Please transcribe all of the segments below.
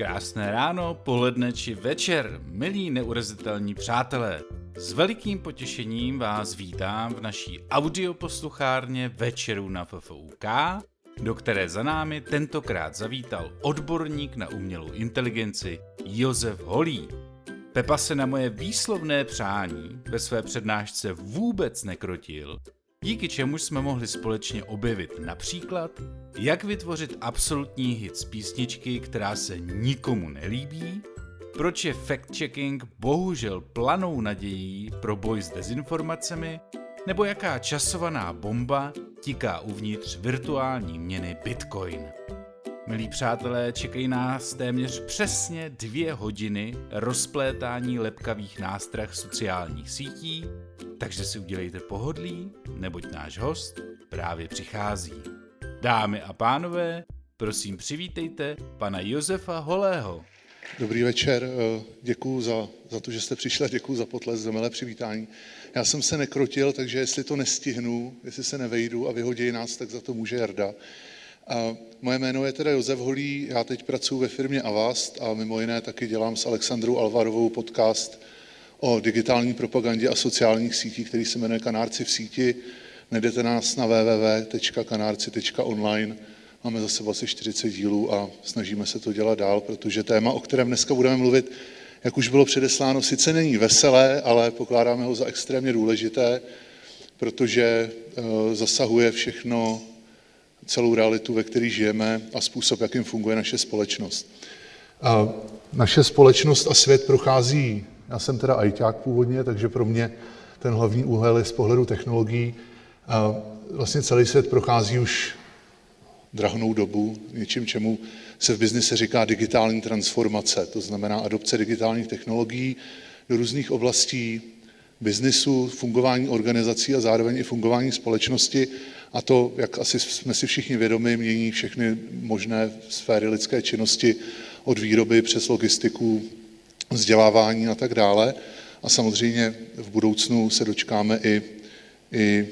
Krásné ráno, poledne či večer, milí neurazitelní přátelé. S velikým potěšením vás vítám v naší audioposluchárně Večerů na FFUK, do které za námi tentokrát zavítal odborník na umělou inteligenci Josef Holý. Pepa se na moje výslovné přání ve své přednášce vůbec nekrotil, díky čemuž jsme mohli společně objevit například, jak vytvořit absolutní hit z písničky, která se nikomu nelíbí, proč je fact-checking bohužel planou nadějí pro boj s dezinformacemi, nebo jaká časovaná bomba tiká uvnitř virtuální měny Bitcoin. Milí přátelé, čekají nás téměř přesně 2 hodiny rozplétání lepkavých nástrah sociálních sítí, takže si udělejte pohodlí, neboť náš host právě přichází. Dámy a pánové, prosím přivítejte pana Josefa Holého. Dobrý večer, děkuju za to, že jste přišli, děkuju za potlesk, za milé přivítání. Já jsem se nekrotil, takže jestli to nestihnu, jestli se nevejdu a vyhodí nás, tak za to může Jarda. Moje jméno je teda Josef Holý, já teď pracuji ve firmě Avast a mimo jiné taky dělám s Alexandrou Alvarovou podcast o digitální propagandě a sociálních sítích, který se jmenuje Kanárci v síti. Najdete nás na www.kanarci.online. Máme za sebou asi 40 dílů a snažíme se to dělat dál, protože téma, o kterém dneska budeme mluvit, jak už bylo předesláno, sice není veselé, ale pokládáme ho za extrémně důležité, protože zasahuje všechno, celou realitu, ve které žijeme a způsob, jakým funguje naše společnost. Naše společnost a svět prochází, já jsem teda ajťák původně, takže pro mě ten hlavní úhel je z pohledu technologií. Vlastně celý svět prochází už drahnou dobu něčím, čemu se v biznise říká digitální transformace, to znamená adopce digitálních technologií do různých oblastí biznisu, fungování organizací a zároveň i fungování společnosti. A to, jak asi jsme si všichni vědomi, mění všechny možné sféry lidské činnosti od výroby přes logistiku, vzdělávání a tak dále. A samozřejmě v budoucnu se dočkáme i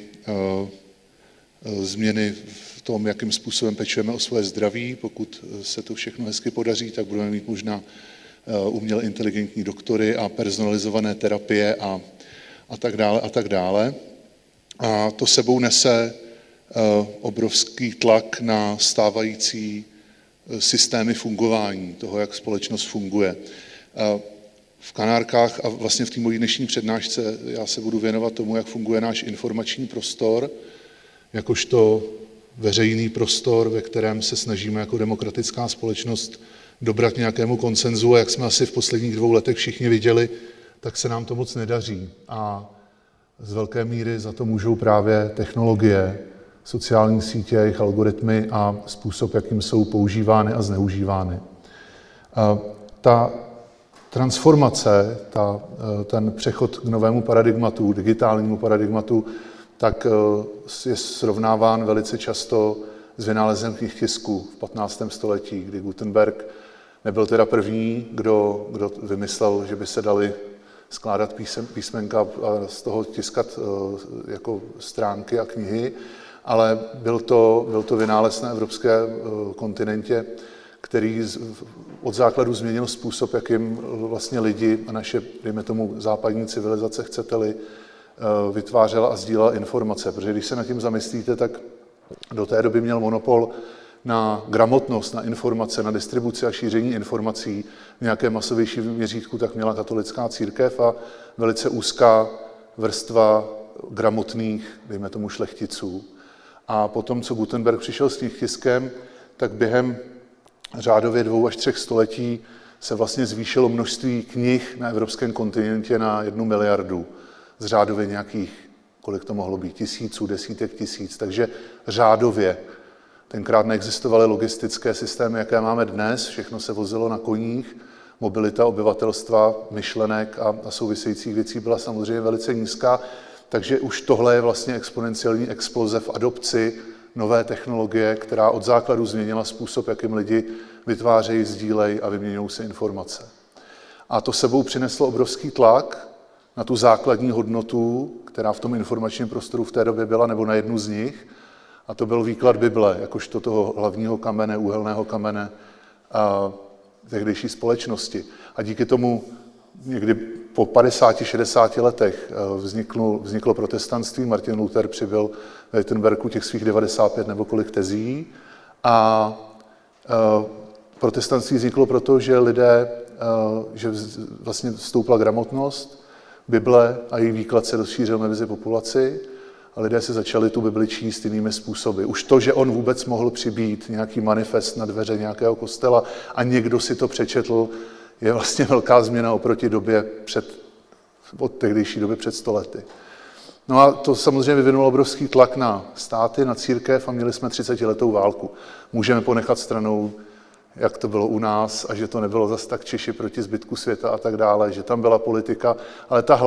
změny v tom, jakým způsobem pečujeme o svoje zdraví. Pokud se to všechno hezky podaří, tak budeme mít možná uměle inteligentní doktory a personalizované terapie a tak dále a tak dále. A to sebou nese obrovský tlak na stávající systémy fungování toho, jak společnost funguje. V Kanárkách a vlastně v té mojí dnešní přednášce já se budu věnovat tomu, jak funguje náš informační prostor, jakožto veřejný prostor, ve kterém se snažíme jako demokratická společnost dobrat nějakému konsenzu, a jak jsme asi v posledních 2 letech všichni viděli, tak se nám to moc nedaří. A z velké míry za to můžou právě technologie, sociální sítě, jejich algoritmy a způsob, jakým jsou používány a zneužívány. Ta transformace, ten přechod k novému paradigmatu, digitálnímu paradigmatu, tak je srovnáván velice často s vynálezem knihtisku v 15. století, kdy Gutenberg nebyl teda první, kdo vymyslel, že by se dali skládat písmenka a z toho tiskat jako stránky a knihy, ale byl to vynález na evropské kontinentě, který od základu změnil způsob, jakým vlastně lidi a naše, dejme tomu, západní civilizace, chcete-li, vytvářela a sdílela informace. Protože když se nad tím zamyslíte, tak do té doby měl monopol na gramotnost, na informace, na distribuci a šíření informací v nějakém masovějším měřítku, tak měla katolická církev a velice úzká vrstva gramotných, dejme tomu, šlechticů. A potom, co Gutenberg přišel s knihtiskem, tak během řádově 2 až 3 století se vlastně zvýšilo množství knih na evropském kontinentě na 1 miliardu. Z řádově nějakých, kolik to mohlo být, tisíců, desítek tisíc, takže řádově. Tenkrát neexistovaly logistické systémy, jaké máme dnes, všechno se vozilo na koních, mobilita obyvatelstva, myšlenek a souvisejících věcí byla samozřejmě velice nízká, takže už tohle je vlastně exponenciální exploze v adopci nové technologie, která od základu změnila způsob, jakým lidi vytvářejí, sdílejí a vyměňují si informace. A to sebou přineslo obrovský tlak na tu základní hodnotu, která v tom informačním prostoru v té době byla, nebo na jednu z nich, a to byl výklad Bible, jakožto toho hlavního kamene, úhelného kamene tehdejší společnosti. A díky tomu někdy po 50-60 letech vzniklo protestantství. Martin Luther přibyl v Wittenbergu těch svých 95 nebo kolik tezí. A protestantství vzniklo proto, že že vlastně vstoupila gramotnost, Bible a její výklad se rozšířil mezi populaci a lidé se začali tu Bibli číst jinými způsoby. Už to, že on vůbec mohl přibít nějaký manifest na dveře nějakého kostela a někdo si to přečetl, je vlastně velká změna oproti době od tehdejší doby před 100 lety. No a to samozřejmě vyvinulo obrovský tlak na státy, na církev a měli jsme 30letou válku. Můžeme ponechat stranou, jak to bylo u nás a že to nebylo zas tak Češi proti zbytku světa a tak dále, že tam byla politika, ale ta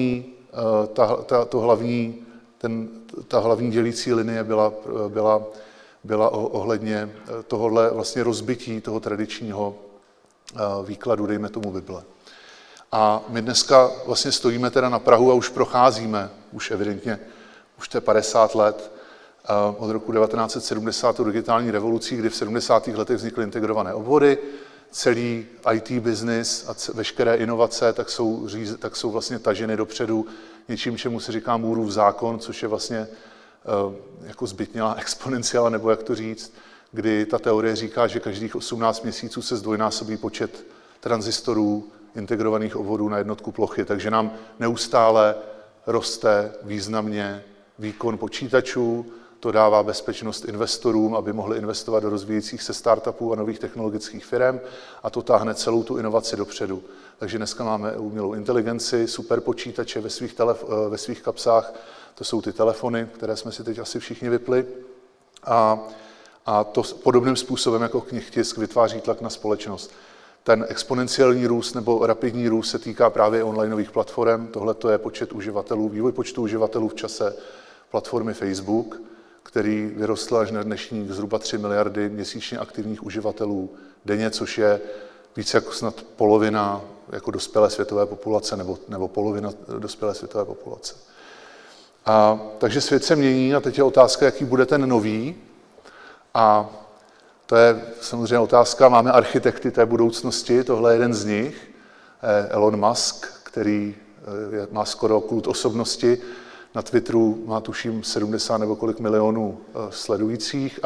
hlavní dělící linie byla ohledně tohohle vlastně rozbití toho tradičního výkladu, dejme tomu Bible. A my dneska vlastně stojíme teda na prahu a už procházíme, už evidentně, už to je 50 let, od roku 1970 digitální revolucí, kdy v 70. letech vznikly integrované obvody, celý IT business a veškeré inovace tak jsou vlastně taženy dopředu něčím, čemu se říká Mooreův zákon, což je vlastně jako zbytnělá exponenciála, nebo jak to říct, kdy ta teorie říká, že každých 18 měsíců se zdvojnásobí počet tranzistorů integrovaných obvodů na jednotku plochy, takže nám neustále roste významně výkon počítačů, to dává bezpečnost investorům, aby mohli investovat do rozvíjejících se startupů a nových technologických firm a to táhne celou tu inovaci dopředu. Takže dneska máme umělou inteligenci, superpočítače ve svých kapsách, to jsou ty telefony, které jsme si teď asi všichni vypli. A to podobným způsobem jako knihtisk vytváří tlak na společnost. Ten exponenciální růst nebo rapidní růst se týká právě onlineových platform. Tohle to je počet uživatelů, vývoj počtu uživatelů v čase platformy Facebook, který vyrostl až na dnešní zhruba 3 miliardy měsíčně aktivních uživatelů denně, což je více jako snad polovina jako dospělé světové populace nebo polovina dospělé světové populace. Takže svět se mění a teď je otázka, jaký bude ten nový. A to je samozřejmě otázka, máme architekty té budoucnosti, tohle je jeden z nich, Elon Musk, který má skoro kult osobnosti, na Twitteru má tuším 70 nebo kolik milionů sledujících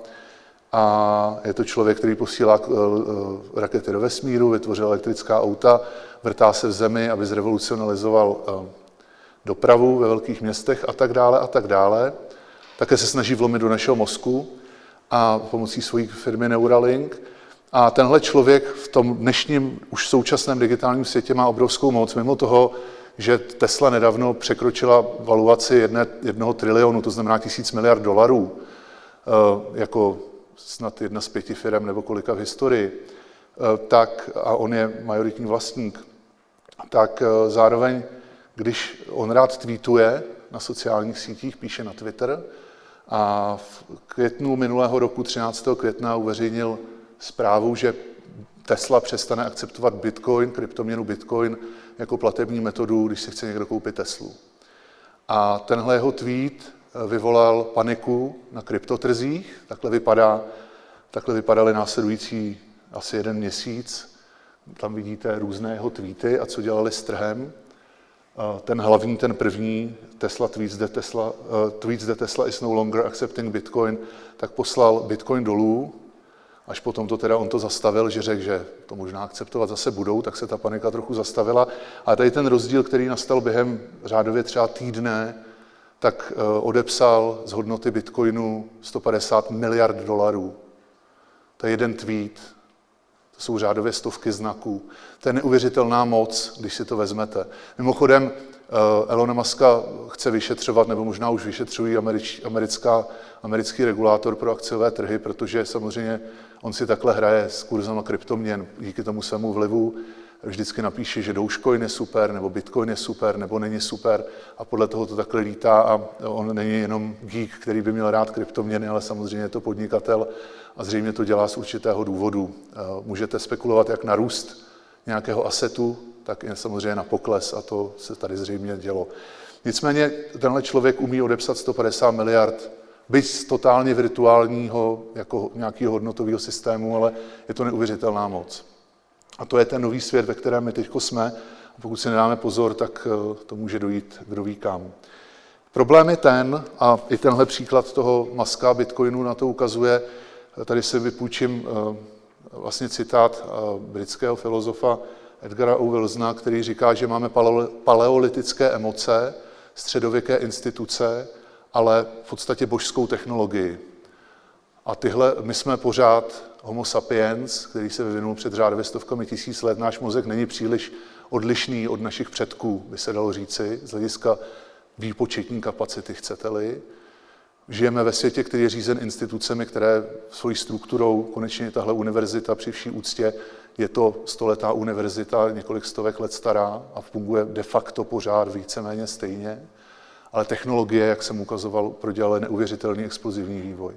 a je to člověk, který posílá rakety do vesmíru, vytvořil elektrická auta, vrtá se v zemi, aby zrevolucionalizoval dopravu ve velkých městech a tak dále a tak dále. Také se snaží vlomit do našeho mozku a pomocí své firmy Neuralink. A tenhle člověk v tom dnešním, už současném digitálním světě má obrovskou moc, mimo toho, že Tesla nedávno překročila valuaci 1 trilionu, to znamená 1000 miliard dolarů, jako snad jedna z 5 firem nebo kolika v historii, a on je majoritní vlastník, tak zároveň, když on rád tweetuje na sociálních sítích, píše na Twitter, a v květnu minulého roku, 13. května, uveřejnil zprávu, že Tesla přestane akceptovat Bitcoin, kryptoměnu Bitcoin, jako platební metodu, když si chce někdo koupit Teslu. A tenhle jeho tweet vyvolal paniku na kryptotrzích. Takhle vypadaly následující asi 1 měsíc. Tam vidíte různé jeho tweety a co dělali s trhem. Ten hlavní, ten první, Tesla tweets that Tesla is no longer accepting Bitcoin, tak poslal Bitcoin dolů, až potom to teda on to zastavil, že řekl, že to možná akceptovat zase budou, tak se ta panika trochu zastavila. A tady ten rozdíl, který nastal během řádově třeba týdne, tak odepsal z hodnoty Bitcoinu 150 miliard dolarů. To je jeden tweet, to jsou řádově stovky znaků. To je neuvěřitelná moc, když si to vezmete. Mimochodem, Elona Muska chce vyšetřovat, nebo možná už vyšetřují americký regulátor pro akciové trhy, protože samozřejmě on si takhle hraje s kurzama kryptoměn díky tomu svému vlivu. Vždycky napíše, že Dogecoin je super, nebo Bitcoin je super, nebo není super a podle toho to takhle lítá a on není jenom geek, který by měl rád kryptoměny, ale samozřejmě je to podnikatel a zřejmě to dělá z určitého důvodu. Můžete spekulovat jak na růst nějakého asetu, tak i samozřejmě na pokles a to se tady zřejmě dělo. Nicméně tenhle člověk umí odepsat 150 miliard, byť z totálně virtuálního, jako nějakého hodnotového systému, ale je to neuvěřitelná moc. A to je ten nový svět, ve kterém my teď jsme. A pokud si nedáme pozor, tak to může dojít kdo ví kam. Problém je ten, a i tenhle příklad toho Muska Bitcoinu na to ukazuje, tady si vypůjčím vlastně citát britského filozofa Edgara O. Wilsona, který říká, že máme paleolitické emoce, středověké instituce, ale v podstatě božskou technologii. A my jsme pořád homo sapiens, který se vyvinul před řádově stovkami tisíc let. Náš mozek není příliš odlišný od našich předků, by se dalo říci, z hlediska výpočetní kapacity, chcete-li. Žijeme ve světě, který je řízen institucemi, které svojí strukturou, konečně tahle univerzita při vší úctě, je to stoletá univerzita, několik stovek let stará a funguje de facto pořád víceméně stejně, ale technologie, jak jsem ukazoval, prodělaly neuvěřitelný explozivní vývoj.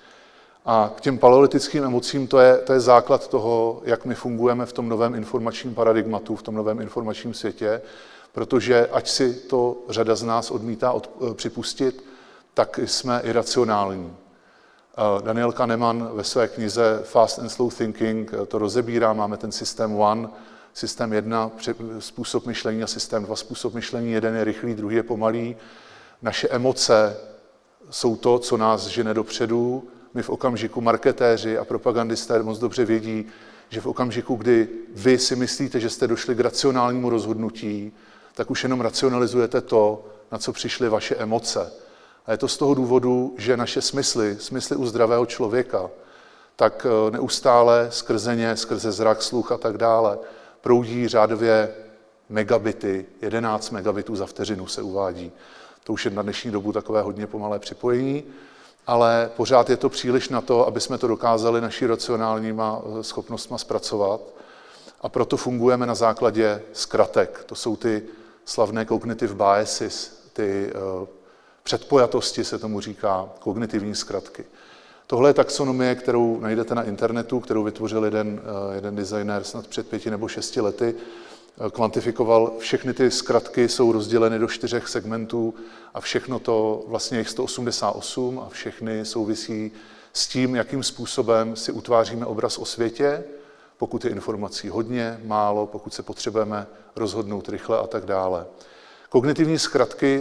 A k těm paleolitickým emocím to je základ toho, jak my fungujeme v tom novém informačním paradigmatu, v tom novém informačním světě, protože ať si to řada z nás odmítá připustit, tak jsme iracionální. Daniel Kahneman ve své knize Fast and Slow Thinking to rozebírá. Máme ten systém 1, systém 1, způsob myšlení a systém 2, způsob myšlení. Jeden je rychlý, druhý je pomalý. Naše emoce jsou to, co nás žene dopředu. My v okamžiku, marketéři a propagandisté moc dobře vědí, že v okamžiku, kdy vy si myslíte, že jste došli k racionálnímu rozhodnutí, tak už jenom racionalizujete to, na co přišly vaše emoce. A je to z toho důvodu, že naše smysly u zdravého člověka, tak neustále skrze zrak, sluch a tak dále, proudí řádově megabity, 11 megabitů za vteřinu se uvádí. To už je na dnešní dobu takové hodně pomalé připojení, ale pořád je to příliš na to, aby jsme to dokázali naši racionálníma schopnostma zpracovat. A proto fungujeme na základě zkratek. To jsou ty slavné cognitive biases, ty předpojatosti se tomu říká, kognitivní zkratky. Tohle je taxonomie, kterou najdete na internetu, kterou vytvořil jeden designér snad před 5 nebo 6 lety. Kvantifikoval, všechny ty zkratky jsou rozděleny do 4 segmentů a všechno to, vlastně jich 188 a všechny souvisí s tím, jakým způsobem si utváříme obraz o světě, pokud je informací hodně, málo, pokud se potřebujeme rozhodnout rychle a tak dále. Kognitivní zkratky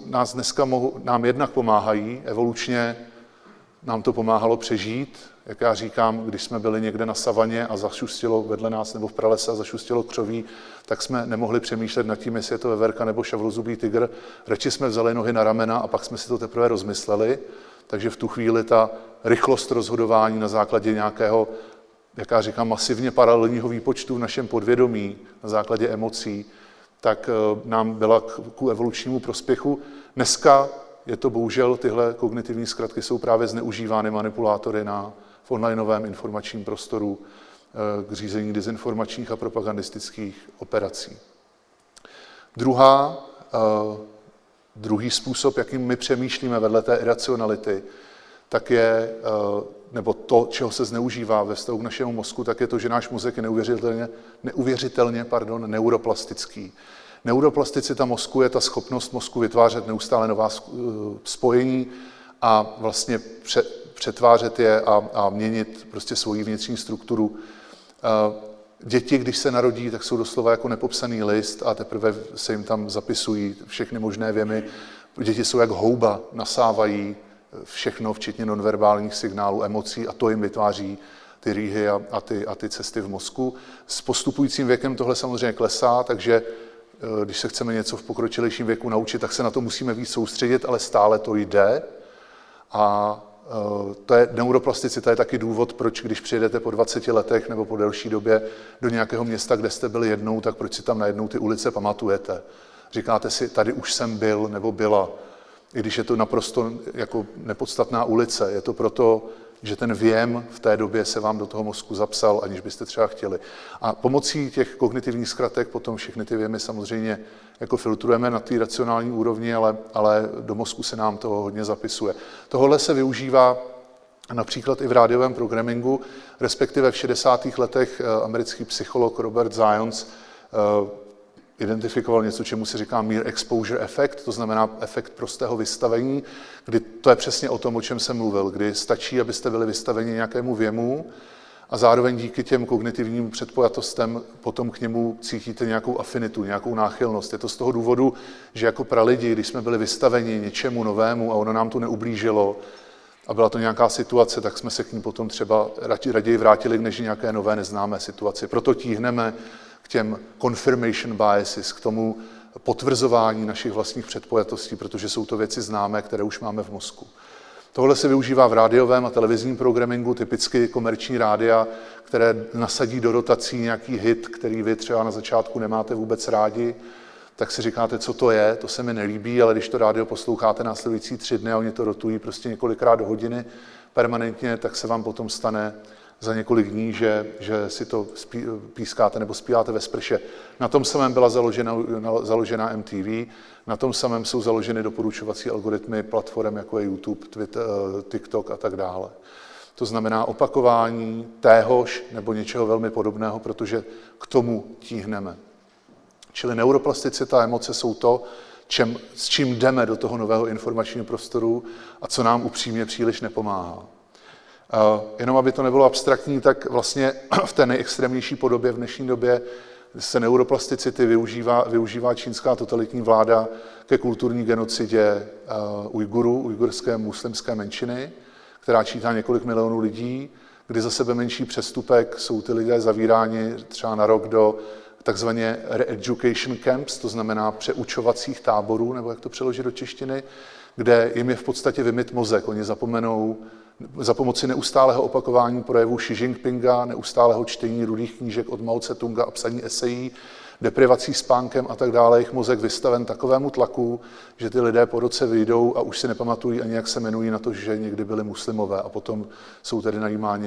nám jednak pomáhají, evolučně nám to pomáhalo přežít. Jak já říkám, když jsme byli někde na savaně a zašustilo vedle nás nebo v pralese a zašustilo křoví, tak jsme nemohli přemýšlet nad tím, jestli je to veverka nebo šavlozubý tygr. Radši jsme vzali nohy na ramena a pak jsme si to teprve rozmysleli. Takže v tu chvíli ta rychlost rozhodování na základě nějakého, jak já říkám, masivně paralelního výpočtu v našem podvědomí, na základě emocí, tak nám byla ku evolučnímu prospěchu. Dneska je to bohužel, tyhle kognitivní zkratky jsou právě zneužívány manipulátory v onlineovém informačním prostoru k řízení dezinformačních a propagandistických operací. Druhý způsob, jakým my přemýšlíme vedle té iracionality, tak je, nebo to, čeho se zneužívá ve vztahu k našemu mozku, tak je to, že náš mozek je neuvěřitelně neuroplastický. Neuroplasticita mozku je ta schopnost mozku vytvářet neustále nová spojení a vlastně přetvářet je a měnit prostě svoji vnitřní strukturu. Děti, když se narodí, tak jsou doslova jako nepopsaný list a teprve se jim tam zapisují všechny možné věmy. Děti jsou jak houba, nasávají všechno, včetně nonverbálních signálů, emocí a to jim vytváří ty rýhy a ty cesty v mozku. S postupujícím věkem tohle samozřejmě klesá, takže když se chceme něco v pokročilejším věku naučit, tak se na to musíme víc soustředit, ale stále to jde. A to je neuroplasticita, je taky důvod, proč když přijedete po 20 letech nebo po delší době do nějakého města, kde jste byli jednou, tak proč si tam najednou ty ulice pamatujete. Říkáte si, tady už jsem byl nebo byla, i když je to naprosto jako nepodstatná ulice. Je to proto, že ten věm v té době se vám do toho mozku zapsal, aniž byste třeba chtěli. A pomocí těch kognitivních zkratek potom všechny ty věmy samozřejmě jako filtrujeme na té racionální úrovni, ale do mozku se nám toho hodně zapisuje. Tohle se využívá například i v rádiovém programingu, respektive v 60. letech americký psycholog Robert Zions identifikoval něco, čemu se říká mere exposure effect, to znamená efekt prostého vystavení, kdy to je přesně o tom, o čem jsem mluvil, kdy stačí, abyste byli vystaveni nějakému věmu a zároveň díky těm kognitivním předpojatostem potom k němu cítíte nějakou afinitu, nějakou náchylnost. Je to z toho důvodu, že jako pralidi, když jsme byli vystaveni něčemu novému a ono nám to neublížilo a byla to nějaká situace, tak jsme se k ní potom třeba raději vrátili než nějaké nové neznámé situaci. Proto tíhneme k těm confirmation biases, k tomu potvrzování našich vlastních předpojatostí, protože jsou to věci známé, které už máme v mozku. Tohle se využívá v rádiovém a televizním programingu, typicky komerční rádia, které nasadí do rotací nějaký hit, který vy třeba na začátku nemáte vůbec rádi, tak si říkáte, co to je, to se mi nelíbí, ale když to rádio posloucháte následující 3 dny a oni to rotují prostě několikrát do hodiny permanentně, tak se vám potom stane za několik dní, že si to pískáte nebo zpíváte ve sprše. Na tom samém byla založena MTV, na tom samém jsou založeny doporučovací algoritmy platform, jako je YouTube, Twitter, TikTok a tak dále. To znamená opakování téhož nebo něčeho velmi podobného, protože k tomu tíhneme. Čili neuroplasticita a emoce jsou to, s čím jdeme do toho nového informačního prostoru a co nám upřímně příliš nepomáhá. Jenom aby to nebylo abstraktní, tak vlastně v té nejextrémnější podobě v dnešní době se neuroplasticity využívá čínská totalitní vláda ke kulturní genocidě Ujgurů, ujgurské muslimské menšiny, která čítá několik milionů lidí, kdy za sebe menší přestupek jsou ty lidé zavíráni třeba na rok do takzvaně re-education camps, to znamená přeučovacích táborů, nebo jak to přeložit do češtiny, kde jim je v podstatě vymyt mozek. Oni zapomenou za pomoci neustálého opakování projevů Xi Jinpinga, neustálého čtení rudých knížek od Mao Tse-tunga a psaní esejí, deprivací spánkem a tak dále, jejich mozek vystaven takovému tlaku, že ty lidé po roce vyjdou a už si nepamatují ani, jak se jmenují, na to, že někdy byli muslimové a potom jsou tedy najímáni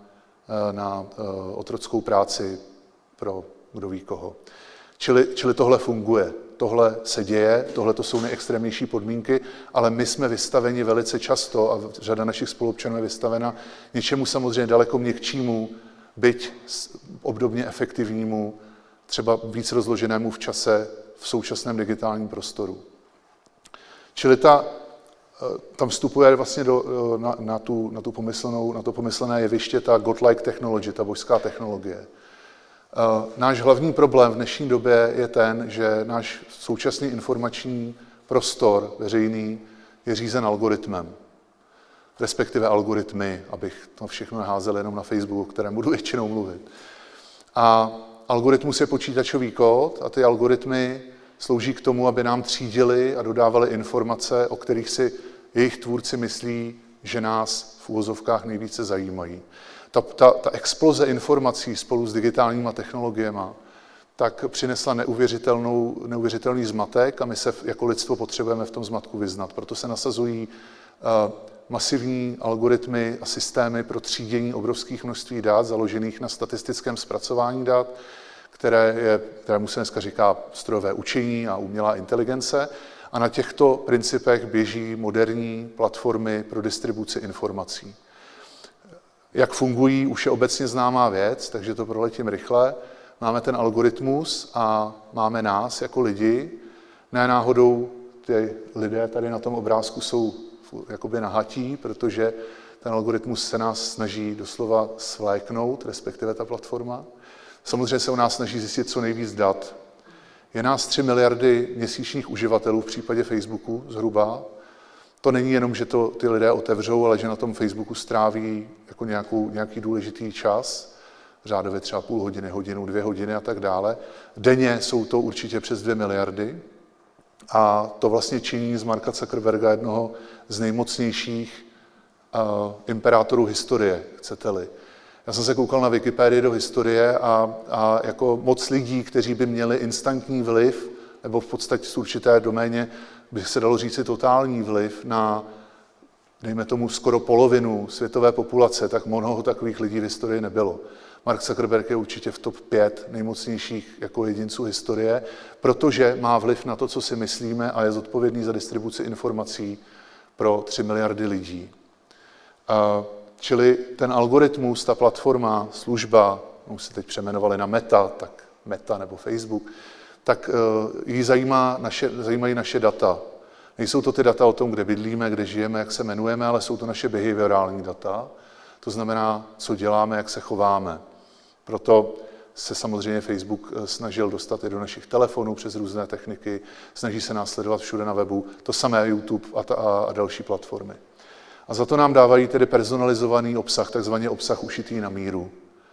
na otrockou práci pro kdo ví koho. Čili tohle funguje, tohle se děje, tohle to jsou nejextrémnější podmínky, ale my jsme vystaveni velice často a řada našich spoluobčanů je vystavena něčemu samozřejmě daleko měkčímu, byť obdobně efektivnímu, třeba víc rozloženému v čase v současném digitálním prostoru. Čili tam vstupuje vlastně na to pomyslené jeviště ta godlike technology, ta božská technologie. Náš hlavní problém v dnešní době je ten, že náš současný informační prostor veřejný je řízen algoritmem, respektive algoritmy, abych to všechno neházel jenom na Facebooku, o kterém budu většinou mluvit. A algoritmus je počítačový kód a ty algoritmy slouží k tomu, aby nám třídili a dodávali informace, o kterých si jejich tvůrci myslí, že nás v uvozovkách nejvíce zajímají. Ta exploze informací spolu s digitálníma technologiemi tak přinesla neuvěřitelný zmatek a my se jako lidstvo potřebujeme v tom zmatku vyznat. Proto se nasazují masivní algoritmy a systémy pro třídění obrovských množství dat, založených na statistickém zpracování dat, kterému se dneska říká strojové učení a umělá inteligence. A na těchto principech běží moderní platformy pro distribuci informací. Jak fungují, už je obecně známá věc, takže to proletím rychle. Máme ten algoritmus a máme nás jako lidi. Ne náhodou ty lidé tady na tom obrázku jsou jakoby nahatí, protože ten algoritmus se nás snaží doslova svléknout, respektive ta platforma. Samozřejmě se o nás snaží zjistit co nejvíc dat. Je nás 3 miliardy měsíčních uživatelů v případě Facebooku zhruba. To není jenom, že to ty lidé otevřou, ale že na tom Facebooku stráví jako nějaký důležitý čas, řádově třeba půl hodiny, hodinu, 2 hodiny a tak dále. Denně jsou to určitě přes 2 miliardy a to vlastně činí z Marka Zuckerberga jednoho z nejmocnějších imperátorů historie, chcete-li. Já jsem se koukal na Wikipedii do historie a jako moc lidí, kteří by měli instantní vliv, nebo v podstatě z určité doméně by se dalo říci totální vliv na, dejme tomu, skoro polovinu světové populace, tak mnoho takových lidí v historii nebylo. Mark Zuckerberg je určitě v top 5 nejmocnějších jako jedinců historie, protože má vliv na to, co si myslíme a je zodpovědný za distribuci informací pro 3 miliardy lidí. Čili ten algoritmus, ta platforma, služba, už se teď přejmenovali na Meta, tak Meta nebo Facebook, tak jí zajímají naše data. Nejsou to ty data o tom, kde bydlíme, kde žijeme, jak se jmenujeme, ale jsou to naše behaviorální data. To znamená, co děláme, jak se chováme. Proto se samozřejmě Facebook snažil dostat i do našich telefonů přes různé techniky, snaží se nás sledovat všude na webu, to samé YouTube a další platformy. A za to nám dávají tedy personalizovaný obsah, takzvaný obsah ušitý na míru.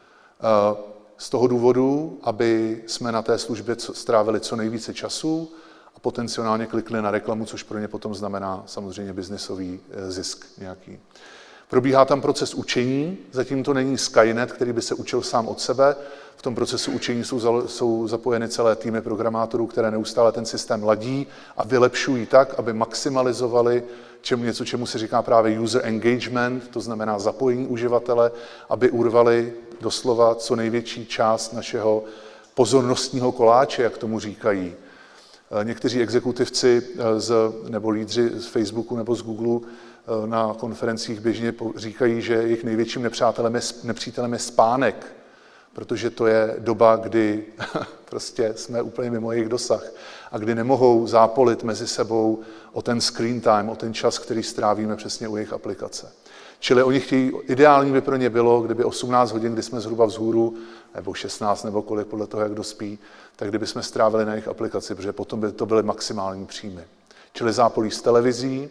Z toho důvodu, aby jsme na té službě strávili co nejvíce času a potenciálně klikli na reklamu, což pro ně potom znamená samozřejmě biznesový zisk nějaký. Probíhá tam proces učení, zatím to není Skynet, který by se učil sám od sebe. V tom procesu učení jsou zapojeny celé týmy programátorů, které neustále ten systém ladí a vylepšují tak, aby maximalizovali něco, čemu se říká právě user engagement, to znamená zapojení uživatele, aby urvali doslova co největší část našeho pozornostního koláče, jak tomu říkají. Někteří exekutivci nebo lídři z Facebooku nebo z Google na konferencích běžně říkají, že jejich největším nepřítelem je spánek, protože to je doba, kdy prostě jsme úplně mimo jejich dosah a kdy nemohou zápolit mezi sebou o ten screen time, o ten čas, který strávíme přesně u jejich aplikace. Čili oni chtějí, ideální by pro ně bylo, kdyby 18 hodin, kdy jsme zhruba vzhůru, nebo 16 nebo kolik, podle toho, jak dospí, tak kdyby jsme strávili na jejich aplikaci, protože potom by to byly maximální příjmy. Čili zápolí z televizí.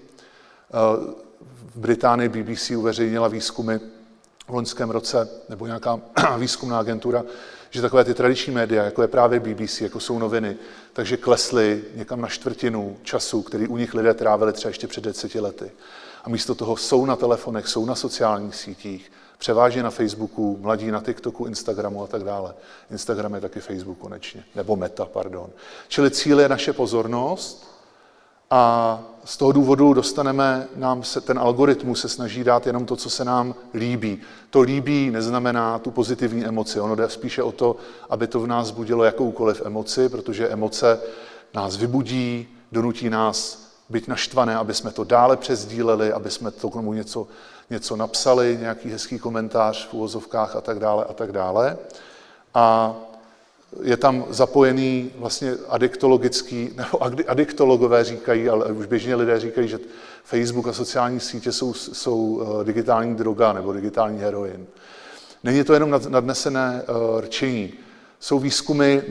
V Británii BBC uveřejnila výzkumy v loňském roce, nebo nějaká výzkumná agentura, že takové ty tradiční média, jako je právě BBC, jako jsou noviny, takže klesly někam na čtvrtinu času, který u nich lidé trávili třeba ještě před 10 lety. A místo toho jsou na telefonech, jsou na sociálních sítích, převážně na Facebooku, mladí na TikToku, Instagramu a tak dále. Instagram je taky Facebook konečně, nebo Meta, pardon. Čili cíl je naše pozornost a z toho důvodu ten algoritmus se snaží dát jenom to, co se nám líbí. To líbí neznamená tu pozitivní emoci, ono jde spíše o to, aby to v nás budilo jakoukoliv emoci, protože emoce nás vybudí, donutí nás být naštvané, aby jsme to dále přesdíleli, aby jsme to k tomu něco napsali, nějaký hezký komentář v uvozovkách a tak dále a tak dále. A je tam zapojený vlastně adiktologický, nebo adiktologové říkají, ale už běžně lidé říkají, že Facebook a sociální sítě jsou digitální droga nebo digitální heroin. Není to jenom nadnesené rčení. Jsou výzkumy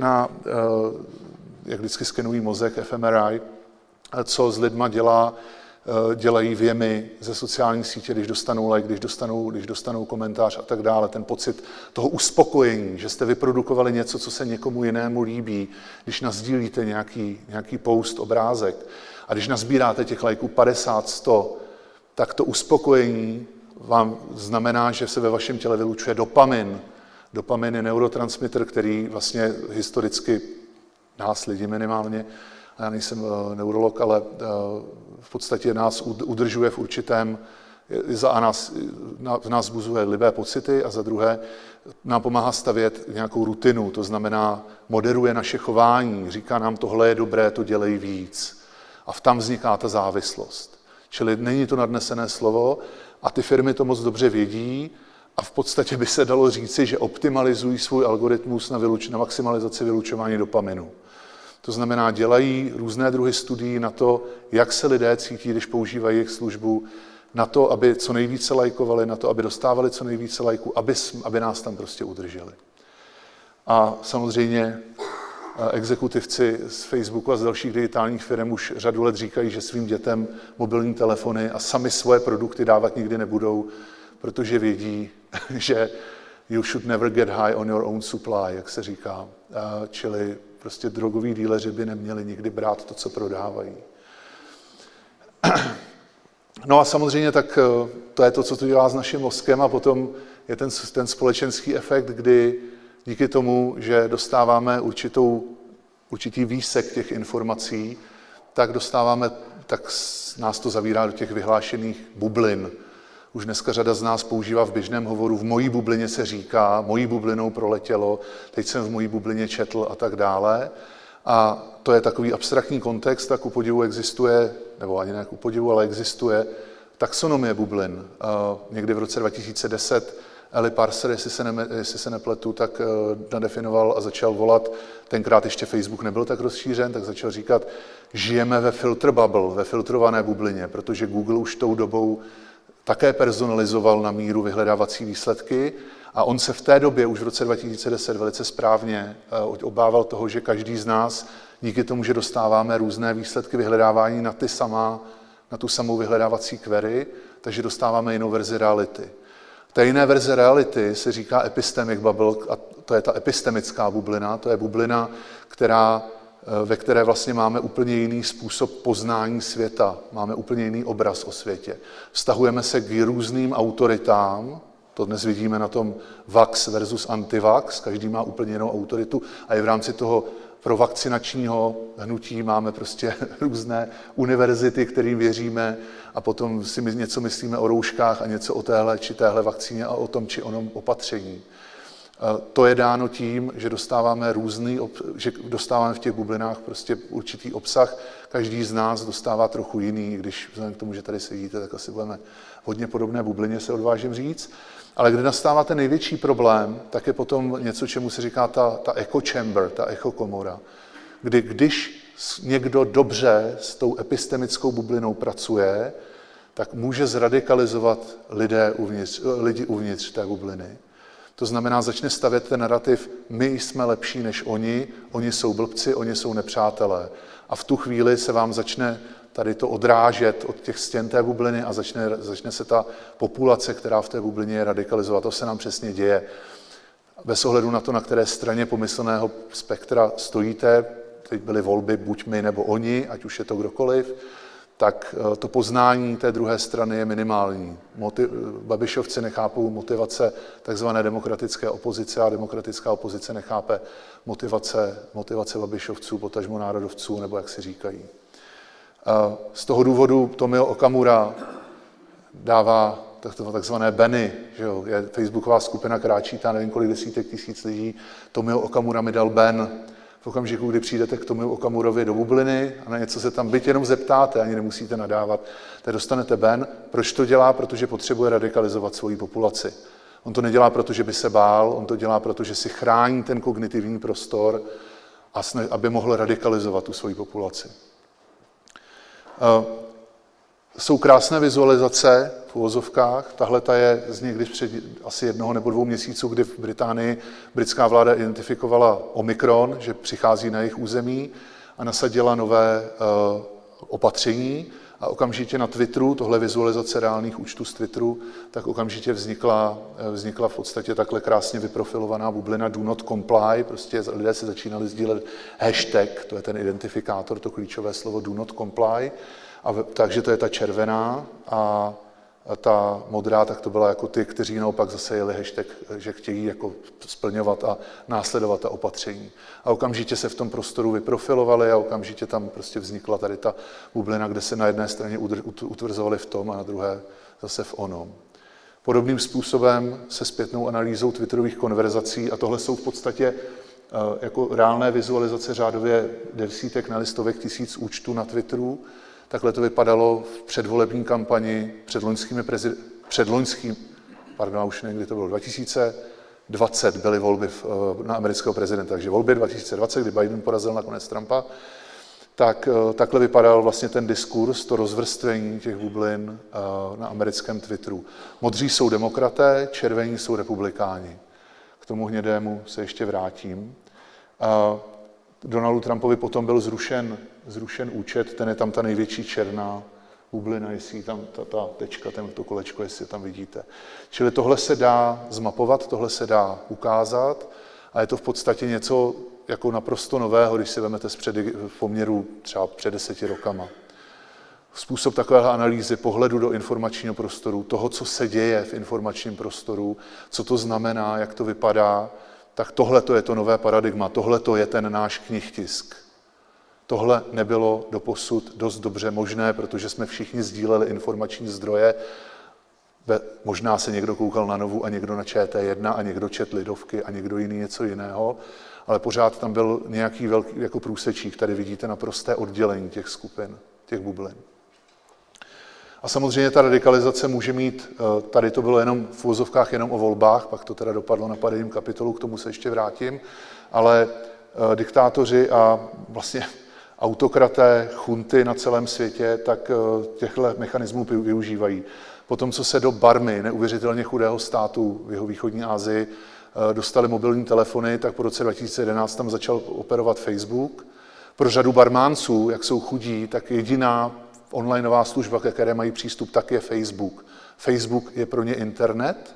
jak vždycky skenují mozek, fMRI, co s lidma dělají věmy ze sociální sítě, když dostanou like, když dostanou komentář a tak dále. Ten pocit toho uspokojení, že jste vyprodukovali něco, co se někomu jinému líbí, když nasdílíte nějaký post, obrázek a když nazbíráte těch lajků 50, 100, tak to uspokojení vám znamená, že se ve vašem těle vylučuje dopamin. Dopamin je neurotransmitter, který vlastně historicky nás lidi minimálně, já nejsem neurolog, ale v podstatě nás udržuje v určitém, v nás vzbuzuje libé pocity a za druhé nám pomáhá stavět nějakou rutinu, to znamená moderuje naše chování, říká nám, tohle je dobré, to dělej víc. A tam vzniká ta závislost. Čili není to nadnesené slovo a ty firmy to moc dobře vědí a v podstatě by se dalo říci, že optimalizují svůj algoritmus na maximalizaci vylučování dopaminu. To znamená, dělají různé druhy studií na to, jak se lidé cítí, když používají jejich službu, na to, aby co nejvíce lajkovali, na to, aby dostávali co nejvíce lajků, aby nás tam prostě udrželi. A samozřejmě exekutivci z Facebooku a z dalších digitálních firm už řadu let říkají, že svým dětem mobilní telefony a sami svoje produkty dávat nikdy nebudou, protože vědí, že you should never get high on your own supply, jak se říká. Čili prostě drogoví díleři by neměli nikdy brát to, co prodávají. No a samozřejmě tak to je to, co to dělá s naším mozkem a potom je ten společenský efekt, kdy díky tomu, že dostáváme určitý výsek těch informací, tak nás to zavírá do těch vyhlášených bublin. Už dneska řada z nás používá v běžném hovoru, v mojí bublině se říká, mojí bublinou proletělo, teď jsem v mojí bublině četl a tak dále. A to je takový abstraktní kontext a ku podivu existuje, nebo ani ne ku podivu, ale existuje taxonomie bublin. Někdy v roce 2010 Eli Parser, jestli se nepletu, tak nadefinoval a začal volat, tenkrát ještě Facebook nebyl tak rozšířen, tak začal říkat, žijeme ve filter bubble, ve filtrované bublině, protože Google už tou dobou také personalizoval na míru vyhledávací výsledky a on se v té době, už v roce 2010, velice správně obával toho, že každý z nás díky tomu, že dostáváme různé výsledky vyhledávání na tu samou vyhledávací query, takže dostáváme jinou verzi reality. Té jiné verze reality se říká epistemic bubble a to je ta epistemická bublina, to je bublina, ve které vlastně máme úplně jiný způsob poznání světa, máme úplně jiný obraz o světě. Vztahujeme se k různým autoritám, to dnes vidíme na tom vax versus antivax, každý má úplně jinou autoritu a i v rámci toho provakcinačního hnutí máme prostě různé univerzity, kterým věříme a potom si něco myslíme o rouškách a něco o téhle či téhle vakcíně a o tom či onom opatření. To je dáno tím, že dostáváme v těch bublinách prostě určitý obsah. Každý z nás dostává trochu jiný, když vzhledem k tomu, že tady sedíte, tak asi budeme hodně podobné bublině, se odvážím říct. Ale kde nastává ten největší problém, tak je potom něco, čemu se říká ta echo chamber, ta echo komora. Když někdo dobře s tou epistemickou bublinou pracuje, tak může zradikalizovat lidi uvnitř té bubliny. To znamená, začne stavět ten narrativ, my jsme lepší než oni jsou blbci, oni jsou nepřátelé. A v tu chvíli se vám začne tady to odrážet od těch stěn té bubliny a začne se ta populace, která v té bublině je, radikalizovat. To se nám přesně děje. Bez ohledu na to, na které straně pomyslného spektra stojíte, teď byly volby buď my nebo oni, ať už je to kdokoliv, tak to poznání té druhé strany je minimální. Babišovci nechápou motivace takzvané demokratické opozice a demokratická opozice nechápe motivace Babišovců, potažmo národovců, nebo jak si říkají. Z toho důvodu Tomio Okamura dává takzvané Benny, že jo? Je facebooková skupina, která čítá nevím kolik desítek tisíc lidí. Tomio Okamura mi dal Ben. V okamžiku, kdy přijdete k Tomio Okamurovi do bubliny a na něco se tam byť jenom zeptáte, ani nemusíte nadávat, tak dostanete Ben. Proč to dělá? Protože potřebuje radikalizovat svoji populaci. On to nedělá, protože by se bál, on to dělá, protože si chrání ten kognitivní prostor, aby mohl radikalizovat tu svoji populaci. Jsou krásné vizualizace v uvozovkách. Tahle je z někdy před asi 1 nebo 2 měsíců, kdy v Británii britská vláda identifikovala Omikron, že přichází na jejich území a nasadila nové opatření. A okamžitě na Twitteru, tohle vizualizace reálných účtů z Twitteru, tak okamžitě vznikla v podstatě takhle krásně vyprofilovaná bublina Do Not Comply. Prostě lidé se začínali sdílet hashtag, to je ten identifikátor, to klíčové slovo Do Not Comply. Takže to je ta červená a ta modrá, tak to byla jako ty, kteří naopak zase jeli hashtag, že chtějí jako splňovat a následovat ta opatření. A okamžitě se v tom prostoru vyprofilovali a okamžitě tam prostě vznikla tady ta bublina, kde se na jedné straně utvrzovali v tom a na druhé zase v onom. Podobným způsobem se zpětnou analýzou twitterových konverzací, a tohle jsou v podstatě jako reálné vizualizace řádově desítek, ne stovek tisíc účtů na Twitteru. Takhle to vypadalo v předvolební kampani už nevím, kdy to bylo, 2020 byly volby na amerického prezidenta, takže volby 2020, kdy Biden porazil nakonec Trumpa, tak takhle vypadal vlastně ten diskurs, to rozvrstvení těch bublin na americkém Twitteru. Modří jsou demokraté, červení jsou republikáni. K tomu hnědému se ještě vrátím. Donaldu Trumpovi potom byl zrušen účet, ten je tam ta největší černá bublina, jestli tam ta tečka, to kolečko, jestli tam vidíte. Čili tohle se dá zmapovat, tohle se dá ukázat a je to v podstatě něco jako naprosto nového, když si vezmete v poměru třeba před 10 rokama. Způsob takovéhle analýzy, pohledu do informačního prostoru, toho, co se děje v informačním prostoru, co to znamená, jak to vypadá, tak tohle je to nové paradigma, tohle je ten náš knihtisk. Tohle nebylo doposud dost dobře možné, protože jsme všichni sdíleli informační zdroje. Možná se někdo koukal na Novu a někdo na ČT1 a někdo četl Lidovky a někdo jiný něco jiného, ale pořád tam byl nějaký velký jako průsečík. Tady vidíte naprosté oddělení těch skupin, těch bublin. A samozřejmě ta radikalizace může mít, tady to bylo jenom v uvozovkách jenom o volbách, pak to teda dopadlo na padejním kapitolu, k tomu se ještě vrátím, ale diktátoři a vlastně autokraté, chunty na celém světě, tak těchto mechanismů využívají. Potom, co se do Barmy, neuvěřitelně chudého státu v jihovýchodní Asii, dostali mobilní telefony, tak po roce 2011 tam začal operovat Facebook. Pro řadu Barmánců, jak jsou chudí, tak jediná onlineová služba, ke které mají přístup, tak je Facebook. Facebook je pro ně internet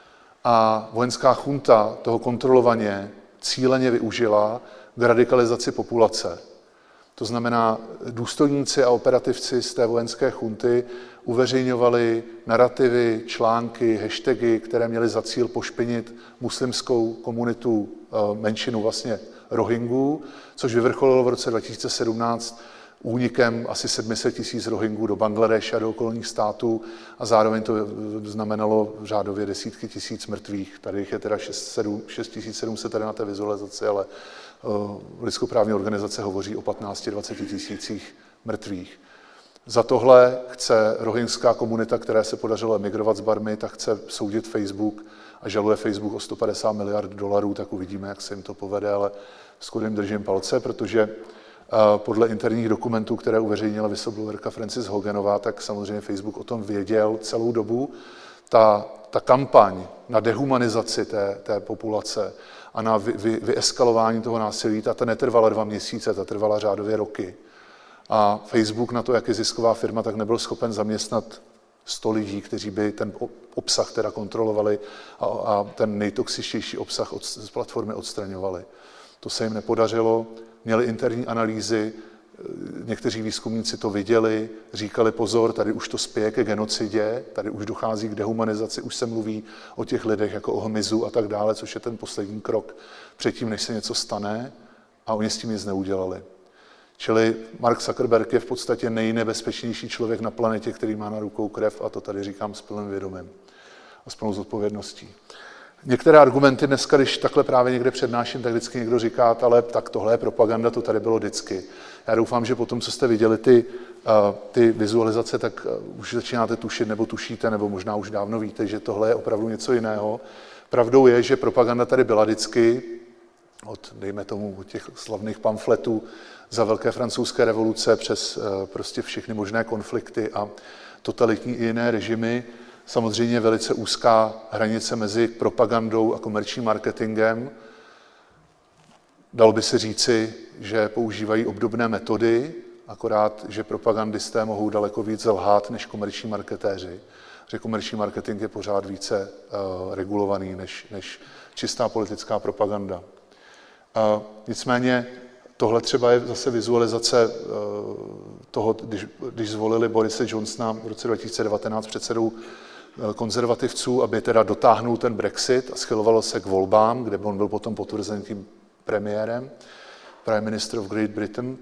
a vojenská chunta toho kontrolovaně cíleně využila k radikalizaci populace. To znamená, důstojníci a operativci z té vojenské chunty uveřejňovali narrativy, články, hashtagy, které měly za cíl pošpinit muslimskou komunitu, menšinu vlastně Rohingů, což vyvrcholilo v roce 2017 únikem asi 700 000 Rohingů do Bangladeše a do okolních států a zároveň to znamenalo řádově desítky tisíc mrtvých. Tady jich je teda 6700 tady na té vizualizaci, ale lidskoprávní organizace hovoří o 15-20 tisících mrtvých. Za tohle chce rohingská komunita, které se podařilo emigrovat z Barmy, tak chce soudit Facebook a žaluje Facebook o $150 miliard, tak uvidíme, jak se jim to povede, ale skoro jim držím palce, protože podle interních dokumentů, které uveřejnila whistleblowerka Frances Hoganová, tak samozřejmě Facebook o tom věděl celou dobu. Ta kampaň na dehumanizaci té populace a na vyeskalování toho násilí, ta netrvala 2 měsíce, ta trvala řádově roky. A Facebook na to, jak je zisková firma, tak nebyl schopen zaměstnat 100 lidí, kteří by ten obsah teda kontrolovali a ten nejtoxičtější obsah z platformy odstraňovali. To se jim nepodařilo, měli interní analýzy, někteří výzkumníci to viděli, říkali pozor, tady už to spěje ke genocidě, tady už dochází k dehumanizaci, už se mluví o těch lidech jako o hmyzu a tak dále, což je ten poslední krok předtím, než se něco stane, a oni s tím nic neudělali. Čili Mark Zuckerberg je v podstatě nejnebezpečnější člověk na planetě, který má na rukou krev, a to tady říkám s plným vědomím a s plnou zodpovědností. Některé argumenty dneska, když takhle právě někde přednáším, tak vždycky někdo říká, ale tak tohle je propaganda, to tady bylo vždycky. Já doufám, že potom, co jste viděli ty vizualizace, tak už začínáte tušit, nebo tušíte, nebo možná už dávno víte, že tohle je opravdu něco jiného. Pravdou je, že propaganda tady byla vždycky, dejme tomu, od těch slavných pamfletů za velké francouzské revoluce přes prostě všechny možné konflikty a totalitní i jiné režimy. Samozřejmě velice úzká hranice mezi propagandou a komerčním marketingem. Dalo by se říci, že používají obdobné metody, akorát, že propagandisté mohou daleko víc lhát než komerční marketéři. Že komerční marketing je pořád více regulovaný než čistá politická propaganda. Nicméně tohle třeba je zase vizualizace toho, když zvolili Borise Johnsona v roce 2019 předsedou konzervativců, aby teda dotáhnul ten Brexit a schylovalo se k volbám, kde on byl potom potvrzen tím premiérem, Prime Minister of Great Britain,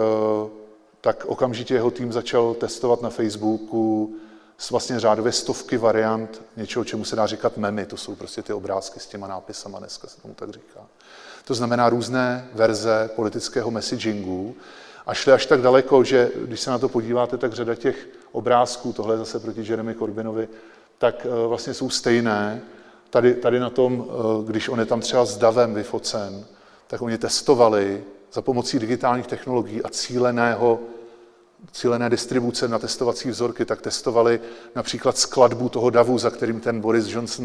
tak okamžitě jeho tým začal testovat na Facebooku vlastně řádově stovky variant něčeho, čemu se dá říkat memy, to jsou prostě ty obrázky s těma nápisama, dneska se tomu tak říká. To znamená různé verze politického messagingu a šli až tak daleko, že když se na to podíváte, tak řada těch obrázků, tohle je zase proti Jeremy Corbynovi, tak vlastně jsou stejné. Tady na tom, když on je tam třeba s davem vyfocen, tak oni testovali za pomocí digitálních technologií a cílené distribuce na testovací vzorky, tak testovali například skladbu toho davu, před kterým ten Boris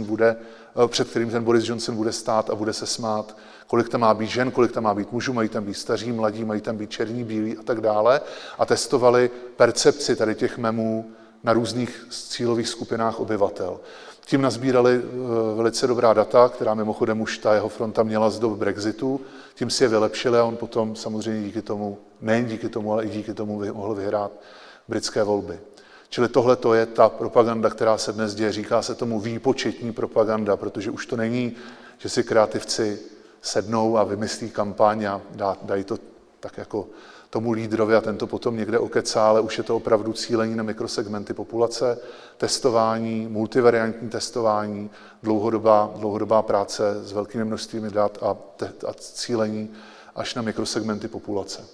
Johnson bude stát a bude se smát, kolik tam má být žen, kolik tam má být mužů, mají tam být staří, mladí, mají tam být černí, bílí a tak dále. A testovali percepci tady těch memů na různých cílových skupinách obyvatel. Tím nazbírali velice dobrá data, která mimochodem už ta jeho fronta měla z dob Brexitu, tím si je vylepšili a on potom samozřejmě díky tomu, nejen díky tomu, ale i díky tomu mohl vyhrát britské volby. Čili tohle to je ta propaganda, která se dnes děje. Říká se tomu výpočetní propaganda, protože už to není, že si kreativci sednou a vymyslí kampaň a dají to tak jako tomu lídrovi a ten to potom někde okecá, ale už je to opravdu cílení na mikrosegmenty populace, testování, multivariantní testování, dlouhodobá práce s velkými množstvími dat a cílení až na mikrosegmenty populace.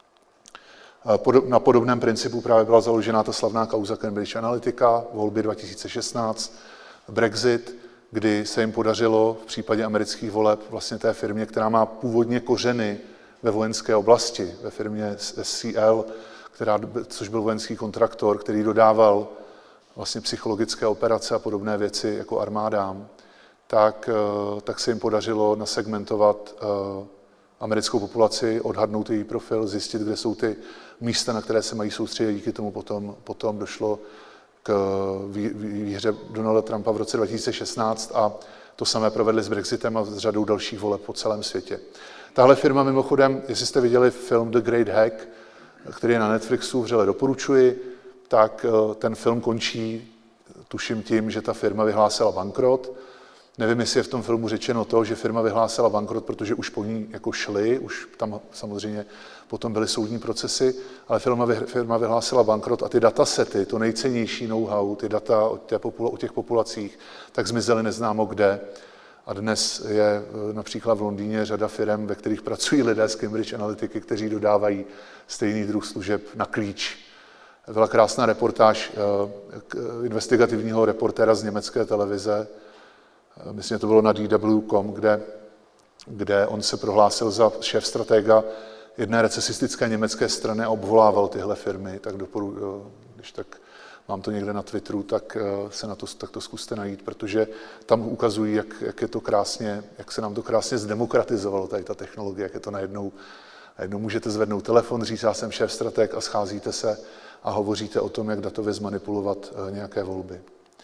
Na podobném principu právě byla založena ta slavná kauza Cambridge Analytica, volby 2016, Brexit, kdy se jim podařilo v případě amerických voleb vlastně té firmě, která má původně kořeny ve vojenské oblasti, ve firmě SCL, což byl vojenský kontraktor, který dodával vlastně psychologické operace a podobné věci jako armádám, tak se jim podařilo nasegmentovat americkou populaci, odhadnout její profil, zjistit, kde jsou ty místa, na které se mají soustředit. Díky tomu potom došlo k výhře Donalda Trumpa v roce 2016 a to samé provedli s Brexitem a s řadou dalších voleb po celém světě. Tahle firma mimochodem, jestli jste viděli film The Great Hack, který je na Netflixu, vřele doporučuji, tak ten film končí, tuším tím, že ta firma vyhlásila bankrot. Nevím, jestli je v tom filmu řečeno to, že firma vyhlásila bankrot, protože už po ní jako šli, už tam samozřejmě potom byly soudní procesy, ale firma vyhlásila bankrot a ty datasety, to nejcennější know-how, ty data o těch populacích, tak zmizely neznámo kde. A dnes je například v Londýně řada firem, ve kterých pracují lidé z Cambridge Analytiky, kteří dodávají stejný druh služeb na klíč. Byla krásná reportáž investigativního reportéra z německé televize, myslím, že to bylo na DW.com, kde on se prohlásil za šéfstratega jedné recesistické německé strany a obvolával tyhle firmy, tak když tak mám to někde na Twitteru, tak to zkuste najít, protože tam ukazují, jak se nám to krásně zdemokratizovalo, tady ta technologie, jak je to najednou můžete zvednout telefon, říct, já jsem šéfstrateg a scházíte se a hovoříte o tom, jak datově zmanipulovat nějaké volby.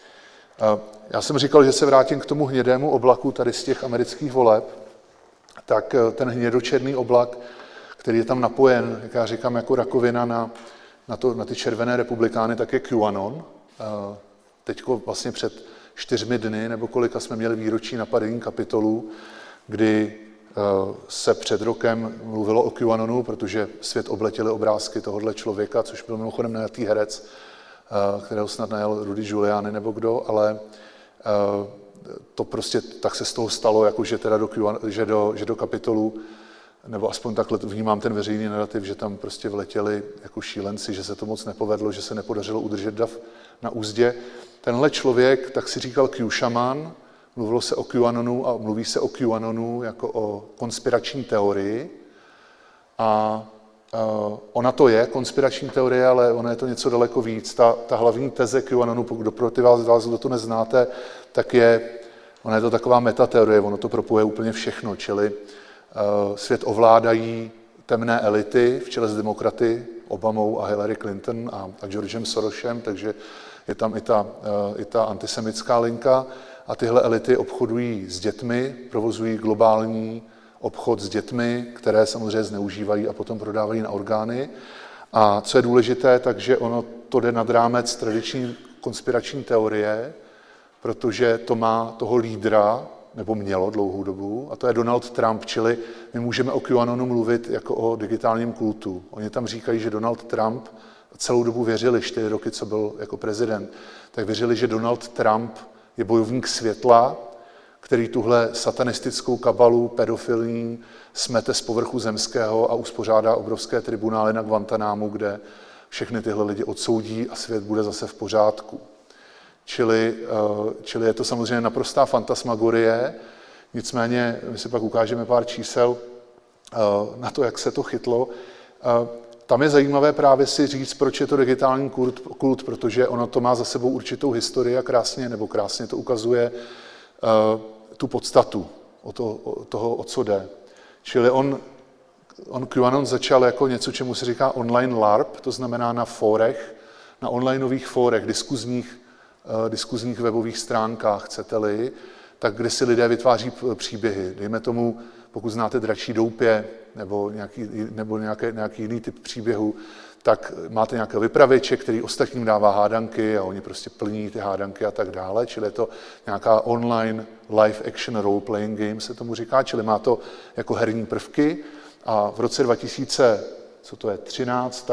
Já jsem říkal, že se vrátím k tomu hnědému oblaku tady z těch amerických voleb, tak ten hnědočerný oblak, který je tam napojen, jak já říkám, jako rakovina na ty červené republikány, tak je QAnon. Teďko vlastně před 4 dny, nebo kolika jsme měli výročí napadení Kapitolu, kdy se před rokem mluvilo o QAnonu, protože svět obletěly obrázky tohohle člověka, což byl mimochodem najatý herec, kterého snad najal Rudy Giuliani nebo kdo, ale to prostě tak se z toho stalo, jako že do Kapitolu, nebo aspoň takhle vnímám ten veřejný narrativ, že tam prostě vletěli jako šílenci, že se to moc nepovedlo, že se nepodařilo udržet dav na úzdě. Tenhle člověk, tak si říkal Q-šaman, mluvilo se o QAnonu a mluví se o QAnonu jako o konspirační teorii. A ona to je konspirační teorie, ale ona je to něco daleko víc. Ta hlavní teze QAnonu, pro ty vás, kdo to neznáte, tak ona je to taková metateorie, ono to propojuje úplně všechno, čili svět ovládají temné elity v čele s demokraty Obamou a Hillary Clinton a Georgem Sorosem, takže je tam i ta antisemitská linka a tyhle elity obchodují s dětmi, provozují globální obchod s dětmi, které samozřejmě zneužívají a potom prodávají na orgány. A co je důležité, takže ono to jde nad rámec tradiční konspirační teorie, protože to má toho lídra, nebo mělo dlouhou dobu, a to je Donald Trump, čili my můžeme o QAnonu mluvit jako o digitálním kultu. Oni tam říkají, že Donald Trump, celou dobu věřili, 4 roky, co byl jako prezident, tak věřili, že Donald Trump je bojovník světla, který tuhle satanistickou kabalu pedofilní smete z povrchu zemského a uspořádá obrovské tribunály na Guantanámu, kde všechny tyhle lidi odsoudí a svět bude zase v pořádku. Čili je to samozřejmě naprostá fantasmagorie, nicméně my si pak ukážeme pár čísel na to, jak se to chytlo. Tam je zajímavé právě si říct, proč je to digitální kult, protože ono to má za sebou určitou historii a krásně to ukazuje tu podstatu toho, o co jde. Čili on QAnon začal jako něco, čemu se říká online LARP, to znamená na fórech, na onlineových fórech, diskuzních webových stránkách, chcete-li, tak kde si lidé vytváří příběhy. Dejme tomu, pokud znáte Dračí doupě nebo nějaký jiný typ příběhu, tak máte nějakého vypravěče, který ostatním dává hádanky a oni prostě plní ty hádanky a tak dále, čili je to nějaká online live action role playing game, se tomu říká, čili má to jako herní prvky a v roce 2013,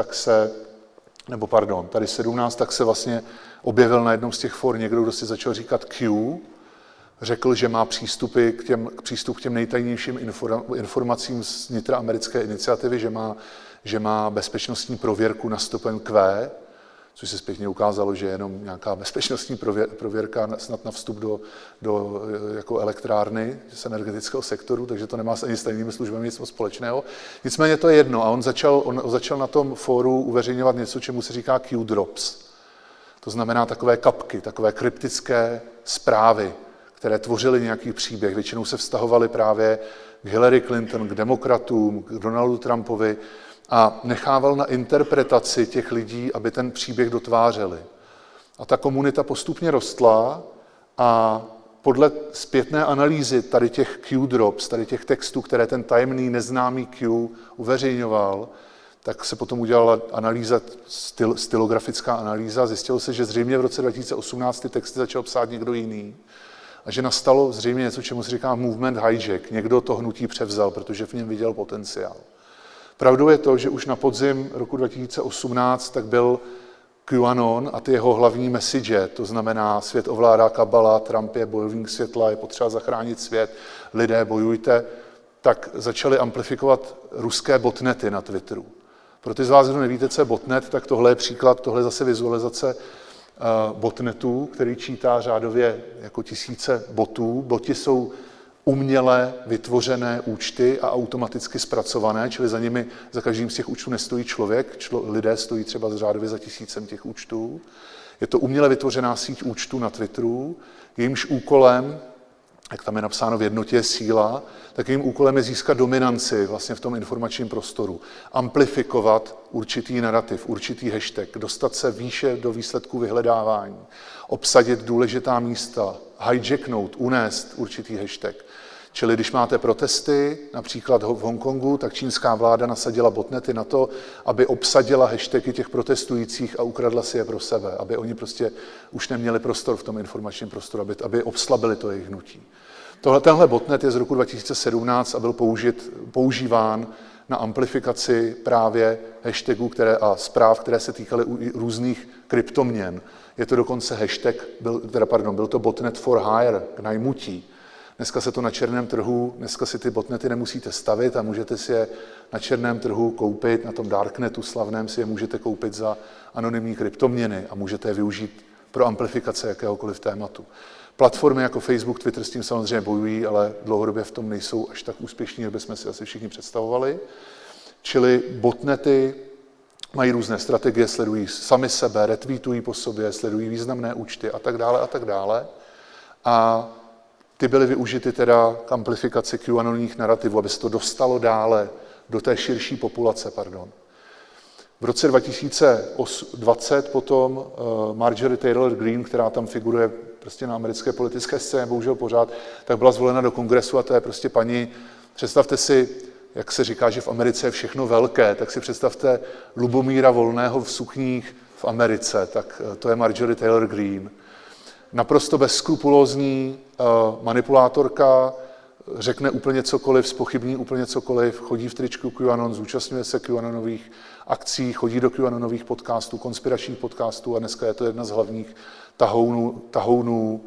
tady 17, tak se vlastně objevil na jednom z těch for někdo, kdo si začal říkat Q, řekl, že má přístup k těm nejtajnějším informacím z vnitra americké iniciativy, že má bezpečnostní prověrku na stupeň Q, což se zpětně ukázalo, že je jenom nějaká bezpečnostní prověrka snad na vstup do jako elektrárny z energetického sektoru, takže to nemá ani s tajnými službami nic společného. Nicméně to je jedno a on začal na tom fóru uveřejňovat něco, čemu se říká Q-drops. To znamená takové kapky, takové kryptické zprávy, které tvořily nějaký příběh. Většinou se vztahovaly právě k Hillary Clinton, k demokratům, k Donaldu Trumpovi a nechával na interpretaci těch lidí, aby ten příběh dotvářeli. A ta komunita postupně rostla a podle zpětné analýzy tady těch Q-drops, tady těch textů, které ten tajemný neznámý Q uveřejňoval, tak se potom udělala analýza, stylografická analýza. Zjistilo se, že zřejmě v roce 2018 ty texty začal psát někdo jiný a že nastalo zřejmě něco, čemu se říká movement hijack. Někdo to hnutí převzal, protože v něm viděl potenciál. Pravdou je to, že už na podzim roku 2018 tak byl QAnon a ty jeho hlavní message, to znamená svět ovládá kabala, Trump je bojovník světla, je potřeba zachránit svět, lidé bojujte, tak začaly amplifikovat ruské botnety na Twitteru. Pro ty z vás, kdo nevíte, co je botnet, tak tohle je příklad, tohle je zase vizualizace botnetů, který čítá řádově jako tisíce botů. Boti jsou uměle vytvořené účty a automaticky zpracované, čili za každým z těch účtů nestojí člověk, lidé stojí třeba řádově za tisícem těch účtů. Je to uměle vytvořená síť účtů na Twitteru, jejímž úkolem, jak tam je napsáno v jednotě je síla, tak jejím úkolem je získat dominanci vlastně v tom informačním prostoru, amplifikovat určitý narrativ, určitý hashtag, dostat se výše do výsledku vyhledávání, obsadit důležitá místa, hijacknout, unést určitý hashtag. Čili když máte protesty, například v Hongkongu, tak čínská vláda nasadila botnety na to, aby obsadila hashtagy těch protestujících a ukradla si je pro sebe, aby oni prostě už neměli prostor v tom informačním prostoru, aby obslabili to jejich hnutí. Tenhle botnet je z roku 2017 a byl používán na amplifikaci právě hashtagů a zpráv, které se týkaly různých kryptoměn. Je to dokonce hashtag, byl to botnet for hire, k najmutí. Dneska se to na černém trhu, dneska si ty botnety nemusíte stavit a můžete si je na černém trhu koupit, na tom darknetu slavném si je můžete koupit za anonymní kryptoměny a můžete je využít pro amplifikace jakéhokoliv tématu. Platformy jako Facebook, Twitter s tím samozřejmě bojují, ale dlouhodobě v tom nejsou až tak úspěšní, jak bychom si asi všichni představovali. Čili botnety mají různé strategie, sledují sami sebe, retweetují po sobě, sledují významné účty a tak dále a tak dále. A ty byly využity teda k amplifikaci QAnonních narrativů, aby se to dostalo dále do té širší populace, V roce 2020 potom Marjorie Taylor Greene, která tam figuruje prostě na americké politické scéně, bohužel pořád, tak byla zvolena do kongresu a to je prostě paní, představte si, jak se říká, že v Americe je všechno velké, tak si představte Lubomíra Volného v sukních v Americe, tak to je Marjorie Taylor Greene. Naprosto bezskrupulózní manipulátorka, řekne úplně cokoliv, zpochybní úplně cokoliv, chodí v tričku QAnon, zúčastňuje se QAnonových akcí, chodí do QAnonových podcastů, konspiračních podcastů a dneska je to jedna z hlavních tahounů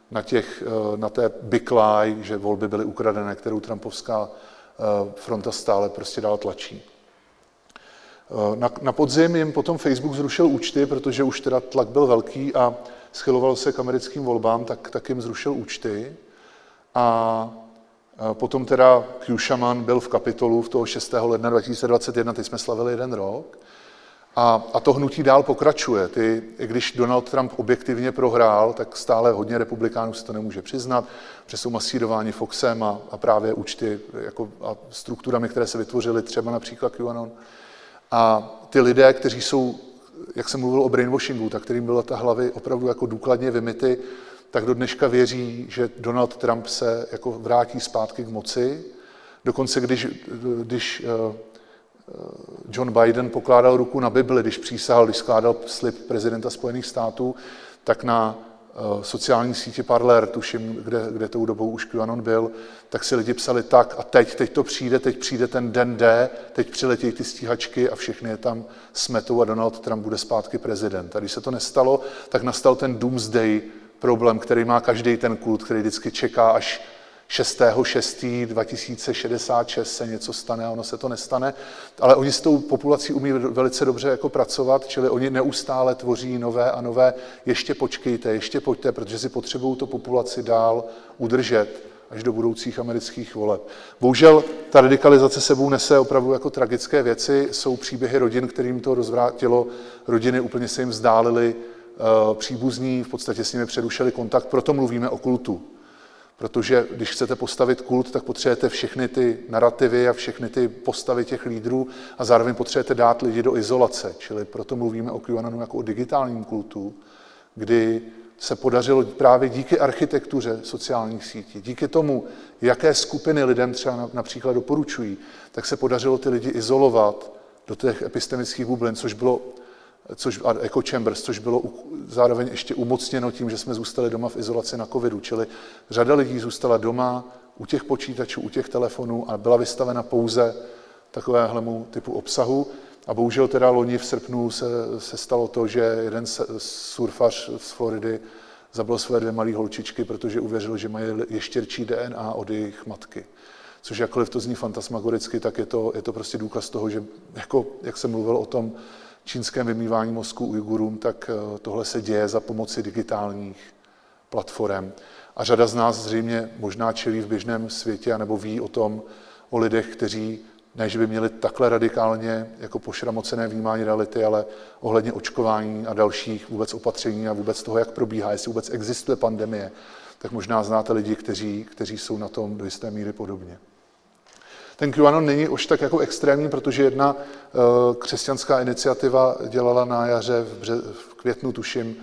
na té big lie, že volby byly ukradené, kterou trumpovská fronta stále prostě dál tlačí. Na podzim jim potom Facebook zrušil účty, protože už teda tlak byl velký a schyloval se k americkým volbám, tak jim zrušil účty. A potom teda Q-šaman byl v Kapitolu v toho 6. ledna 2021, teď jsme slavili 1 rok. A to hnutí dál pokračuje. I když Donald Trump objektivně prohrál, tak stále hodně republikánů se to nemůže přiznat, protože jsou masírováni Foxem a právě účty a strukturami, které se vytvořily, třeba například QAnon. A ty lidé, kteří jsou, jak jsem mluvil o brainwashingu, tak kterým byla ta hlavy opravdu jako důkladně vymyty, tak do dneška věří, že Donald Trump se jako vrátí zpátky k moci. Dokonce když John Biden pokládal ruku na Bibli, když přísahal, když skládal slib prezidenta Spojených států, tak na sociální síti Parler, tuším, kde tou dobou už QAnon byl, tak si lidi psali tak a teď to přijde, teď přijde ten den D, teď přiletějí ty stíhačky a všechny je tam smetou a Donald Trump bude zpátky prezident. A když se to nestalo, tak nastal ten doomsday problém, který má každý ten kult, který vždycky čeká až 6.6.2066 se něco stane a ono se to nestane, ale oni s tou populací umí velice dobře jako pracovat, čili oni neustále tvoří nové a nové, ještě počkejte, ještě pojďte, protože si potřebují tu populaci dál udržet až do budoucích amerických voleb. Bohužel ta radikalizace sebou nese opravdu jako tragické věci, jsou příběhy rodin, kterým to rozvrátilo, rodiny úplně se jim vzdálily příbuzní v podstatě s nimi přerušili kontakt, proto mluvíme o kultu. Protože když chcete postavit kult, tak potřebujete všechny ty narrativy a všechny ty postavy těch lídrů a zároveň potřebujete dát lidi do izolace. Čili proto mluvíme o QAnonu jako o digitálním kultu, kdy se podařilo právě díky architektuře sociálních sítí, díky tomu, jaké skupiny lidem třeba například doporučují, tak se podařilo ty lidi izolovat do těch epistemických bublin, a echo chambers, což bylo zároveň ještě umocněno tím, že jsme zůstali doma v izolaci na covidu. Čili řada lidí zůstala doma u těch počítačů, u těch telefonů a byla vystavena pouze takovéhlemu typu obsahu. A bohužel teda loni v srpnu se stalo to, že jeden surfař z Floridy zabil své 2 malé holčičky, protože uvěřil, že mají ještěrčí DNA od jejich matky. Což jakkoliv to zní fantasmagoricky, tak je to prostě důkaz toho, že jako, jak jsem mluvil o tom čínském vymývání mozku Ujgurům, tak tohle se děje za pomoci digitálních platform. A řada z nás zřejmě možná čelí v běžném světě, anebo ví o lidech, kteří ne, že by měli takhle radikálně jako pošramocené vnímání reality, ale ohledně očkování a dalších vůbec opatření a vůbec toho, jak probíhá, jestli vůbec existuje pandemie, tak možná znáte lidi, kteří jsou na tom do jisté míry podobně. Ten QAnon není už tak jako extrémní, protože jedna křesťanská iniciativa dělala na jaře, v květnu tuším,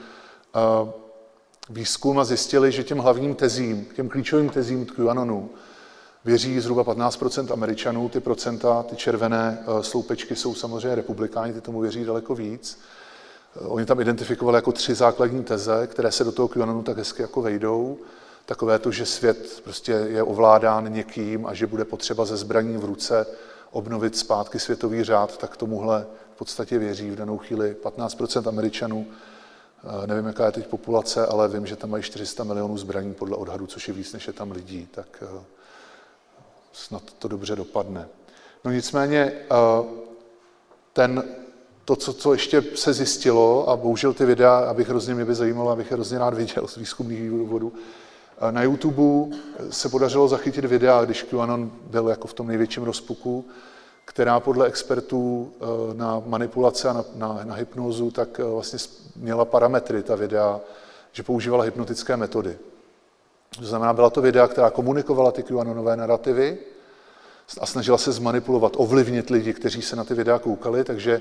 výzkum a zjistili, že těm hlavním tezím, těm klíčovým tezím QAnonu věří zhruba 15% Američanů, ty červené sloupečky jsou samozřejmě republikáni, ty tomu věří daleko víc. Oni tam identifikovali jako 3 základní teze, které se do toho QAnonu tak hezky jako vejdou. Takové to, že svět prostě je ovládán někým a že bude potřeba ze zbraní v ruce obnovit zpátky světový řád, tak tomuhle v podstatě věří v danou chvíli 15% Američanů. Nevím, jaká je teď populace, ale vím, že tam mají 400 milionů zbraní podle odhadu, což je víc, než je tam lidí, tak snad to dobře dopadne. No nicméně co ještě se zjistilo, a bohužel ty videa, mě by zajímalo, abych je hrozně rád viděl z výzkumných důvodů, na YouTube se podařilo zachytit videa, když QAnon byl jako v tom největším rozpuku, která podle expertů na manipulace a na hypnózu, tak vlastně měla parametry, ta videa, že používala hypnotické metody. To znamená, byla to videa, která komunikovala ty QAnonové narrativy a snažila se zmanipulovat, ovlivnit lidi, kteří se na ty videa koukali, takže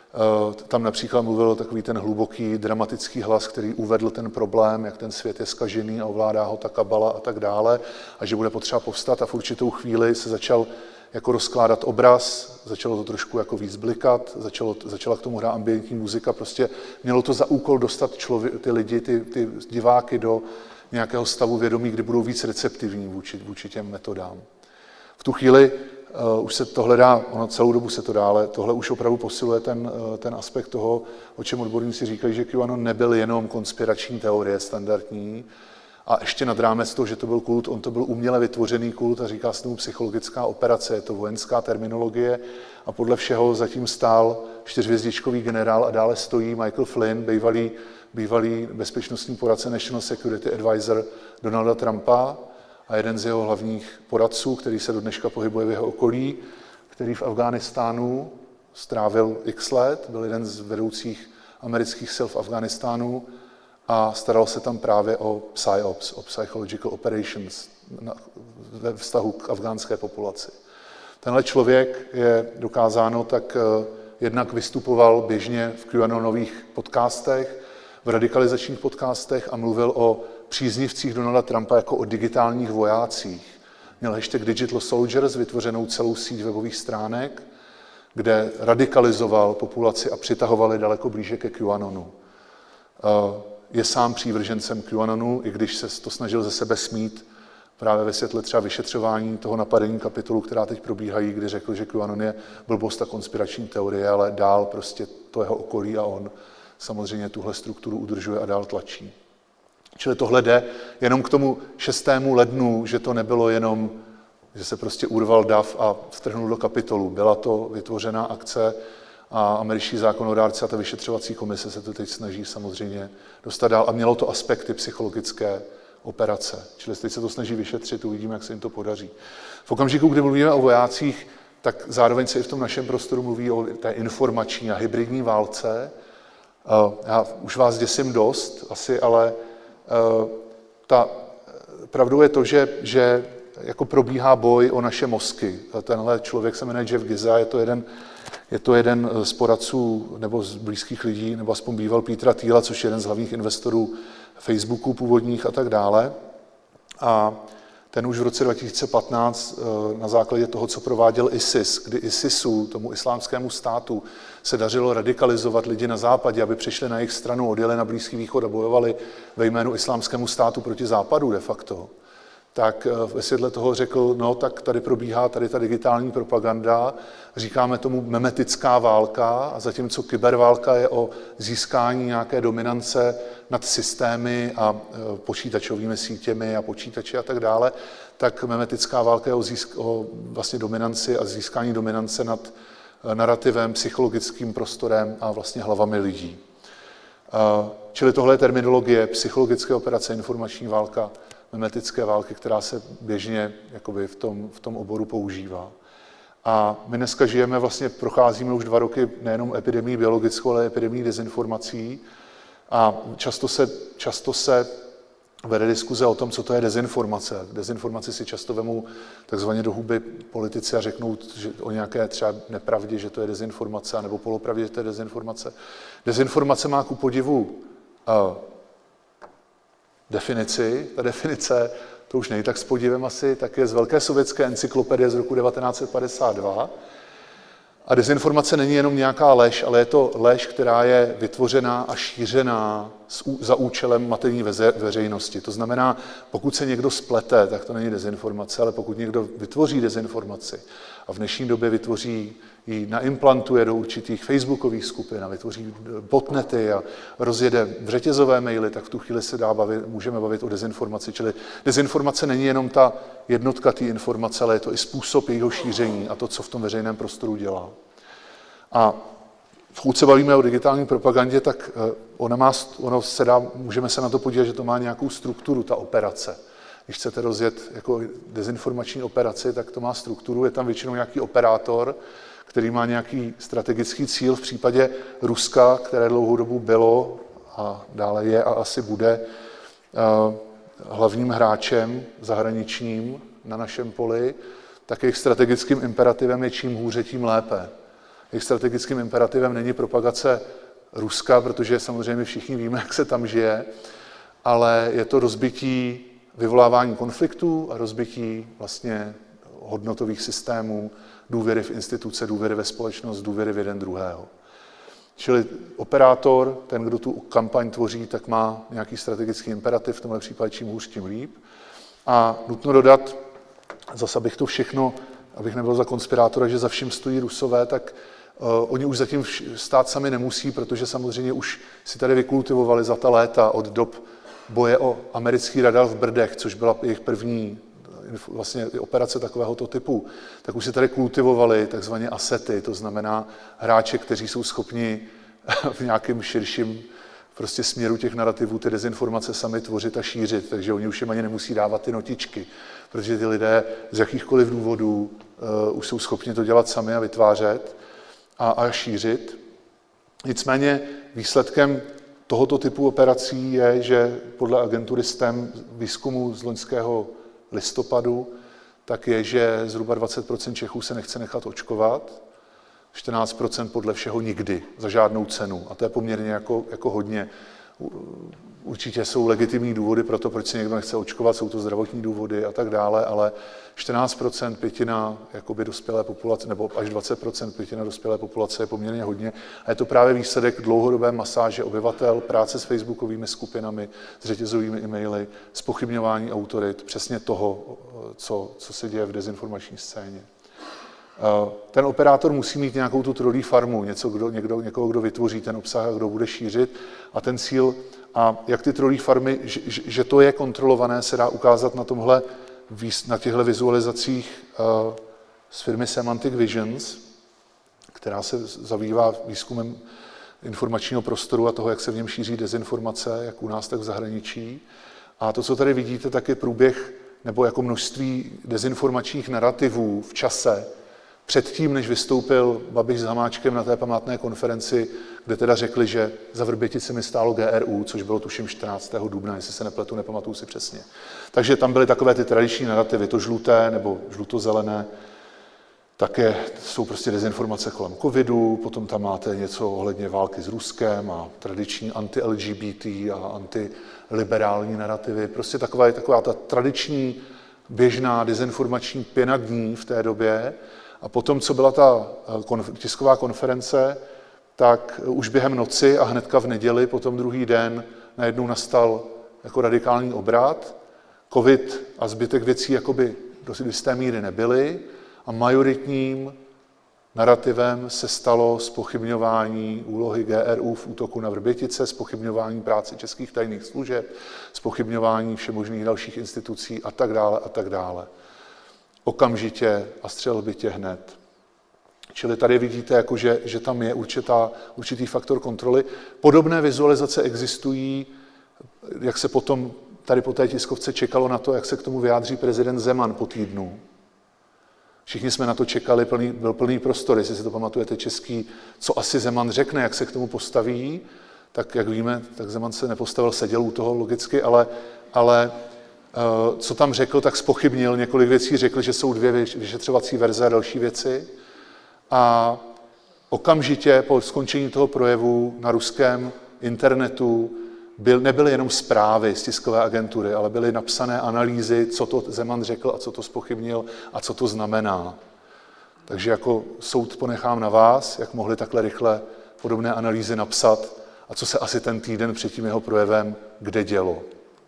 tam například mluvil takový ten hluboký, dramatický hlas, který uvedl ten problém, jak ten svět je zkažený a ovládá ho ta kabala a tak dále, a že bude potřeba povstat, a v určitou chvíli se začal jako rozkládat obraz, začalo to trošku jako víc blikat, začala k tomu hrát ambientní muzika, prostě mělo to za úkol dostat ty lidi, ty diváky do nějakého stavu vědomí, kdy budou víc receptivní vůči těm metodám. V tu chvíli už se to hledá, celou dobu se to dále, tohle už opravdu posiluje ten aspekt toho, o čem odborníci říkají, že QAnon nebyl jenom konspirační teorie standardní, a ještě nad rámec toho, že to byl kult, on to byl uměle vytvořený kult a říká se tomu psychologická operace, je to vojenská terminologie a podle všeho zatím stál 4hvězdičkový generál a dále stojí Michael Flynn, bývalý bezpečnostní poradce National Security Advisor Donalda Trumpa a jeden z jeho hlavních poradců, který se do dneška pohybuje v jeho okolí, který v Afghánistánu strávil x let, byl jeden z vedoucích amerických sil v Afghánistánu a staral se tam právě o PsyOps, o Psychological Operations ve vztahu k afgánské populaci. Tenhle člověk je dokázáno, tak jednak vystupoval běžně v QAnonových podcastech, v radikalizačních podcastech a mluvil o příznivcích Donalda Trumpa jako o digitálních vojácích. Měl hashtag Digital Soldiers, vytvořenou celou síť webových stránek, kde radikalizoval populaci a přitahoval je daleko blíže ke QAnonu. Je sám přívržencem QAnonu, i když se to snažil ze sebe smít právě ve světle třeba vyšetřování toho napadení Kapitolu, která teď probíhají, kdy řekl, že QAnon je blbost a konspirační teorie, ale dál prostě to jeho okolí a on samozřejmě tuhle strukturu udržuje a dál tlačí. Čili tohle jde jenom k tomu 6. lednu, že to nebylo jenom, že se prostě urval dav a vtrhnul do Kapitolu. Byla to vytvořená akce a američtí zákonodárci a ta vyšetřovací komise se to teď snaží samozřejmě dostat dál a mělo to aspekty psychologické operace. Čili teď se to snaží vyšetřit, uvidíme, jak se jim to podaří. V okamžiku, kdy mluvíme o vojácích, tak zároveň se i v tom našem prostoru mluví o té informační a hybridní válce, Já už vás děsím dost asi, ale pravdou je to, že jako probíhá boj o naše mozky. Tenhle člověk se jmenuje Jeff Giza, je to jeden z poradců nebo z blízkých lidí, nebo aspoň býval Petera Thiela, což je jeden z hlavních investorů Facebooku původních a tak dále. A ten už v roce 2015 na základě toho, co prováděl ISIS, kdy ISISu, tomu islámskému státu, se dařilo radikalizovat lidi na západě, aby přišli na jejich stranu, odjeli na Blízký východ a bojovali ve jménu islámskému státu proti západu de facto, tak ve světle toho řekl, no tak tady probíhá tady ta digitální propaganda, říkáme tomu memetická válka, a zatímco kyberválka je o získání nějaké dominance nad systémy a počítačovými sítěmi a počítači a tak dále, tak memetická válka je o vlastně dominanci a získání dominance nad narativem, psychologickým prostorem a vlastně hlavami lidí. Čili tohle je terminologie psychologické operace, informační válka, memetické války, která se běžně jakoby v tom oboru používá. A my dneska žijeme, vlastně procházíme už 2 roky nejenom epidemii biologickou, ale epidemii dezinformací. A často se vede diskuze o tom, co to je dezinformace. Dezinformaci si často vemou takzvaně do huby politici a řeknou že o nějaké třeba nepravdě, že to je dezinformace, nebo polopravdě, že to je dezinformace. Dezinformace má ku podivu definici. Ta definice, to už není tak s podivem asi, tak je z Velké sovětské encyklopedie z roku 1952. A dezinformace není jenom nějaká lež, ale je to lež, která je vytvořená a šířená za účelem matení veřejnosti. To znamená, pokud se někdo splete, tak to není dezinformace, ale pokud někdo vytvoří dezinformaci a v dnešní době vytvoří ji, naimplantuje do určitých facebookových skupin a vytvoří botnety a rozjede řetězové maily, tak v tu chvíli se můžeme bavit o dezinformaci. Čili dezinformace není jenom ta jednotka té informace, ale je to i způsob jejího šíření a to, co v tom veřejném prostoru dělá. A pokud se bavíme o digitální propagandě, tak můžeme se na to podívat, že to má nějakou strukturu, ta operace. Když chcete rozjet jako dezinformační operaci, tak to má strukturu, je tam většinou nějaký operátor, který má nějaký strategický cíl. V případě Ruska, které dlouhou dobu bylo a dále je a asi bude hlavním hráčem zahraničním na našem poli, tak jejich strategickým imperativem je čím hůře, tím lépe. Jejich strategickým imperativem není propagace Ruska, protože samozřejmě všichni víme, jak se tam žije, ale je to rozbití, vyvolávání konfliktů a rozbití vlastně hodnotových systémů, důvěry v instituce, důvěry ve společnost, důvěry v jeden druhého. Čili operátor, ten, kdo tu kampaň tvoří, tak má nějaký strategický imperativ, v tomhle případě čím hůř, tím líp. A nutno dodat, zase abych to všechno, abych nebyl za konspirátora, že za vším stojí Rusové, tak oni už zatím stát sami nemusí, protože samozřejmě už si tady vykultivovali za ta léta od dob boje o americký radar v Brdech, což byla jejich první vlastně operace takovéhoto typu, tak už si tady kultivovali takzvané asety, to znamená hráče, kteří jsou schopni v nějakém širším prostě směru těch narrativů ty dezinformace sami tvořit a šířit, takže oni už jim ani nemusí dávat ty notičky, protože ty lidé z jakýchkoliv důvodů už jsou schopni to dělat sami a vytvářet a šířit. Nicméně výsledkem tohoto typu operací je, že podle agentury STEM výzkumu z loňského listopadu, tak je, že zhruba 20% Čechů se nechce nechat očkovat, 14% podle všeho nikdy, za žádnou cenu. A to je poměrně jako hodně. Určitě jsou legitimní důvody pro to, proč se někdo nechce očkovat, jsou to zdravotní důvody a tak dále, ale 14%, pětina jakoby dospělé populace, nebo až 20%, pětina dospělé populace je poměrně hodně. A je to právě výsledek dlouhodobé masáže obyvatel, práce s facebookovými skupinami, s řetězovými e-maily, zpochybňování autorit, přesně toho, co se děje v dezinformační scéně. Ten operátor musí mít nějakou tu trolí farmu, někoho, kdo vytvoří ten obsah a kdo bude šířit. A ten cíl, a jak ty trolí farmy, že to je kontrolované, se dá ukázat na těchto vizualizacích z firmy Semantic Visions, která se zabývá výzkumem informačního prostoru a toho, jak se v něm šíří dezinformace, jak u nás, tak v zahraničí. A to, co tady vidíte, tak je průběh nebo jako množství dezinformačních narrativů v čase, předtím, než vystoupil Babiš s Hamáčkem na té památné konferenci, kde teda řekli, že za Vrběticemi stálo GRU, což bylo tuším 14. dubna, jestli se nepletu, nepamatuju si přesně. Takže tam byly takové ty tradiční narrativy, to žluté nebo žlutozelené, také jsou prostě dezinformace kolem covidu, potom tam máte něco ohledně války s Ruskem a tradiční anti-LGBT a antiliberální narrativy. Prostě taková ta tradiční běžná dezinformační pěna dní v té době. A potom, co byla ta tisková konference, tak už během noci a hnedka v neděli, potom druhý den, najednou nastal jako radikální obrat. Covid a zbytek věcí jakoby do jisté míry nebyly a majoritním narrativem se stalo zpochybňování úlohy GRU v útoku na Vrbětice, zpochybňování práce českých tajných služeb, zpochybňování všemožných dalších institucí a tak dále a tak dále. Okamžitě a střelbitě hned. Čili tady vidíte, jako že tam je určitý faktor kontroly. Podobné vizualizace existují, jak se potom tady po té tiskovce čekalo na to, jak se k tomu vyjádří prezident Zeman po týdnu. Všichni jsme na to čekali, byl plný prostor, jestli si to pamatujete český, co asi Zeman řekne, jak se k tomu postaví, tak jak víme, tak Zeman se nepostavil, seděl u toho logicky, ale co tam řekl, tak zpochybnil několik věcí, řekl, že jsou 2 vyšetřovací verze a další věci. A okamžitě po skončení toho projevu na ruském internetu nebyly jenom zprávy z tiskové agentury, ale byly napsané analýzy, co to Zeman řekl a co to zpochybnil a co to znamená. Takže jako soud ponechám na vás, jak mohli takhle rychle podobné analýzy napsat a co se asi ten týden před tím jeho projevem kde dělo.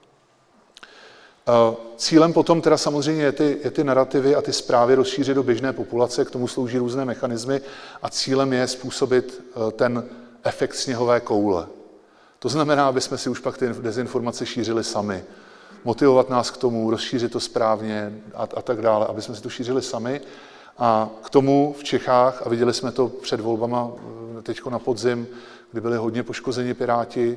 Cílem potom teda samozřejmě je ty narrativy a ty zprávy rozšířit do běžné populace, k tomu slouží různé mechanismy a cílem je způsobit ten efekt sněhové koule. To znamená, aby jsme si už pak ty dezinformace šířili sami. Motivovat nás k tomu, rozšířit to správně a tak dále, aby jsme si to šířili sami. A k tomu v Čechách, a viděli jsme to před volbama teďko na podzim, kdy byli hodně poškozeni Piráti,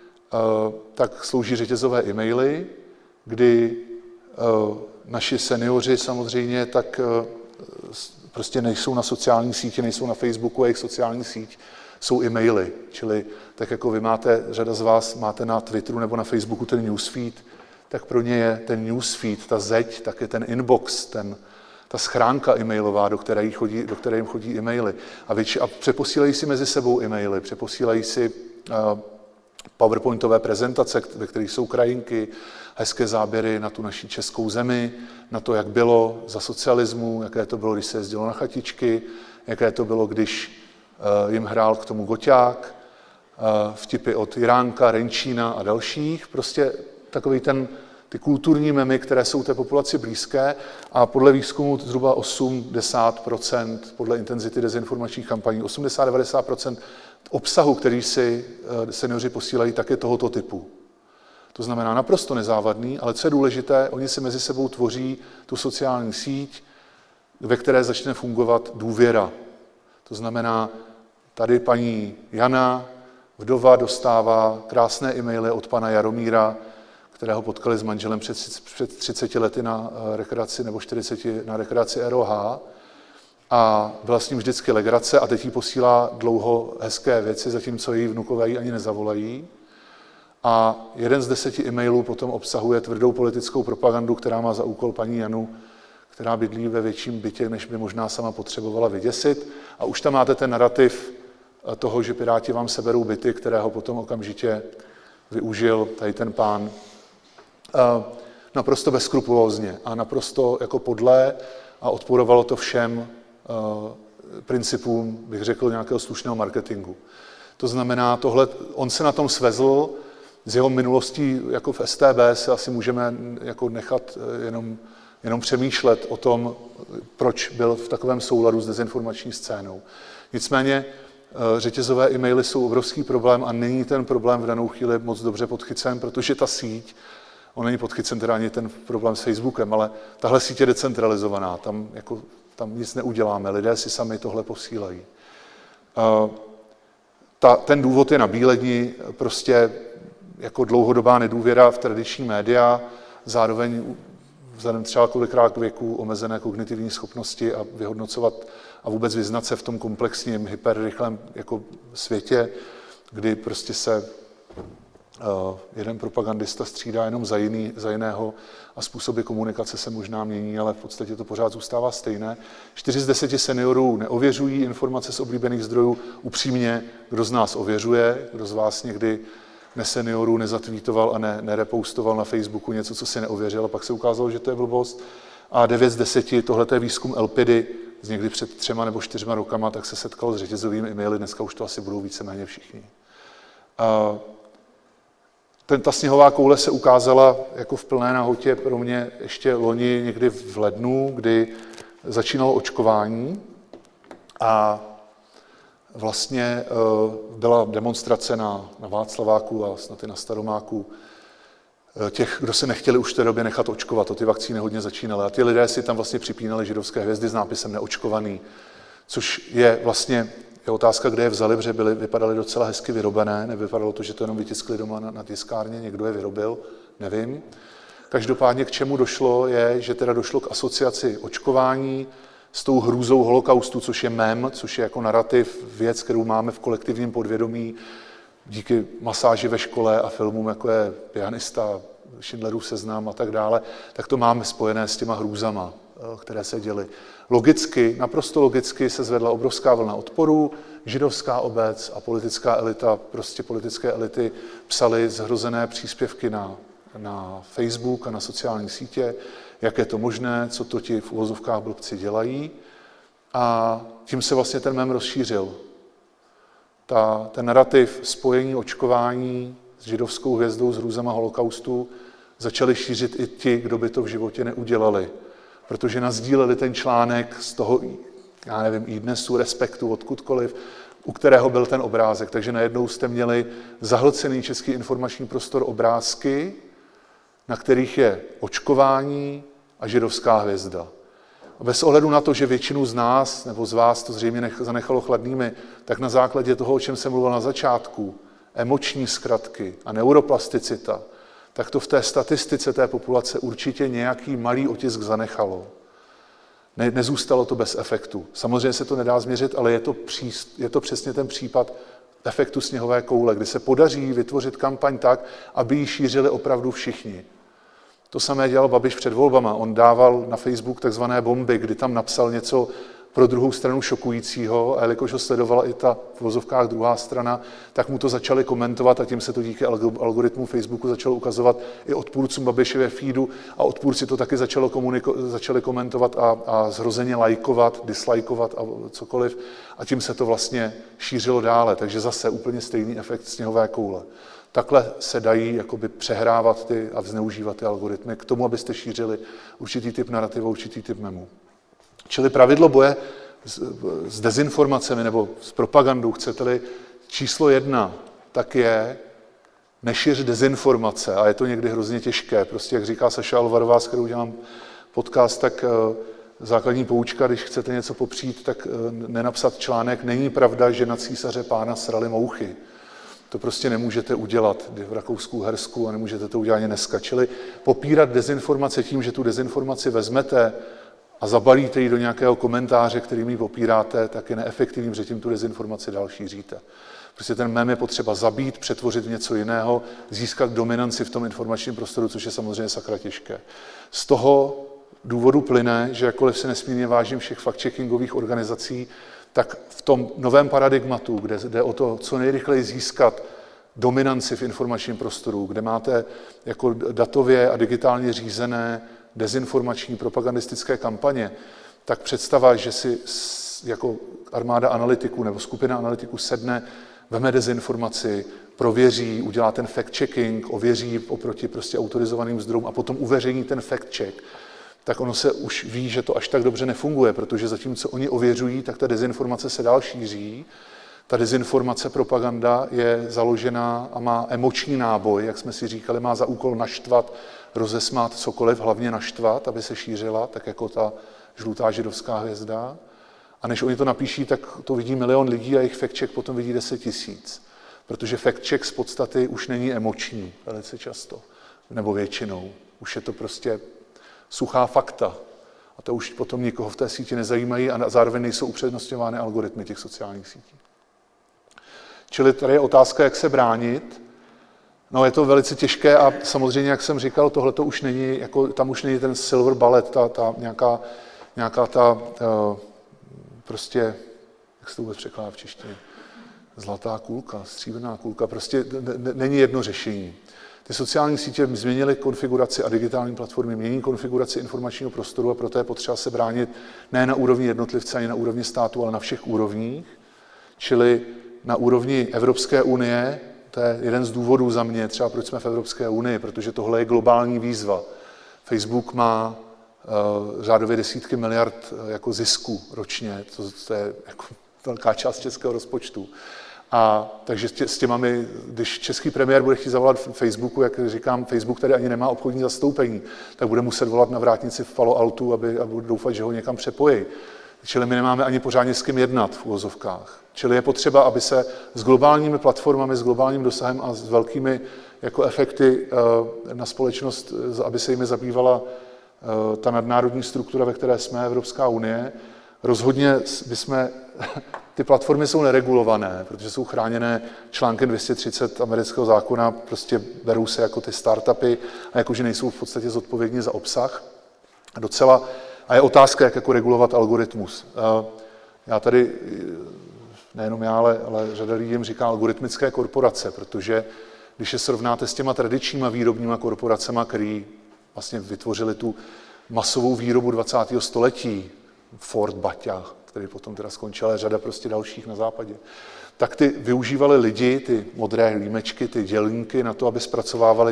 tak slouží řetězové e-maily, kdy naši seniori samozřejmě tak prostě nejsou na sociální sítě, nejsou na Facebooku a jejich sociální síť jsou e-maily. Čili tak jako vy máte, řada z vás máte na Twitteru nebo na Facebooku ten newsfeed, tak pro ně je ten newsfeed, ta zeď, tak je ten inbox, ta schránka e-mailová, do které jim chodí e-maily. A přeposílají si mezi sebou e-maily, přeposílají si PowerPointové prezentace, ve kterých jsou krajinky, hezké záběry na tu naši českou zemi, na to, jak bylo za socialismu, jaké to bylo, když se jezdilo na chatičky, jaké to bylo, když jim hrál k tomu Goťák, vtipy od Jiránka, Renčína a dalších. Prostě takový ty kulturní memy, které jsou té populaci blízké a podle výzkumu zhruba 80%, podle intenzity dezinformačních kampaní, 80-90% obsahu, který si seniori posílají, tak je tohoto typu. To znamená naprosto nezávadný, ale co je důležité, oni si mezi sebou tvoří tu sociální síť, ve které začne fungovat důvěra. To znamená, tady paní Jana, vdova, dostává krásné e-maily od pana Jaromíra, kterého potkali s manželem před 30 lety na rekreaci nebo 40 na rekreaci ROH. A byla s ním vždycky legrace a teď jí posílá dlouho hezké věci, zatímco její vnukové jí ani nezavolají. A 1 z 10 e-mailů potom obsahuje tvrdou politickou propagandu, která má za úkol paní Janu, která bydlí ve větším bytě, než by možná sama potřebovala, vyděsit. A už tam máte ten narrativ toho, že Piráti vám seberou byty, kterého potom okamžitě využil tady ten pán naprosto bezskrupulózně a naprosto jako podlé a odporovalo to všem principům, bych řekl, nějakého slušného marketingu. To znamená, on se na tom svezl, z jeho minulostí jako v StB se asi můžeme jako nechat jenom přemýšlet o tom, proč byl v takovém souladu s dezinformační scénou. Nicméně řetězové e-maily jsou obrovský problém a není ten problém v danou chvíli moc dobře podchycen, protože ta síť, on není podchycen teda ani ten problém s Facebookem, ale tahle síť je decentralizovaná, tam nic neuděláme, lidé si sami tohle posílají. Ten důvod je na bíledni, prostě jako dlouhodobá nedůvěra v tradiční média, zároveň vzhledem třeba kolikrát k věku, omezené kognitivní schopnosti a vyhodnocovat a vůbec vyznat se v tom komplexním, hyperrychlém jako světě, kdy prostě se jeden propagandista střídá jenom za jiného a způsoby komunikace se možná mění, ale v podstatě to pořád zůstává stejné. 4 z 10 seniorů neověřují informace z oblíbených zdrojů. Upřímně, kdo z nás ověřuje, kdo z vás někdy neseniorů nezatvítoval a nerepostoval na Facebooku něco, co si neověřil, a pak se ukázalo, že to je blbost. A 9 z 10, tohle je výzkum Elpidy, z někdy před 3 nebo 4 rokama, tak se setkal s řetězovými e-maily, dneska už to asi budou víceméně všichni. Ta sněhová koule se ukázala jako v plné nahotě pro mě ještě loni někdy v lednu, kdy začínalo očkování a vlastně byla demonstrace na Václaváku a snad i na Staromáku těch, kdo se nechtěli už v té době nechat očkovat. Ty vakcíny hodně začínaly a ty lidé si tam vlastně připínali židovské hvězdy s nápisem neočkovaný, což je vlastně je otázka, kde je vzali, protože vypadaly docela hezky vyrobené, nevypadalo to, že to jenom vytiskli doma na tiskárně, někdo je vyrobil, nevím. Každopádně k čemu došlo je, že teda došlo k asociaci očkování s tou hrůzou holokaustu, což je mem, což je jako narrativ, věc, kterou máme v kolektivním podvědomí díky masáži ve škole a filmům, jako je Pianista, Schindlerův seznam a tak dále, tak to máme spojené s těma hrůzama, které se děly. Logicky, naprosto logicky se zvedla obrovská vlna odporu, židovská obec a politická elita, prostě politické elity psaly zhrozené příspěvky na Facebook a na sociální sítě, jak je to možné, co to ti v uvozovkách blbci dělají. A tím se vlastně ten mem rozšířil. Ten narrativ spojení očkování s židovskou hvězdou, s hrůzama holokaustu, začali šířit i ti, kdo by to v životě neudělali. Protože nasdíleli ten článek z toho, já nevím, iDnesu, Respektu, odkudkoliv, u kterého byl ten obrázek. Takže najednou jste měli zahlcený český informační prostor obrázky, na kterých je očkování a židovská hvězda. A bez ohledu na to, že většinu z nás, nebo z vás to zřejmě zanechalo chladnými, tak na základě toho, o čem jsem mluvil na začátku, emoční zkratky a neuroplasticita, tak to v té statistice té populace určitě nějaký malý otisk zanechalo. Nezůstalo to bez efektu. Samozřejmě se to nedá změřit, ale je to přesně ten případ efektu sněhové koule, kdy se podaří vytvořit kampaň tak, aby ji šířili opravdu všichni. To samé dělal Babiš před volbama. On dával na Facebook takzvané bomby, kdy tam napsal něco pro druhou stranu šokujícího a jelikož ho sledovala i ta v vozovkách druhá strana, tak mu to začali komentovat a tím se to díky algoritmu Facebooku začalo ukazovat i odpůrcům Babišově feedu a odpůrci to taky začali komentovat a zhrozeně lajkovat, dislajkovat a cokoliv a tím se to vlastně šířilo dále. Takže zase úplně stejný efekt sněhové koule. Takhle se dají jakoby přehrávat a zneužívat ty algoritmy k tomu, abyste šířili určitý typ narrativu, určitý typ memů. Čili pravidlo boje s dezinformacemi nebo s propagandou, chcete-li, číslo 1, tak je nešiř dezinformace. A je to někdy hrozně těžké. Prostě, jak říká Saša Alvarová, s kterou dělám podcast, tak základní poučka, když chcete něco popřít, tak nenapsat článek. Není pravda, že na císaře pána srali mouchy. To prostě nemůžete udělat v Rakousku-Uhersku a nemůžete to udělat ani dneska. Čili popírat dezinformace tím, že tu dezinformaci vezmete a zabalíte ji do nějakého komentáře, kterým ji popíráte, tak je neefektivní, protože tím tu dezinformaci dál šíříte. Prostě ten mem je potřeba zabít, přetvořit v něco jiného, získat dominanci v tom informačním prostoru, což je samozřejmě sakra těžké. Z toho důvodu plyne, že jakkoliv se nesmírně vážím všech fact-checkingových organizací, tak v tom novém paradigmatu, kde jde o to, co nejrychleji získat dominanci v informačním prostoru, kde máte jako datově a digitálně řízené dezinformační propagandistické kampaně, tak představa, že si jako armáda analytiků nebo skupina analytiků sedne, veme dezinformaci, prověří, udělá ten fact-checking, ověří oproti prostě autorizovaným zdrojům a potom uveřejní ten fact-check, tak ono se už ví, že to až tak dobře nefunguje, protože zatímco oni ověřují, tak ta dezinformace se dál šíří. Ta dezinformace, propaganda je založená a má emoční náboj, jak jsme si říkali, má za úkol naštvat, rozesmát cokoliv, hlavně naštvat, aby se šířila, tak jako ta žlutá židovská hvězda. A než oni to napíší, tak to vidí 1 000 000 lidí a jejich fact-check potom vidí 10 000. Protože fact-check z podstaty už není emoční velice často, nebo většinou. Už je to prostě suchá fakta. A to už potom nikoho v té síti nezajímají a zároveň nejsou upřednostňovány algoritmy těch sociálních sítí. Čili tady je otázka, jak se bránit. No, je to velice těžké a samozřejmě, jak jsem říkal, tohle to už není, jako, tam už není ten silver bullet, nějaká ta prostě, jak se to vůbec překládá v češtině, zlatá kulka, stříbrná kulka, prostě není jedno řešení. Ty sociální sítě změnily konfiguraci a digitální platformy mění konfiguraci informačního prostoru a proto je potřeba se bránit ne na úrovni jednotlivce, ani na úrovni státu, ale na všech úrovních. Čili na úrovni Evropské unie, to je jeden z důvodů za mě, třeba proč jsme v Evropské unii, protože tohle je globální výzva. Facebook má řádově desítky miliard jako zisku ročně, to je jako velká část českého rozpočtu. A takže s těma když český premiér bude chtít zavolat Facebooku, jak říkám, Facebook tady ani nemá obchodní zastoupení, tak bude muset volat na vrátnici v Palo Altu a bude doufat, že ho někam přepojí. Čili my nemáme ani pořádně s kým jednat v uvozovkách. Čili je potřeba, aby se s globálními platformami, s globálním dosahem a s velkými jako efekty na společnost, aby se jimi zabývala ta nadnárodní struktura, ve které jsme, Evropská unie. Rozhodně ty platformy jsou neregulované, protože jsou chráněné článkem 230 amerického zákona, prostě berou se jako ty startupy a jakože nejsou v podstatě zodpovědní za obsah. A je otázka, jak jako regulovat algoritmus. Já tady, nejenom já, ale řada lidí jim říká algoritmické korporace, protože když je srovnáte s těma tradičníma výrobníma korporacema, který vlastně vytvořili tu masovou výrobu 20. století, Ford, Baťa, který potom teda skončil, ale řada prostě dalších na západě, tak ty využívali lidi, ty modré límečky, ty dělníky na to, aby zpracovávali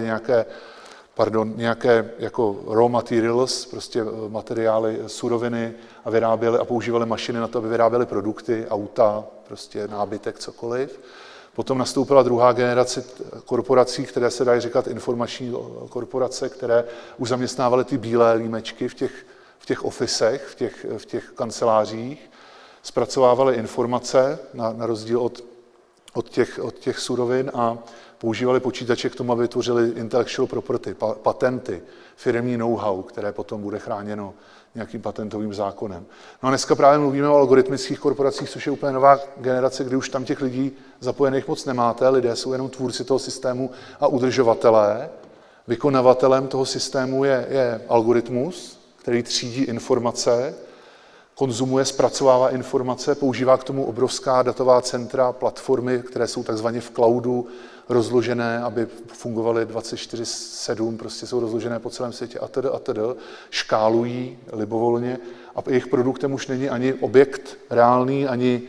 nějaké jako raw materials, prostě materiály, suroviny a vyráběli a používali mašiny na to, aby vyráběli produkty, auta, prostě nábytek, cokoliv. Potom nastoupila druhá generace korporací, které se dají říkat informační korporace, které už zaměstnávaly ty bílé límečky v těch ofisech, v těch kancelářích, zpracovávaly informace na rozdíl od těch surovin a používali počítače k tomu, aby vytvořili intellectual property, patenty, firemní know-how, které potom bude chráněno nějakým patentovým zákonem. No a dneska právě mluvíme o algoritmických korporacích, což je úplně nová generace, kdy už tam těch lidí zapojených moc nemáte, lidé jsou jenom tvůrci toho systému a udržovatelé. Vykonavatelem toho systému je algoritmus, který třídí informace, konzumuje, zpracovává informace, používá k tomu obrovská datová centra, platformy, které jsou takzvaně v cloudu rozložené, aby fungovaly 24/7, prostě jsou rozložené po celém světě atd., škálují libovolně a jejich produktem už není ani objekt reálný,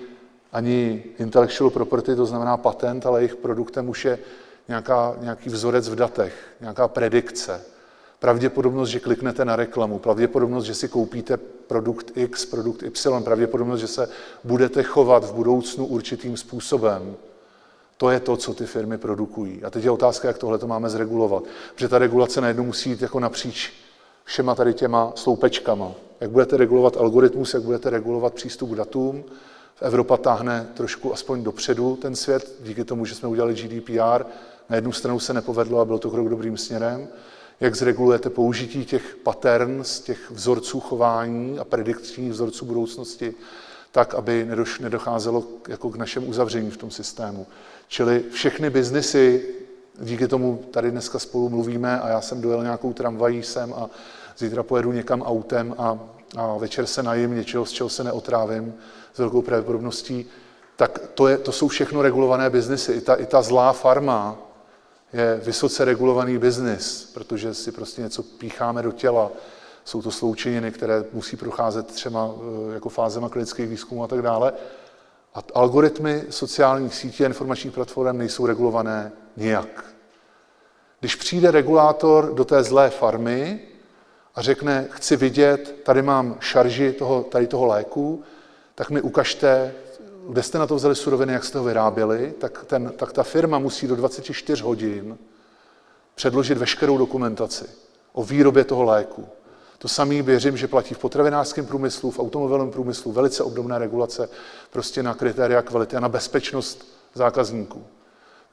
ani intellectual property, to znamená patent, ale jejich produktem už je nějaký vzorec v datech, nějaká predikce. Pravděpodobnost, že kliknete na reklamu, pravděpodobnost, že si koupíte produkt X, produkt Y, pravděpodobnost, že se budete chovat v budoucnu určitým způsobem. To je to, co ty firmy produkují. A teď je otázka, jak tohle to máme zregulovat. Protože ta regulace najednou musí jít jako napříč všema tady těma sloupečkama. Jak budete regulovat algoritmus, jak budete regulovat přístup k datům. Evropa táhne trošku aspoň dopředu ten svět, díky tomu, že jsme udělali GDPR. Na jednu stranu se nepovedlo a byl to krok dobrým směrem. Jak zregulujete použití těch patterns, těch vzorců chování a predikčních vzorců budoucnosti, tak, aby nedocházelo jako k našemu uzavření v tom systému. Čili všechny biznesy, díky tomu tady dneska spolu mluvíme a já jsem dojel nějakou tramvají sem a zítra pojedu někam autem a večer se najím něčeho, z čeho se neotrávím s velkou pravděpodobností, tak to jsou všechno regulované biznesy. I ta zlá farma je vysoce regulovaný biznis, protože si prostě něco pícháme do těla. Jsou to sloučeniny, které musí procházet třeba jako fázema klinických výzkumů a tak dále. A algoritmy sociálních sítí a informačních platform nejsou regulované nijak. Když přijde regulátor do té zlé farmy a řekne, chci vidět, tady mám šarži toho léku, tak mi ukažte, kde jste na to vzali suroviny, jak jste ho vyráběli, tak ta firma musí do 24 hodin předložit veškerou dokumentaci o výrobě toho léku. To samé věřím, že platí v potravinářském průmyslu, v automobilovém průmyslu, velice obdobné regulace prostě na kritéria kvality a na bezpečnost zákazníků.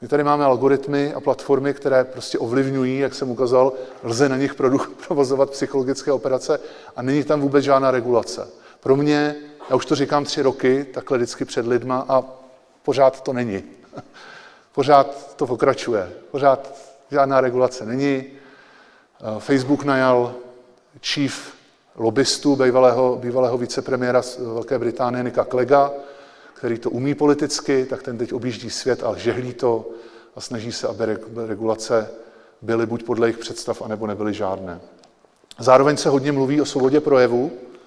My tady máme algoritmy a platformy, které prostě ovlivňují, jak jsem ukázal, lze na nich provozovat psychologické operace a není tam vůbec žádná regulace. Pro mě, já už to říkám 3 roky, takhle vždycky před lidma a pořád to není. Pořád to pokračuje. Pořád žádná regulace není. Facebook najal chief lobbystu, bývalého vicepremiéra z Velké Británie Nicka Clegga, který to umí politicky, tak ten teď objíždí svět a žehlí to a snaží se, aby regulace byly buď podle jejich představ, anebo nebyly žádné. Zároveň se hodně mluví o svobodě projevu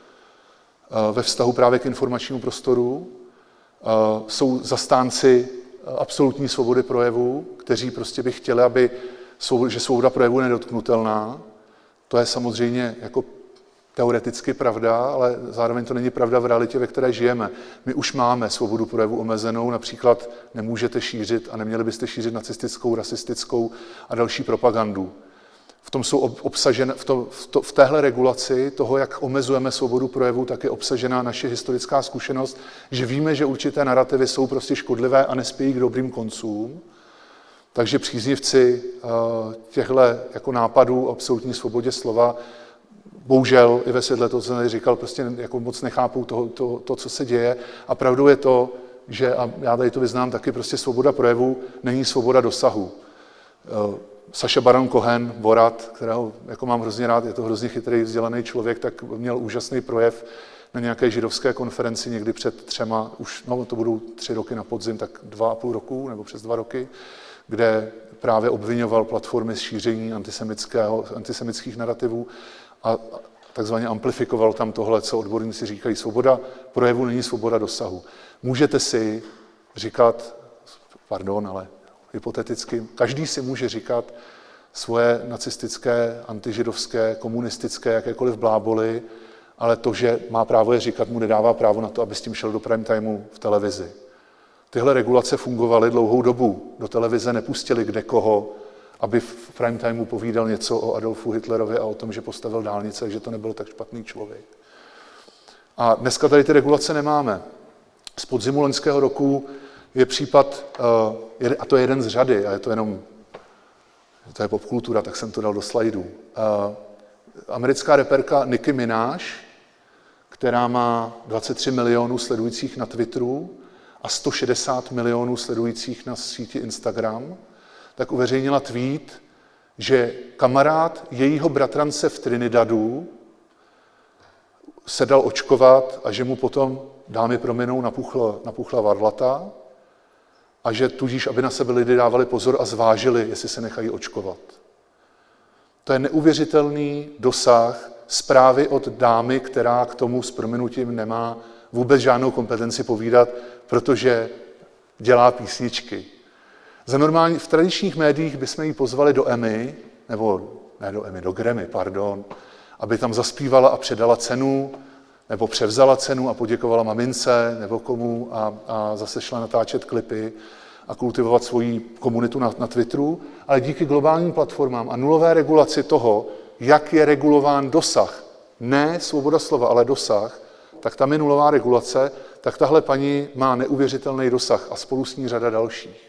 ve vztahu právě k informačnímu prostoru. Jsou zastánci absolutní svobody projevu, kteří prostě by chtěli, že svoboda projevu je nedotknutelná. To je samozřejmě jako teoreticky pravda, ale zároveň to není pravda v realitě, ve které žijeme. My už máme svobodu projevu omezenou, například nemůžete šířit a neměli byste šířit nacistickou, rasistickou a další propagandu. V tom jsou obsažen, v téhle regulaci toho, jak omezujeme svobodu projevu, tak je obsažena naše historická zkušenost, že víme, že určité narrativy jsou prostě škodlivé a nespějí k dobrým koncům. Takže příznivci těchto jako nápadů o absolutní svobodě slova bohužel i ve světle toho, co jsem tady říkal, prostě jako moc nechápou to, co se děje. A pravdou je to, že, a já tady to vyznám taky, prostě svoboda projevu není svoboda dosahu. Saša Baron Cohen, Borat, kterého jako mám hrozně rád, je to hrozně chytrý, vzdělaný člověk, tak měl úžasný projev na nějaké židovské konferenci někdy před 3, to budou 3 roky na podzim, tak 2,5 roku, nebo přes 2 roky, kde právě obvinoval platformy z šíření antisemických narrativů a takzvaně amplifikoval tam tohle, co odborníci říkají. Svoboda projevu není svoboda dosahu. Můžete si říkat, ale hypoteticky, každý si může říkat svoje nacistické, antižidovské, komunistické, jakékoliv bláboly, ale to, že má právo je říkat, mu nedává právo na to, aby s tím šel do prime timeu v televizi. Tyhle regulace fungovaly dlouhou dobu. Do televize nepustili kdekoho, aby v prime timeu povídal něco o Adolfu Hitlerovi a o tom, že postavil dálnice, že to nebyl tak špatný člověk. A dneska tady ty regulace nemáme. Z podzimu loňského roku je případ, a to je jeden z řady, a je to jenom, to je popkultura, tak jsem to dal do slajdů. Americká reperka Nicki Minaj, která má 23 milionů sledujících na Twitteru a 160 milionů sledujících na síti Instagram, tak uveřejnila tweet, že kamarád jejího bratrance v Trinidadu se dal očkovat a že mu potom, dámy prominou, napuchla varlata a že tudíž, aby na sebe lidé dávali pozor a zvážili, jestli se nechají očkovat. To je neuvěřitelný dosah zprávy od dámy, která k tomu s prominutím nemá vůbec žádnou kompetenci povídat, protože dělá písničky. V tradičních médiích bychom ji pozvali do Emmy, nebo ne do Emmy, do Grammy, aby tam zaspívala a předala cenu, nebo převzala cenu a poděkovala mamince nebo komu a zase šla natáčet klipy a kultivovat svoji komunitu na Twitteru, ale díky globálním platformám a nulové regulaci toho, jak je regulován dosah, ne svoboda slova, ale dosah, tak tam je nulová regulace, tak tahle paní má neuvěřitelný dosah a spolu s ní řada dalších.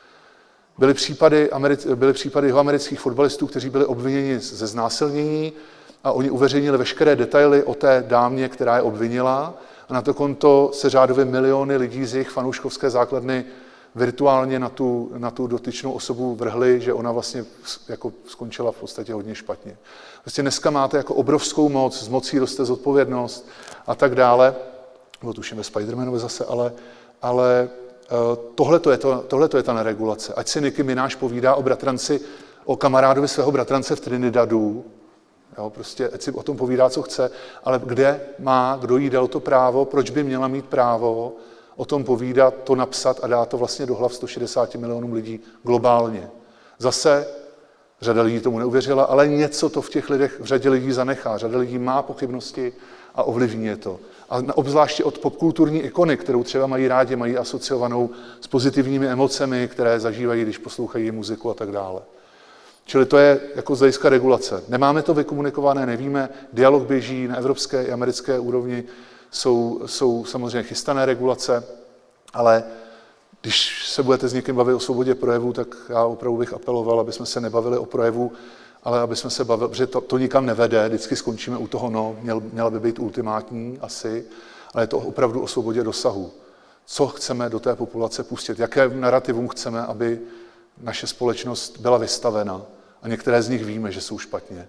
Byly případy amerických fotbalistů, kteří byli obviněni ze znásilnění a oni uveřejnili veškeré detaily o té dámě, která je obvinila a na to konto se řádově miliony lidí z jejich fanouškovské základny virtuálně na tu dotyčnou osobu vrhli, že ona vlastně jako skončila v podstatě hodně špatně. Vlastně dneska máte jako obrovskou moc, z mocí roste zodpovědnost a tak dále. Bylo tuším ve Spider-Manovi zase, ale tohle je ta neregulace. Ať si Nicki Minaj povídá o kamarádovi svého bratrance v Trinidadu, jo, prostě ať si o tom povídá, co chce, ale kdo jí dal to právo, proč by měla mít právo o tom povídat, to napsat a dát to vlastně do hlav 160 milionům lidí globálně. Zase řada lidí tomu neuvěřila, ale něco to v těch lidech v řadě lidí zanechá. Řada lidí má pochybnosti a ovlivní je to. A obzvláště od popkulturní ikony, kterou třeba mají rádi, mají asociovanou s pozitivními emocemi, které zažívají, když poslouchají muziku a tak dále. Čili to je jako z hlediska regulace. Nemáme to vykomunikované, nevíme, dialog běží na evropské i americké úrovni, jsou samozřejmě chystané regulace, ale Když se budete s někým bavit o svobodě projevu, tak já opravdu bych apeloval, aby jsme se nebavili o projevu, ale aby jsme se bavili, protože to nikam nevede, vždycky skončíme u toho, no, měla by být ultimátní asi, ale je to opravdu o svobodě dosahu. Co chceme do té populace pustit, jaké narrativům chceme, aby naše společnost byla vystavena. A některé z nich víme, že jsou špatně.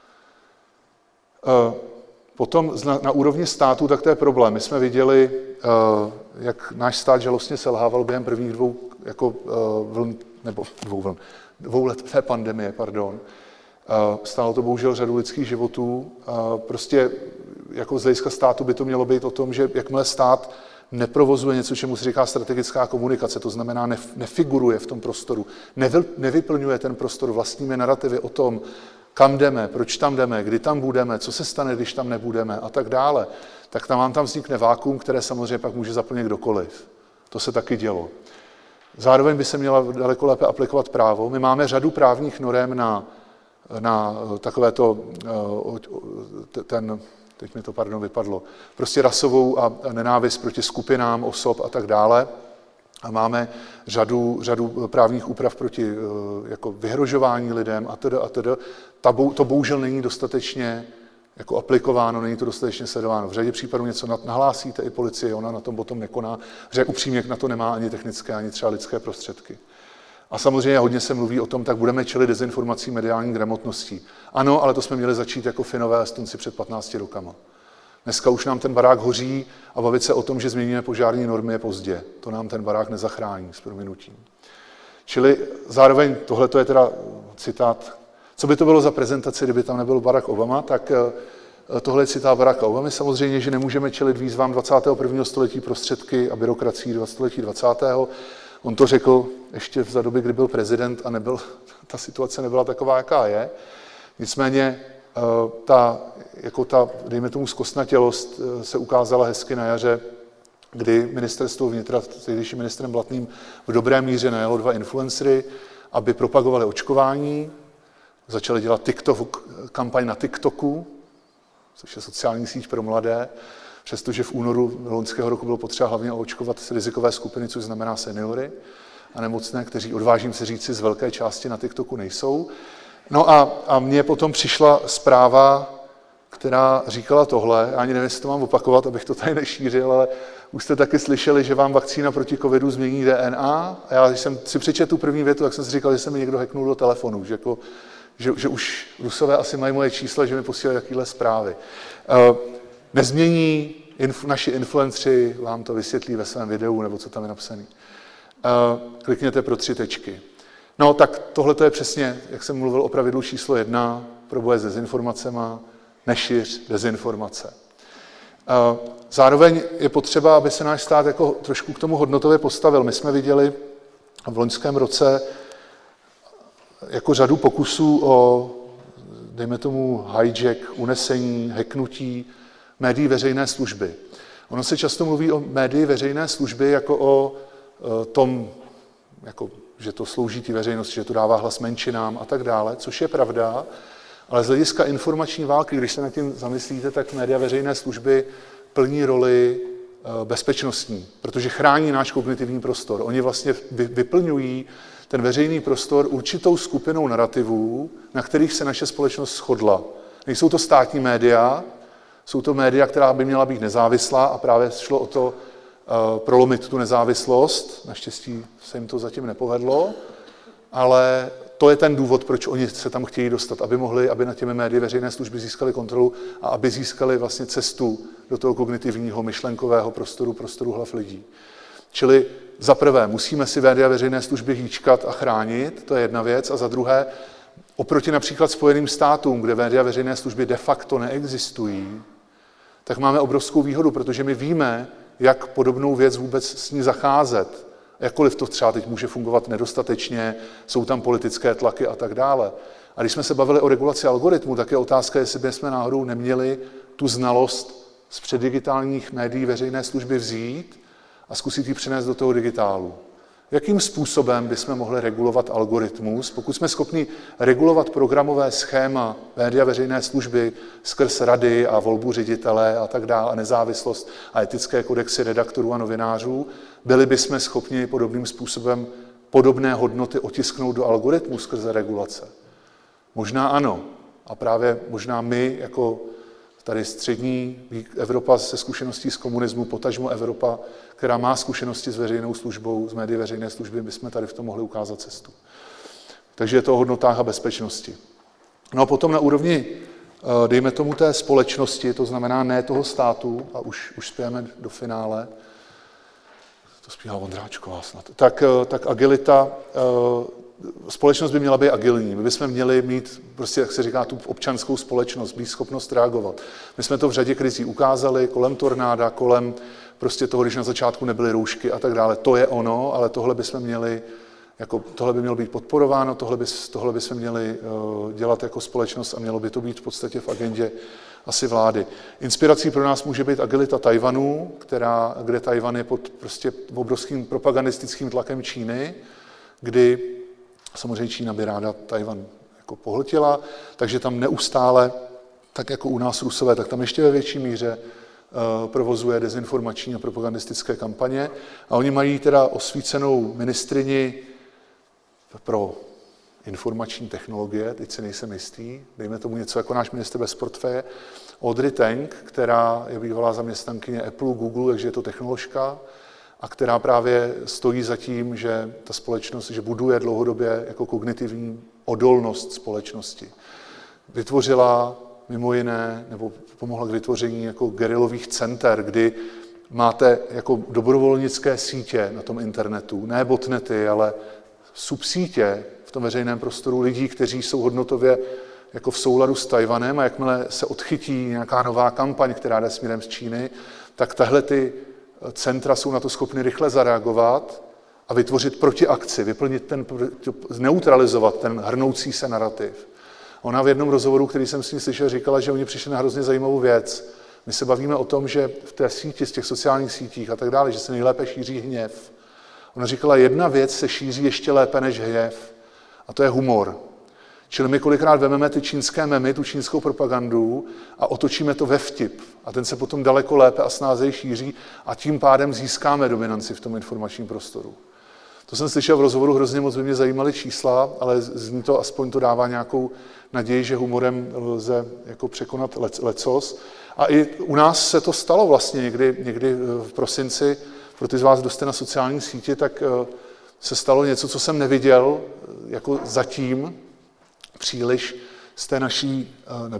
Potom na úrovni státu, tak to je problém. My jsme viděli, jak náš stát žalostně selhával během prvních dvou let té pandemie, pardon. Stálo to bohužel řadu lidských životů. Prostě jako z hlediska státu by to mělo být o tom, že jakmile stát neprovozuje něco, čemu se říká strategická komunikace, to znamená nefiguruje v tom prostoru, nevyplňuje ten prostor vlastními narrativy o tom, kam jdeme, proč tam jdeme, kdy tam budeme, co se stane, když tam nebudeme a tak dále, tak tam vznikne vákuum, které samozřejmě pak může zaplnit kdokoliv. To se taky dělo. Zároveň by se měla daleko lépe aplikovat právo. My máme řadu právních norem na takovéto, teď mi to vypadlo, prostě rasovou a nenávist proti skupinám osob a tak dále. A máme řadu právních úprav proti jako vyhrožování lidem a tedy. To bohužel není dostatečně jako aplikováno, není to dostatečně sledováno. V řadě případů něco nahlásíte i policii, ona na tom potom nekoná, že upřímně na to nemá ani technické, ani třeba lidské prostředky. A samozřejmě hodně se mluví o tom, tak budeme čelit dezinformací, mediální gramotností. Ano, ale to jsme měli začít jako Finové a Estonci před 15 rokama. Dneska už nám ten barák hoří a bavit se o tom, že změníme požární normy, je pozdě. To nám ten barák nezachrání s prominutím. Čili zároveň, tohle je teda citát, co by to bylo za prezentaci, kdyby tam nebyl Barack Obama, tak tohle je citát Baracka Obamy. Samozřejmě, že nemůžeme čelit výzvám 21. století prostředky a byrokracií století 20. On to řekl ještě za doby, kdy byl prezident a ta situace nebyla taková, jaká je. Nicméně ta, dejme tomu, zkostnatělost se ukázala hezky na jaře, kdy ministerstvo vnitra s tehdejším ministrem Blatným v dobré míře najalo 2 influencery, aby propagovali očkování. Začali dělat kampaň na TikToku, což je sociální síť pro mladé, přestože v únoru loňského roku bylo potřeba hlavně očkovat rizikové skupiny, což znamená seniory a nemocné, kteří, odvážím se říci, z velké části na TikToku nejsou. No a mně potom přišla zpráva, která říkala tohle, já ani nevím, jestli to mám opakovat, abych to tady nešířil, ale už jste taky slyšeli, že vám vakcína proti covidu změní DNA. A já, když jsem si přečetl tu první větu, tak jsem si říkal, že se mi někdo hacknul do telefonu, že už Rusové asi mají moje čísla, že mi posílají takovéhle zprávy. Nezmění, naši influenceri vám to vysvětlí ve svém videu, nebo co tam je napsané. Klikněte pro 3 tečky. No tak tohle je přesně, jak jsem mluvil o pravidlu číslo 1, pro boje s dezinformacema, nešiř dezinformace. Zároveň je potřeba, aby se náš stát jako trošku k tomu hodnotově postavil. My jsme viděli v loňském roce jako řadu pokusů o, dejme tomu, hijack, unesení, hacknutí médií veřejné služby. Ono se často mluví o médii veřejné služby jako o tom, jako, že to slouží té veřejnosti, že to dává hlas menšinám a tak dále, což je pravda, ale z hlediska informační války, když se nad tím zamyslíte, tak média veřejné služby plní roli bezpečnostní, protože chrání náš kognitivní prostor. Oni vlastně vyplňují ten veřejný prostor určitou skupinou narrativů, na kterých se naše společnost shodla. Nejsou to státní média, jsou to média, která by měla být nezávislá a právě šlo o to prolomit tu nezávislost. Naštěstí se jim to zatím nepovedlo, ale to je ten důvod, proč oni se tam chtějí dostat, aby na těmi médii veřejné služby získali kontrolu a aby získali vlastně cestu do toho kognitivního, myšlenkového prostoru hlav lidí. Čili za prvé, musíme si média veřejné služby hýčkat a chránit, to je jedna věc, a za druhé, oproti například Spojeným státům, kde média veřejné služby de facto neexistují, tak máme obrovskou výhodu, protože my víme, jak podobnou věc vůbec s ní zacházet. Jakkoliv to třeba teď může fungovat nedostatečně, jsou tam politické tlaky a tak dále. A když jsme se bavili o regulaci algoritmu, tak je otázka, jestli bychom náhodou neměli tu znalost z předdigitálních médií veřejné služby vzít a zkusit ji přinést do toho digitálu. Jakým způsobem bychom mohli regulovat algoritmus, pokud jsme schopni regulovat programové schéma média veřejné služby skrz rady a volbu ředitele a tak dále, a nezávislost a etické kodexy redaktorů a novinářů, byli bychom schopni podobným způsobem podobné hodnoty otisknout do algoritmu skrze regulace? Možná ano. A právě možná my, jako tady střední Evropa se zkušeností z komunismu, potažmo Evropa, která má zkušenosti s veřejnou službou, s médii veřejné služby, bychom tady v tom mohli ukázat cestu. Takže je to o hodnotách a bezpečnosti. No a potom na úrovni, dejme tomu, té společnosti, to znamená ne toho státu, a už spějeme do finále, to zpívá Vondráčková snad, tak agilita, společnost by měla být agilní. My bychom měli mít, prostě, jak se říká, tu občanskou společnost, být schopnost reagovat. My jsme to v řadě krizí ukázali, kolem tornáda, kolem prostě toho, když na začátku nebyly roušky a tak dále. To je ono, ale tohle bychom měli, tohle by mělo být podporováno, tohle bychom měli dělat jako společnost a mělo by to být v podstatě v agendě asi vlády. Inspirací pro nás může být agilita Tajvanu, kde Tajvan je pod prostě obrovským propagandistickým tlakem Číny, kdy samozřejmě Čína by ráda Tajvan jako pohltila, takže tam neustále, tak jako u nás Rusové, tak tam ještě ve větší míře provozuje dezinformační a propagandistické kampaně. A oni mají teda osvícenou ministryni pro informační technologie, teď si nejsem jistý, dejme tomu něco jako náš ministr bez portfeje, Audrey Tang, která je bývalá zaměstnankyně Apple, Google, takže je to technoložka, a která právě stojí za tím, že ta společnost, že buduje dlouhodobě jako kognitivní odolnost společnosti. Vytvořila mimo jiné, nebo pomohla k vytvoření jako gerilových center, kdy máte jako dobrovolnické sítě na tom internetu, ne botnety, ale subsítě v tom veřejném prostoru lidí, kteří jsou hodnotově jako v souladu s Tajvanem, a jakmile se odchytí nějaká nová kampaň, která jde směrem z Číny, tak tahle ty centra jsou na to schopny rychle zareagovat a vytvořit protiakci, zneutralizovat ten hrnoucí se narrativ. Ona v jednom rozhovoru, který jsem s ní slyšel, říkala, že oni přišli na hrozně zajímavou věc. My se bavíme o tom, že v té síti, z těch sociálních sítích a tak dále, že se nejlépe šíří hněv. Ona říkala, jedna věc se šíří ještě lépe než hněv, a to je humor. Čili my kolikrát vezmeme ty čínské memy, tu čínskou propagandu a otočíme to ve vtip. A ten se potom daleko lépe a snázeji šíří a tím pádem získáme dominanci v tom informačním prostoru. To jsem slyšel v rozhovoru, hrozně moc by mě zajímaly čísla, ale zní to, aspoň to dává nějakou naději, že humorem lze jako překonat lecos. A i u nás se to stalo vlastně někdy v prosinci, pro ty z vás, kdo jste na sociální síti, tak se stalo něco, co jsem neviděl jako zatím příliš z té naší,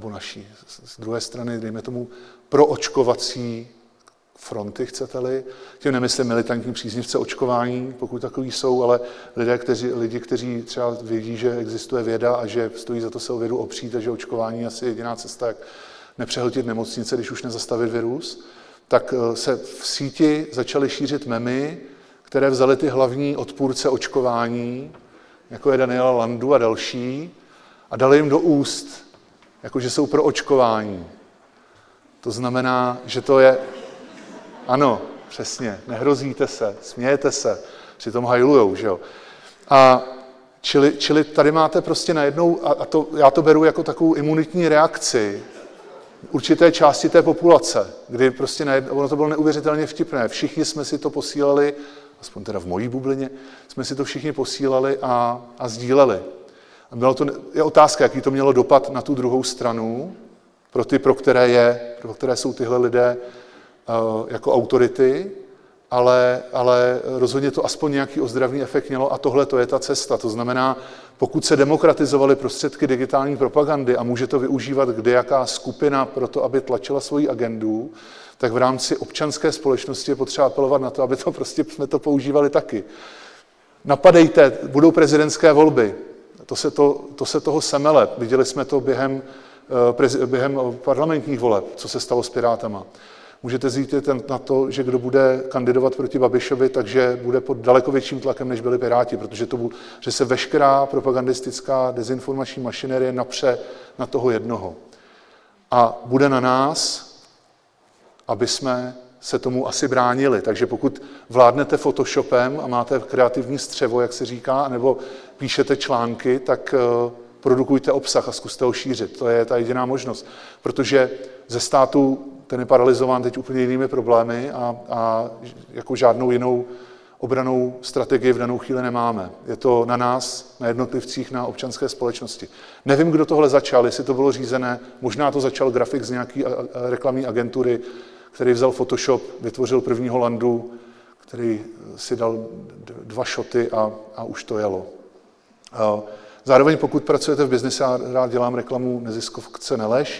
z druhé strany, dejme tomu, proočkovací fronty, chcete-li. Tím nemyslím militantní příznivce očkování, pokud takový jsou, ale lidi, kteří třeba vědí, že existuje věda a že stojí za to se o vědu opřít a že očkování je asi jediná cesta, jak nepřehltit nemocnice, když už nezastavit virus, tak se v síti začaly šířit memy, které vzaly ty hlavní odpůrce očkování, jako je Daniela Landu a další, a dali jim do úst, jakože jsou pro očkování. To znamená, že to je, ano, přesně, nehrozíte se, smějete se, přitom hajlujou, že jo. A čili tady máte prostě najednou, já to beru jako takovou imunitní reakci určité části té populace, kdy prostě ono to bylo neuvěřitelně vtipné. Všichni jsme si to posílali, aspoň teda v mojí bublině, jsme si to všichni posílali a sdíleli. A je otázka, jaký to mělo dopad na tu druhou stranu, pro které jsou tyhle lidé jako autority, ale rozhodně to aspoň nějaký ozdravný efekt mělo a tohle to je ta cesta. To znamená, pokud se demokratizovaly prostředky digitální propagandy a může to využívat kdejaká skupina pro to, aby tlačila svoji agendu, tak v rámci občanské společnosti je potřeba apelovat na to, aby to prostě jsme to používali taky. Napadejte, budou prezidentské volby. To se toho semele. Viděli jsme to během parlamentních voleb, co se stalo s Pirátama. Můžete zjít na to, že kdo bude kandidovat proti Babišovi, takže bude pod daleko větším tlakem, než byli Piráti, protože se veškerá propagandistická dezinformační mašinerie napře na toho jednoho. A bude na nás, aby jsme se tomu asi bránili. Takže pokud vládnete Photoshopem a máte kreativní střevo, jak se říká, nebo píšete články, tak produkujte obsah a zkuste ho šířit. To je ta jediná možnost. Protože ze státu ten je paralyzován teď úplně jinými problémy a jako žádnou jinou obrannou strategii v danou chvíli nemáme. Je to na nás, na jednotlivcích, na občanské společnosti. Nevím, kdo tohle začal, jestli to bylo řízené, možná to začal grafik z nějaké reklamní agentury, který vzal Photoshop, vytvořil prvního landu, který si dal 2 šoty a už to jelo. Zároveň pokud pracujete v biznise, já rád dělám reklamu neziskovce Neleš.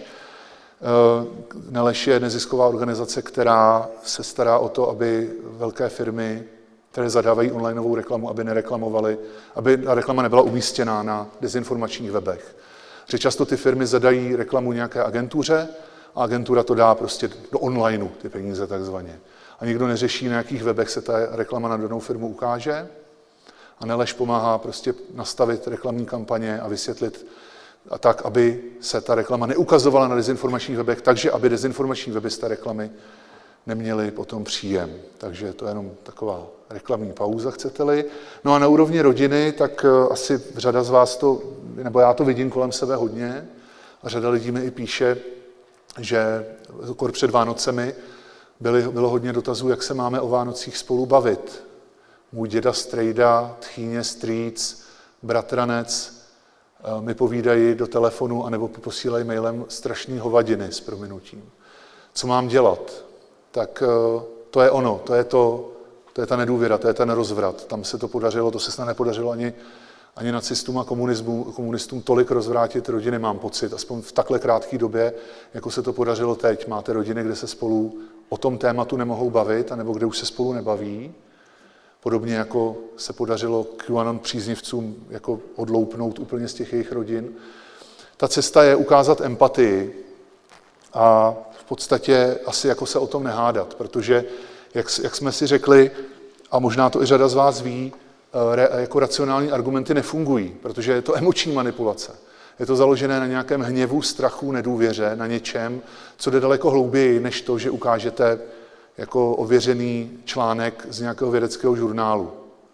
Neleš je nezisková organizace, která se stará o to, aby velké firmy, které zadávají onlineovou reklamu, aby nereklamovaly, aby ta reklama nebyla umístěná na dezinformačních webech. Že často ty firmy zadají reklamu nějaké agentuře a agentura to dá prostě do onlineu, ty peníze takzvaně. A nikdo neřeší, na jakých webech se ta reklama na danou firmu ukáže. A Neleš pomáhá prostě nastavit reklamní kampaně a vysvětlit a tak, aby se ta reklama neukazovala na dezinformačních webech, takže aby dezinformační weby z té reklamy neměly potom příjem. Takže to je jenom taková reklamní pauza, chcete-li. No a na úrovni rodiny, tak asi řada z vás to, nebo já to vidím kolem sebe hodně, a řada lidí mi i píše, že před Vánocemi bylo hodně dotazů, jak se máme o Vánocích spolu bavit. Můj děda, strejda, tchýně, strýc, bratranec mi povídají do telefonu anebo posílají mailem strašný hovadiny s prominutím. Co mám dělat? Tak to je ono, to je ta nedůvěra, to je ten rozvrat. Tam se to podařilo, to se snad nepodařilo ani nacistům a komunistům tolik rozvrátit rodiny, mám pocit, aspoň v takhle krátké době, jako se to podařilo teď. Máte rodiny, kde se spolu o tom tématu nemohou bavit, anebo kde už se spolu nebaví. Podobně jako se podařilo QAnon příznivcům jako odloupnout úplně z těch jejich rodin. Ta cesta je ukázat empatii a v podstatě asi jako se o tom nehádat, protože, jak jsme si řekli, a možná to i řada z vás ví, jako racionální argumenty nefungují, protože je to emoční manipulace. Je to založené na nějakém hněvu, strachu, nedůvěře, na něčem, co jde daleko hlouběji, než to, že ukážete jako ověřený článek z nějakého vědeckého žurnálu.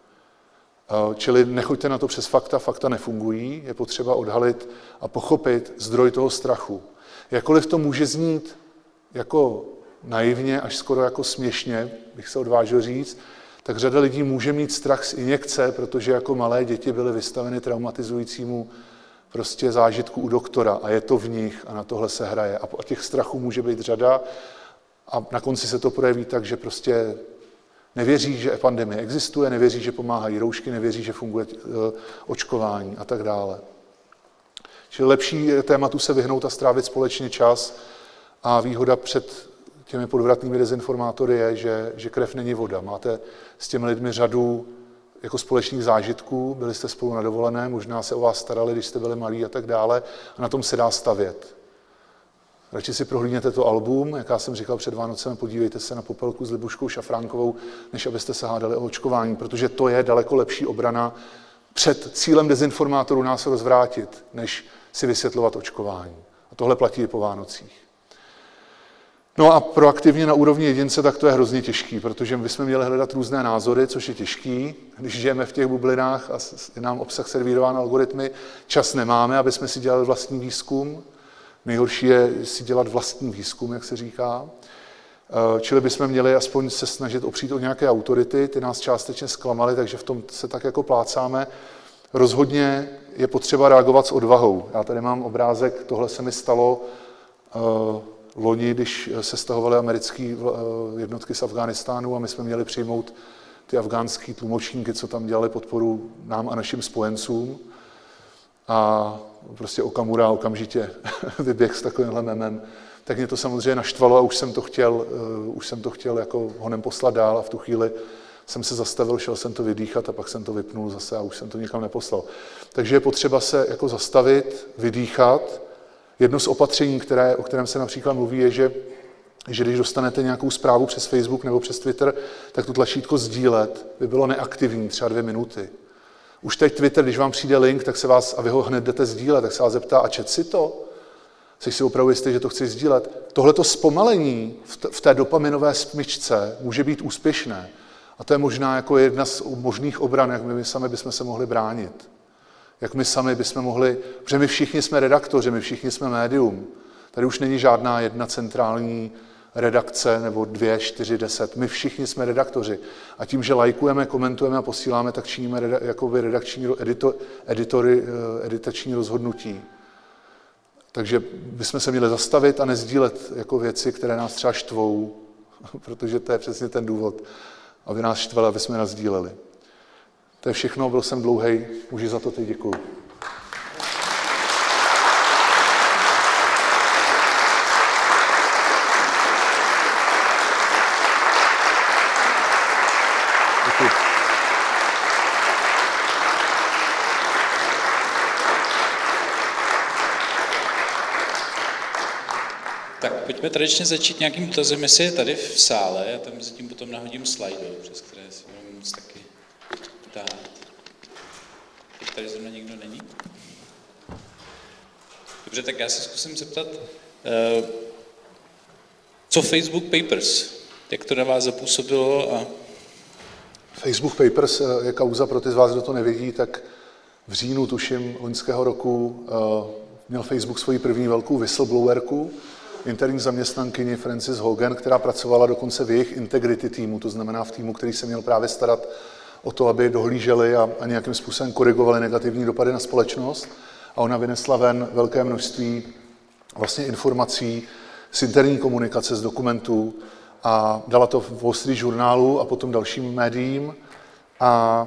Čili nechoďte na to přes fakta, fakta nefungují, je potřeba odhalit a pochopit zdroj toho strachu. Jakkoliv to může znít jako naivně, až skoro jako směšně, bych se odvážil říct, tak řada lidí může mít strach z injekce, protože jako malé děti byly vystaveny traumatizujícímu prostě zážitku u doktora a je to v nich a na tohle se hraje. A těch strachů může být řada a na konci se to projeví tak, že prostě nevěří, že pandemie existuje, nevěří, že pomáhají roušky, nevěří, že funguje očkování a tak dále. Čili lepší tématu se vyhnout a strávit společně čas a výhoda před těmi podvratnými dezinformátory je, že krev není voda. Máte s těmi lidmi řadu jako společných zážitků, byli jste spolu na dovolené, možná se o vás starali, když jste byli malí a tak dále, a na tom se dá stavět. Radši si prohlídněte to album, jak já jsem říkal před Vánocem, podívejte se na Popelku s Libuškou Šafránkovou, než abyste se hádali o očkování, protože to je daleko lepší obrana před cílem dezinformátorů nás rozvrátit, než si vysvětlovat očkování. A tohle platí i po Vánocích. No a proaktivně na úrovni jedince, tak to je hrozně těžký, protože bychom měli hledat různé názory, což je těžký, když žijeme v těch bublinách a je nám obsah servírován algoritmy, čas nemáme, aby jsme si dělali vlastní výzkum. Nejhorší je si dělat vlastní výzkum, jak se říká. Čili bychom měli aspoň se snažit opřít o nějaké autority, ty nás částečně zklamaly, takže v tom se tak jako plácáme. Rozhodně je potřeba reagovat s odvahou. Já tady mám obrázek, tohle se mi stalo loni, když se stahovaly americké jednotky z Afghánistánu a my jsme měli přijmout ty afgánský tlumočníky, co tam dělali podporu nám a našim spojencům. A prostě Okamura okamžitě vyběh s takovýmhle memem. Tak mě to samozřejmě naštvalo a už jsem to chtěl jako honem poslat dál a v tu chvíli jsem se zastavil, šel jsem to vydýchat a pak jsem to vypnul zase a už jsem to nikam neposlal. Takže je potřeba se jako zastavit, vydýchat. Jedno z opatření, o kterém se například mluví, je, že když dostanete nějakou zprávu přes Facebook nebo přes Twitter, tak to tlačítko sdílet by bylo neaktivní, třeba 2 minuty. Už teď Twitter, když vám přijde link, tak se vás, a vy ho hned jdete sdílet, tak se vás zeptá, a čet si to? Jsi si opravdu jistý, že to chceš sdílet? Tohleto zpomalení v té dopaminové smyčce může být úspěšné. A to je možná jako jedna z možných obran, jak my sami bychom se mohli bránit. Jak my sami bychom mohli, protože my všichni jsme redaktoři, my všichni jsme médium. Tady už není žádná jedna centrální redakce, nebo 2, 4, 10. My všichni jsme redaktoři. A tím, že lajkujeme, komentujeme a posíláme, tak činíme redakční, editační rozhodnutí. Takže bychom se měli zastavit a nezdílet jako věci, které nás třeba štvou, protože to je přesně ten důvod, aby nás štvali, aby jsme nás sdíleli. To je všechno, byl jsem dlouhej, už za to teď děkuju. Děkuji. Tak pojďme tradičně začít nějakým dotazem, jestli je tady v sále, já tam mezi tím potom nahodím slajdo, přes které si budeme moct taky dát. Teď tady zrovna nikdo není? Dobře, tak já se zkusím zeptat, co Facebook Papers, jak to na vás zapůsobilo? Facebook Papers je kauza pro ty z vás, kdo to nevidí, tak v říjnu, tuším, loňského roku měl Facebook svoji první velkou whistleblowerku, interní zaměstnankyni Frances Hogan, která pracovala dokonce v jejich integrity týmu, to znamená v týmu, který se měl právě starat o to, aby dohlíželi a nějakým způsobem korigovali negativní dopady na společnost. A ona vynesla ven velké množství vlastně informací z interní komunikace, z dokumentů a dala to v Wall Street Journalu a potom dalším médiím a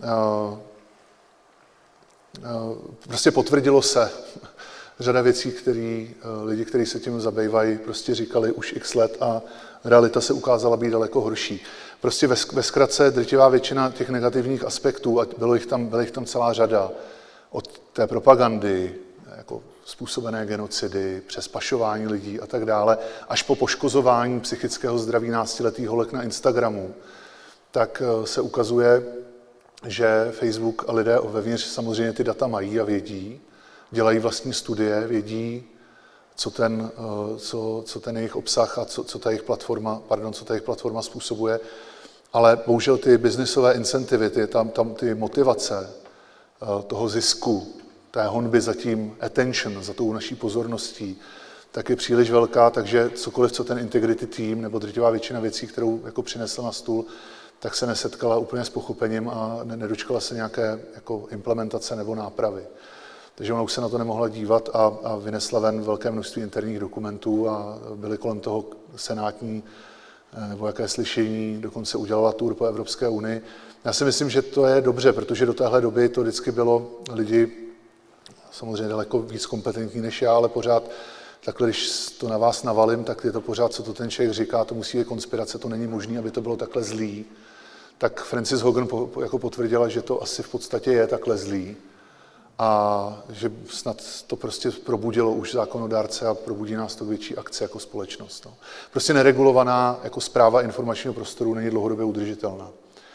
prostě potvrdilo se řada věcí, které lidi, kteří se tím zabývají, prostě říkali už x let a realita se ukázala být daleko horší. Prostě ve zkratce drtivá většina těch negativních aspektů, a byla jich tam celá řada, od té propagandy, jako způsobené genocidy, přes pašování lidí a tak dále, až po poškozování psychického zdraví náctiletých holek na Instagramu, tak se ukazuje, že Facebook a lidé vevnitř samozřejmě ty data mají a vědí, dělají vlastní studie, vědí, co ten jejich obsah a co ta jejich platforma způsobuje, ale bohužel ty biznisové incentivy, tam ty motivace toho zisku, té honby za tím attention, za tou naší pozorností, tak je příliš velká, takže cokoliv, co ten integrity tým nebo drtivá většina věcí, kterou jako přinesl na stůl, tak se nesetkala úplně s pochopením a nedočkala se nějaké jako implementace nebo nápravy. Takže ona už se na to nemohla dívat a vynesla ven velké množství interních dokumentů a byly kolem toho senátní nebo jaké slyšení, dokonce udělala tour po Evropské unii. Já si myslím, že to je dobře, protože do téhle doby to vždycky bylo lidi samozřejmě daleko víc kompetentní než já, ale pořád takhle, když to na vás navalím, tak je to pořád, co to ten člověk říká, to musí být konspirace, to není možné, aby to bylo takhle zlý. Tak Frances Hogan jako potvrdila, že to asi v podstatě je takhle zlý a že snad to prostě probudilo už zákonodárce a probudí nás to k větší akci jako společnost. No. Prostě neregulovaná jako správa informačního prostoru není dlouhodobě udržitelná.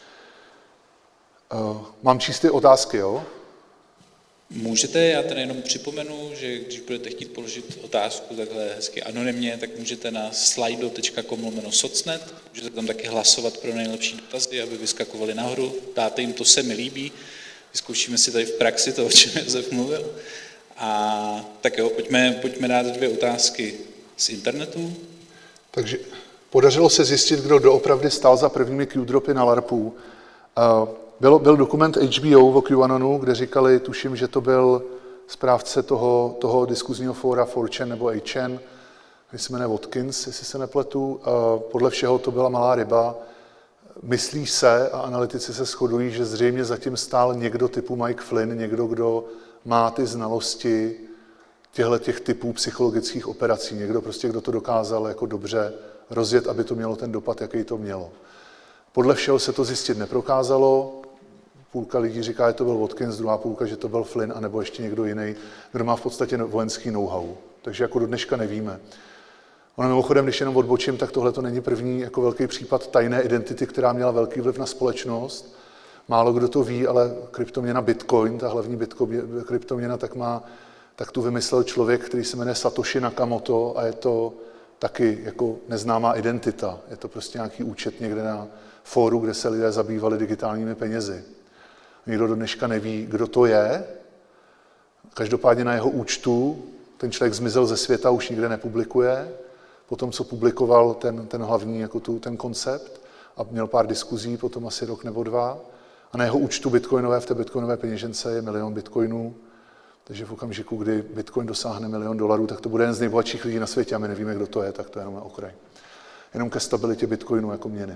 Mám číst ty otázky, jo? Můžete, já tady jenom připomenu, že když budete chtít položit otázku takhle hezky anonymně, tak můžete na slido.com/socnet, můžete tam taky hlasovat pro nejlepší dotazy, aby vyskakovaly nahoru, dáte jim to se mi líbí, vyzkoušíme si tady v praxi to, o čem Josef mluvil. A tak jo, pojďme dát 2 otázky z internetu. Takže podařilo se zjistit, kdo doopravdy stál za prvními Q-dropy na LARPu. Byl dokument HBO o QAnonu, kde říkali, tuším, že to byl správce toho diskuzního fóra 4chan nebo 8chan, který se jmenuje Watkins, jestli se nepletu. Podle všeho to byla malá ryba. Myslí se, a analytici se shodují, že zřejmě zatím stál někdo typu Mike Flynn, někdo, kdo má ty znalosti těch typů psychologických operací, někdo prostě, kdo to dokázal jako dobře rozjet, aby to mělo ten dopad, jaký to mělo. Podle všeho se to zjistit neprokázalo. Půlka lidí říká, že to byl Watkins, druhá půlka, že to byl Flynn, anebo ještě někdo jiný, kdo má v podstatě vojenský know-how. Takže jako do dneška nevíme. Ono mimochodem, když jenom odbočím, tak tohle to není první jako velký případ tajné identity, která měla velký vliv na společnost. Málo kdo to ví, ale kryptoměna Bitcoin, ta hlavní kryptoměna, tak má tak tu vymyslel člověk, který se jmenuje Satoshi Nakamoto a je to taky jako neznámá identita. Je to prostě nějaký účet někde na fóru, kde se lidé zabývali digitálními penězi. Nikdo do dneška neví, kdo to je. Každopádně na jeho účtu ten člověk zmizel ze světa, už nikde nepublikuje. Potom, co publikoval ten hlavní jako ten koncept a měl pár diskuzí, potom asi rok nebo dva. A na jeho účtu bitcoinové, v té bitcoinové peněžence je 1 000 000 bitcoinů. Takže v okamžiku, kdy bitcoin dosáhne $1 000 000, tak to bude jeden z nejbohatších lidí na světě a my nevíme, kdo to je, tak to je jenom na okraj. Jenom ke stabilitě bitcoinu jako měny.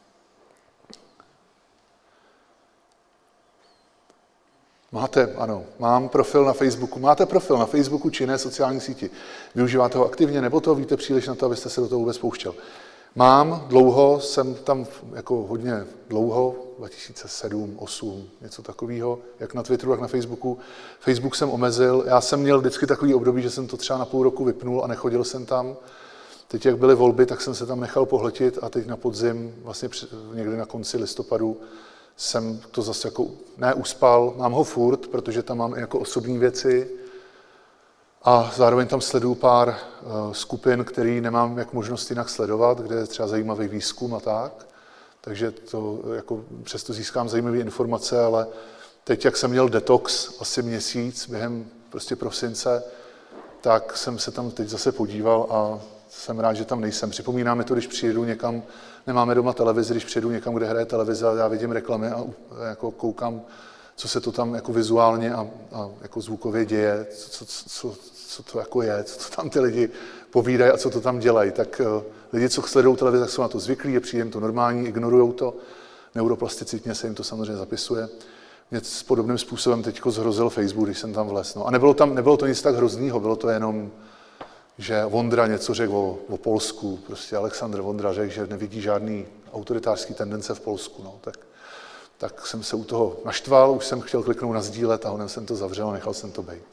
Ano, mám profil na Facebooku. Máte profil na Facebooku či jiné sociální síti. Využíváte ho aktivně, nebo to víte příliš na to, abyste se do toho vůbec pouštěl? Mám, dlouho, jsem tam jako hodně dlouho, 2007, 2008, něco takového, jak na Twitteru, tak na Facebooku. Facebook jsem omezil, já jsem měl vždycky takový období, že jsem to třeba na půl roku vypnul a nechodil jsem tam. Teď, jak byly volby, tak jsem se tam nechal pohltit a teď na podzim, vlastně někdy na konci listopadu, jsem to zase jako neuspal, mám ho furt, protože tam mám i jako osobní věci a zároveň tam sleduju pár skupin, který nemám jak možnost jinak sledovat, kde je třeba zajímavý výzkum a tak, takže to jako přesto získám zajímavé informace, ale teď, jak jsem měl detox asi měsíc během prostě prosince, tak jsem se tam teď zase podíval a jsem rád, že tam nejsem. Připomíná mi to, když přijedu někam, nemáme doma televizi, když přijedu někam, kde hraje televize a já vidím reklamy a jako koukám, co se to tam jako vizuálně a jako zvukově děje, co to jako je, co to tam ty lidi povídají a co to tam dělají. Tak lidi, co sledují televizi, tak jsou na to zvyklí, je přijde to normální, ignorujou to, neuroplasticitně se jim to samozřejmě zapisuje. Mě s podobným způsobem teď zhrozil Facebook, když jsem tam vlez. No. A nebylo to nic tak hroznýho, bylo to jenom, že Vondra něco řekl o Polsku, prostě Alexandr Vondra řekl, že nevidí žádný autoritářský tendence v Polsku. No. Tak jsem se u toho naštval, už jsem chtěl kliknout na sdílet a honem jsem to zavřel a nechal jsem to bejt.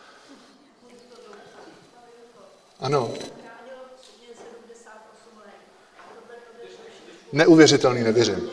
Ano. Neuvěřitelný, nevěřím.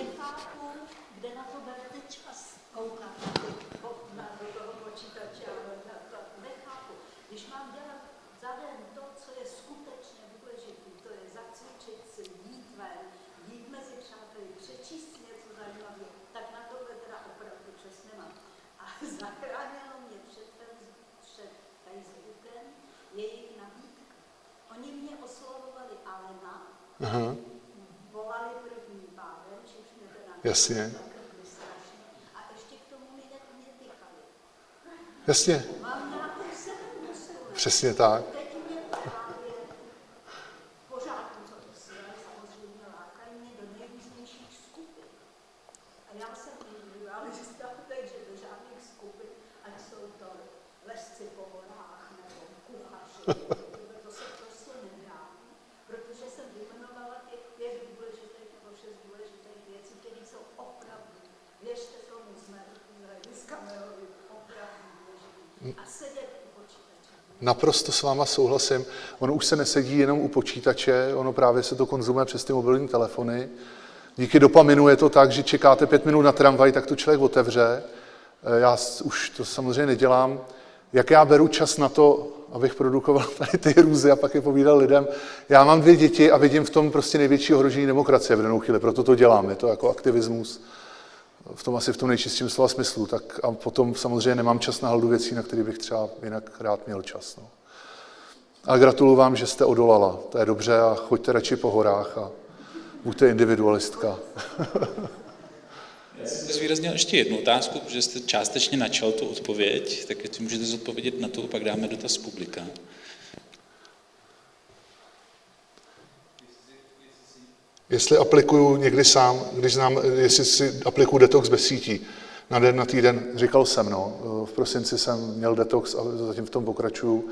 Aha. Volali první pádem, že už mě teda jasně. A ještě k tomu lidé mě tykali. Jasně. Mám nějakou 7 přesně tak. Teď mě právě pořád to posílají, samozřejmě lákají mě do nejrůznějších skupin. A já jsem individualista, takže do žádných skupin, ať jsou to lesci po horách nebo kuchaři, to se prostě nedá. Protože jsem vyjmenovala těch 5 důležitých nebo 6 důležitých věcí, které jsou opravdu, věřte tomu z hlediska mého opravdu důležitý. A sedět u počítače. Naprosto s váma souhlasím. Ono už se nesedí jenom u počítače, ono právě se to konzumuje přes ty mobilní telefony. Díky dopaminu je to tak, že čekáte 5 minut na tramvaj, tak to člověk otevře. Já už to samozřejmě nedělám. Jak já beru čas na to, abych produkoval tady ty hrůzy a pak je povídal lidem. Já mám 2 děti a vidím v tom prostě největší ohrožení demokracie v danou chvíli, proto to dělám. Je to jako aktivismus, v tom nejčistším slova smyslu. Tak a potom samozřejmě nemám čas na haldu věcí, na které bych třeba jinak rád měl čas. No. Ale gratuluju vám, že jste odolala. To je dobře a choďte radši po horách a buďte individualistka. Já jsem zvýraznil ještě jednu otázku, protože jste částečně načal tu odpověď, tak jestli můžete zodpovědět na to, pak dáme dotaz z publika. Jestli aplikuju někdy sám, jestli si aplikuju detox bez sítí, na den, na týden, říkal jsem, no, v prosinci jsem měl detox a zatím v tom pokračuju.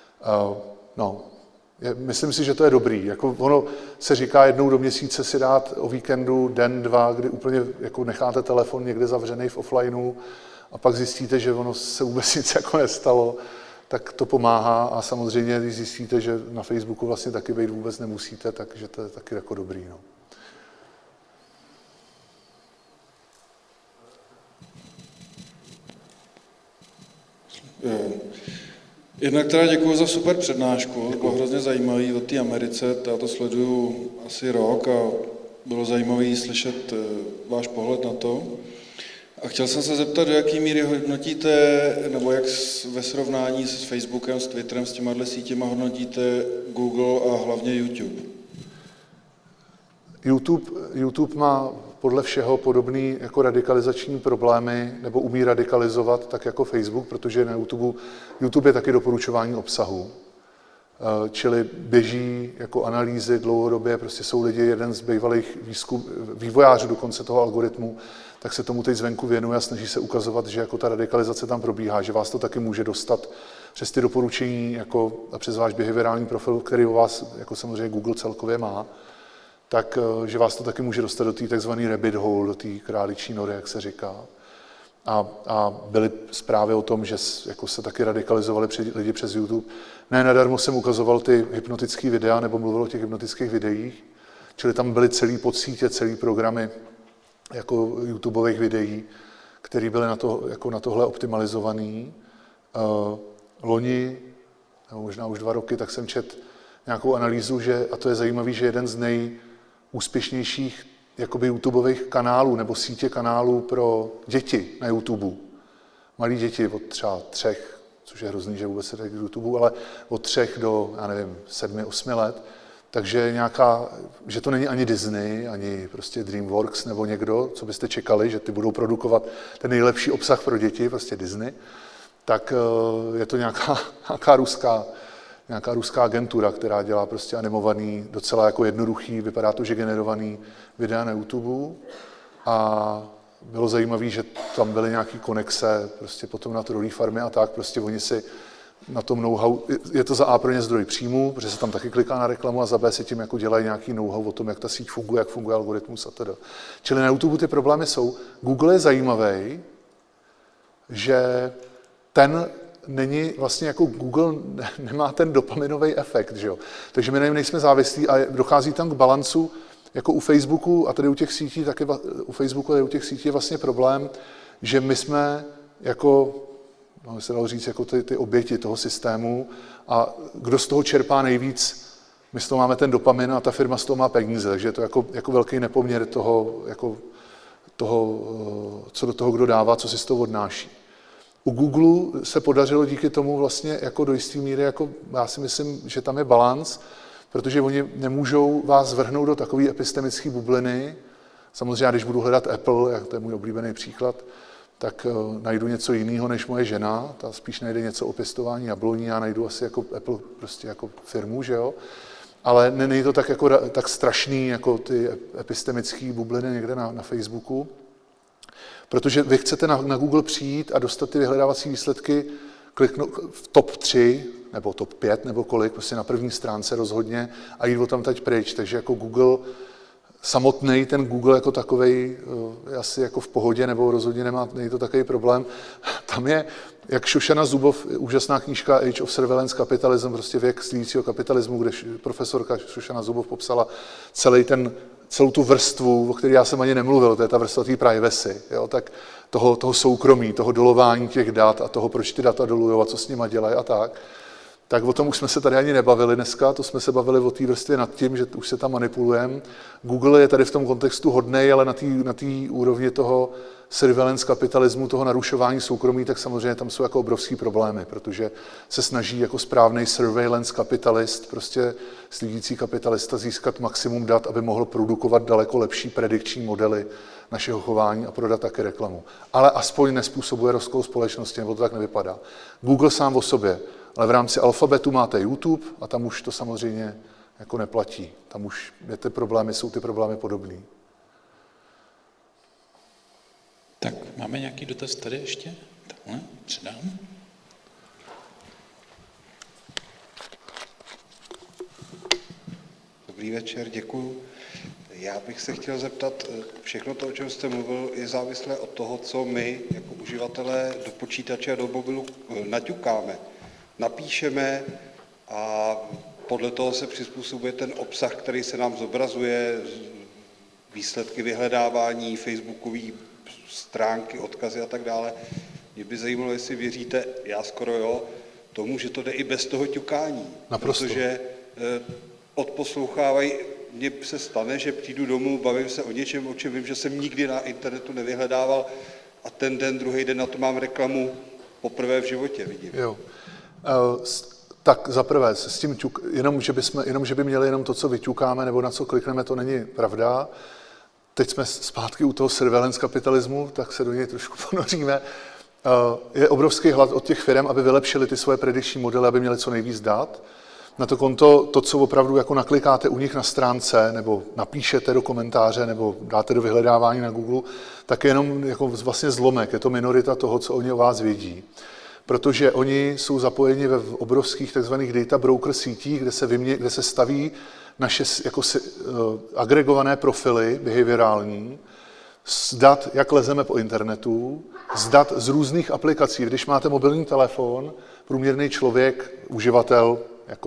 Myslím si, že to je dobrý. Jako ono se říká jednou do měsíce si dát o víkendu den, 2, kdy úplně jako necháte telefon někde zavřený v offlineu a pak zjistíte, že ono se vůbec nic jako nestalo, tak to pomáhá a samozřejmě, když zjistíte, že na Facebooku vlastně taky být vůbec nemusíte, takže to je taky jako dobrý. No. Jednak teda děkuji za super přednášku, bylo hrozně zajímavý o té Americe, já to sleduju asi rok a bylo zajímavé slyšet váš pohled na to. A chtěl jsem se zeptat, do jaký míry hodnotíte, nebo jak ve srovnání s Facebookem, s Twitterem, s těma sítěma hodnotíte Google a hlavně YouTube? YouTube má podle všeho podobný jako radikalizační problémy, nebo umí radikalizovat tak jako Facebook, protože na YouTube je taky doporučování obsahu. Čili běží jako analýzy dlouhodobě, prostě jsou lidi, jeden z bývalých vývojářů dokonce toho algoritmu, tak se tomu teď zvenku věnuje a snaží se ukazovat, že jako ta radikalizace tam probíhá, že vás to taky může dostat přes ty doporučení jako, a přes váš behaviorální profil, který u vás jako samozřejmě Google celkově má, tak že vás to taky může dostat do té takzvané rabbit hole, do té králičí nory, jak se říká. A byly zprávy o tom, že jako se taky radikalizovali lidi přes YouTube. Ne nadarmo jsem ukazoval ty hypnotické videa, nebo mluvil o těch hypnotických videích, čili tam byly celý podsítě, celý programy jako YouTubeových videí, které byly na tohle optimalizovaný. Loni, nebo možná už 2 roky, tak jsem četl nějakou analýzu, a to je zajímavé, že jeden z nejúspěšnějších jakoby YouTubeových kanálů nebo sítě kanálů pro děti na YouTube. Malí děti od třeba 3, což je hrozný, že vůbec se dají k YouTube, ale od 3 do, já nevím, 7, 8 let. Takže že to není ani Disney, ani prostě DreamWorks nebo někdo, co byste čekali, že ty budou produkovat ten nejlepší obsah pro děti, prostě Disney, tak je to nějaká ruská agentura, která dělá prostě animovaný, docela jako jednoduchý, vypadá to, že generovaný videa na YouTube. A bylo zajímavé, že tam byly nějaké konexe prostě potom na trolí farmy a tak, prostě oni si na tom know-how, je to za A pro ně zdroj příjmu, protože se tam taky kliká na reklamu a za B si tím jako dělají nějaký know-how o tom, jak ta síť funguje, jak funguje algoritmus a teda. Čili na YouTube ty problémy jsou. Google je zajímavý, že ten není vlastně jako Google nemá ten dopaminový efekt, že jo. Takže my nejsme závislí a dochází tam k balancu, jako u Facebooku a tady u těch sítí, taky u Facebooku a u těch sítí je vlastně problém, že my jsme jako, no, se dalo říct, jako ty oběti toho systému a kdo z toho čerpá nejvíc, my z toho máme ten dopamin a ta firma z toho má peníze, takže je to jako velký nepoměr toho, co do toho kdo dává, co si z toho odnáší. U Google se podařilo díky tomu vlastně jako do jisté míry, jako já si myslím, že tam je balanc, protože oni nemůžou vás vrhnout do takové epistemické bubliny. Samozřejmě, když budu hledat Apple, jak to je můj oblíbený příklad, tak najdu něco jiného než moje žena, ta spíš najde něco o pěstování jabloní, já najdu asi jako Apple prostě jako firmu, že jo. Ale není to tak strašný jako ty epistemické bubliny někde na Facebooku. Protože vy chcete na Google přijít a dostat ty vyhledávací výsledky, kliknout v top 3 nebo top 5 nebo kolik, prostě na první stránce rozhodně a jít o tam teď pryč. Takže jako Google samotný, ten Google jako takovej je asi jako v pohodě nebo rozhodně není to takový problém. Tam je, jak Shoshana Zuboff, úžasná knížka Age of Surveillance Capitalism, prostě věk slídícího kapitalismu, kde profesorka Shoshana Zuboff popsala celou tu vrstvu, o které já jsem ani nemluvil, to je ta vrstva té privacy, jo, tak toho soukromí, toho dolování těch dat a toho, proč ty data dolujou a co s nima dělají a tak o tom už jsme se tady ani nebavili dneska, to jsme se bavili o té vrstvě nad tím, že už se tam manipulujeme. Google je tady v tom kontextu hodnej, ale na té úrovni toho surveillance kapitalismu, toho narušování soukromí, tak samozřejmě tam jsou jako obrovský problémy, protože se snaží jako správný surveillance kapitalist, prostě slídící kapitalista získat maximum dat, aby mohl produkovat daleko lepší predikční modely našeho chování a prodat také reklamu. Ale aspoň nespůsobuje rozkol společnosti, nebo to tak nevypadá. Google sám o sobě, ale v rámci alfabetu máte YouTube a tam už to samozřejmě jako neplatí. Tam už jsou ty problémy podobný. Tak, máme nějaký dotaz tady ještě? Takhle, předám. Dobrý večer, děkuju. Já bych se chtěl zeptat, všechno to, o čem jste mluvil, je závislé od toho, co my jako uživatelé do počítače a do mobilu naťukáme. Napíšeme a podle toho se přizpůsobuje ten obsah, který se nám zobrazuje, výsledky vyhledávání, facebookové stránky, odkazy a tak dále. Mě by zajímalo, jestli věříte, já skoro jo, tomu, že to jde i bez toho ťukání. Naprosto. Protože odposlouchávají, mně se stane, že přijdu domů, bavím se o něčem, o čem vím, že jsem nikdy na internetu nevyhledával a ten den, druhý den na to mám reklamu poprvé v životě, vidím. Jo. Tak za prvé, s tím jenom, že by měli jenom to, co vyťukáme, nebo na co klikneme, to není pravda. Teď jsme zpátky u toho surveillance kapitalismu, tak se do něj trošku ponoříme. Je obrovský hlad od těch firm, aby vylepšili ty svoje predikční modely, aby měli co nejvíc dat. Na to konto, to, co opravdu jako naklikáte u nich na stránce, nebo napíšete do komentáře, nebo dáte do vyhledávání na Google, tak je jenom jako vlastně zlomek, je to minorita toho, co oni o vás vědí. Protože oni jsou zapojeni ve obrovských takzvaných data broker sítích, kde se staví naše jako agregované profily behaviorální, z dat, jak lezeme po internetu, z dat z různých aplikací. Když máte mobilní telefon, průměrný člověk, uživatel,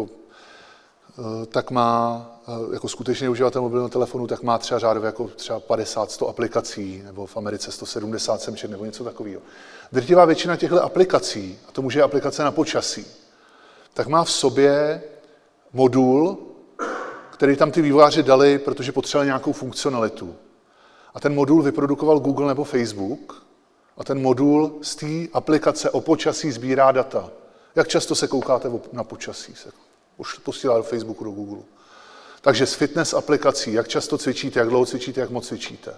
tak má, jako skutečný uživatel mobilního telefonu, tak má třeba řádově jako třeba 50-100 aplikací, nebo v Americe 170 jsem četl, nebo něco takového. Drtivá většina těchto aplikací, a to může být aplikace na počasí, tak má v sobě modul, který tam ty vývojáři dali, protože potřebovali nějakou funkcionalitu. A ten modul vyprodukoval Google nebo Facebook a ten modul z té aplikace o počasí sbírá data. Jak často se koukáte na počasí? Se posílá do Facebooku, do Google. Takže z fitness aplikací, jak často cvičíte, jak dlouho cvičíte, jak moc cvičíte.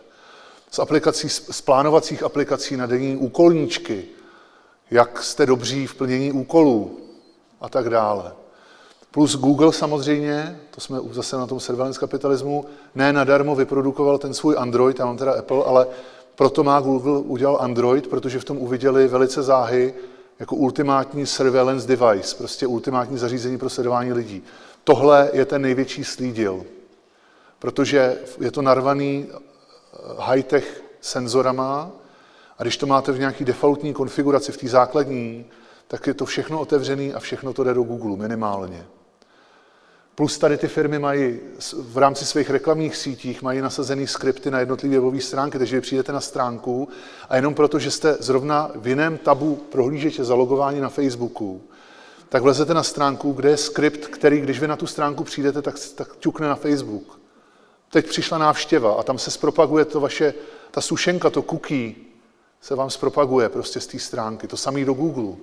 Z plánovacích aplikací na denní úkolníčky, jak jste dobří v plnění úkolů a tak dále. Plus Google samozřejmě, to jsme zase na tom surveillance kapitalismu, ne nadarmo vyprodukoval ten svůj Android, já mám teda Apple, ale proto má Google udělal Android, protože v tom uviděli velice záhy jako ultimátní surveillance device, prostě ultimátní zařízení pro sledování lidí. Tohle je ten největší slídil, protože je to narvaný high-tech senzorama a když to máte v nějaký defaultní konfiguraci, v té základní, tak je to všechno otevřený a všechno to jde do Google minimálně. Plus tady ty firmy mají v rámci svých reklamních sítích mají nasazený skripty na jednotlivé webové stránky, takže vy přijdete na stránku a jenom proto, že jste zrovna v jiném tabu prohlížeče zalogování na Facebooku, tak vlezete na stránku, kde je skript, který, když vy na tu stránku přijdete, tak ťukne na Facebook. Teď přišla návštěva a tam se zpropaguje ta sušenka, to cookie, se vám zpropaguje prostě z té stránky. To samé do Google.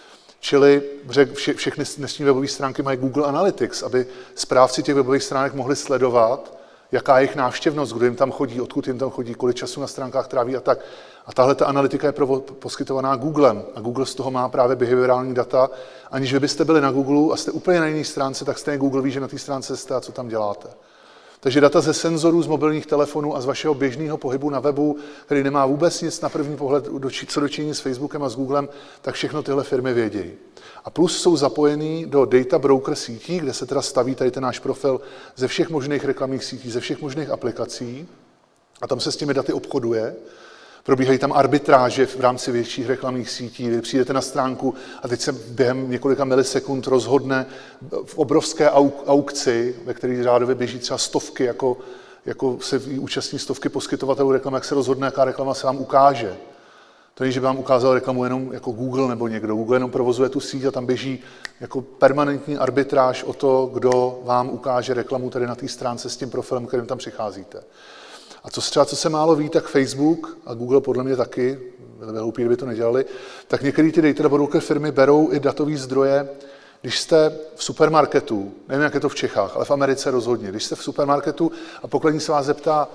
Čili všechny dnešní webové stránky mají Google Analytics, aby správci těch webových stránek mohli sledovat, jaká je jejich návštěvnost, kdo jim tam chodí, odkud jim tam chodí, kolik času na stránkách tráví a tak. A tahle ta analytika je poskytovaná Googlem a Google z toho má právě behaviorální data. Aniž vy byste byli na Google a jste úplně na jiné stránce, tak stejně Google ví, že na té stránce jste a co tam děláte. Takže data ze senzorů, z mobilních telefonů a z vašeho běžného pohybu na webu, který nemá vůbec nic na první pohled co dočinění s Facebookem a s Googlem, tak všechno tyhle firmy vědějí. A plus jsou zapojený do data broker sítí, kde se teda staví tady ten náš profil ze všech možných reklamních sítí, ze všech možných aplikací a tam se s těmi daty obchoduje. Probíhají tam arbitráže v rámci větších reklamních sítí. Vy přijdete na stránku a teď se během několika milisekund rozhodne v obrovské aukci, ve které řádově běží třeba stovky, jako se účastní stovky poskytovatelů reklam, jak se rozhodne, jaká reklama se vám ukáže. To není, že by vám ukázal reklamu jenom jako Google nebo někdo. Google jenom provozuje tu síť a tam běží jako permanentní arbitráž o to, kdo vám ukáže reklamu tady na té stránce s tím profilem, kterým tam přicházíte. A co se málo ví, tak Facebook a Google podle mě taky, byli hloupí, kdyby to nedělali, tak některé ty data broker firmy berou i datové zdroje. Když jste v supermarketu, nevím, jak je to v Čechách, ale v Americe rozhodně, když jste v supermarketu a pokladní se vás zeptá,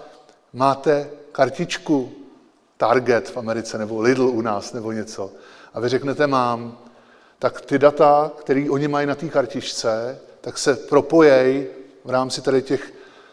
máte kartičku Target v Americe nebo Lidl u nás nebo něco a vy řeknete mám, tak ty data, které oni mají na té kartičce, tak se propojejí v rámci tady těch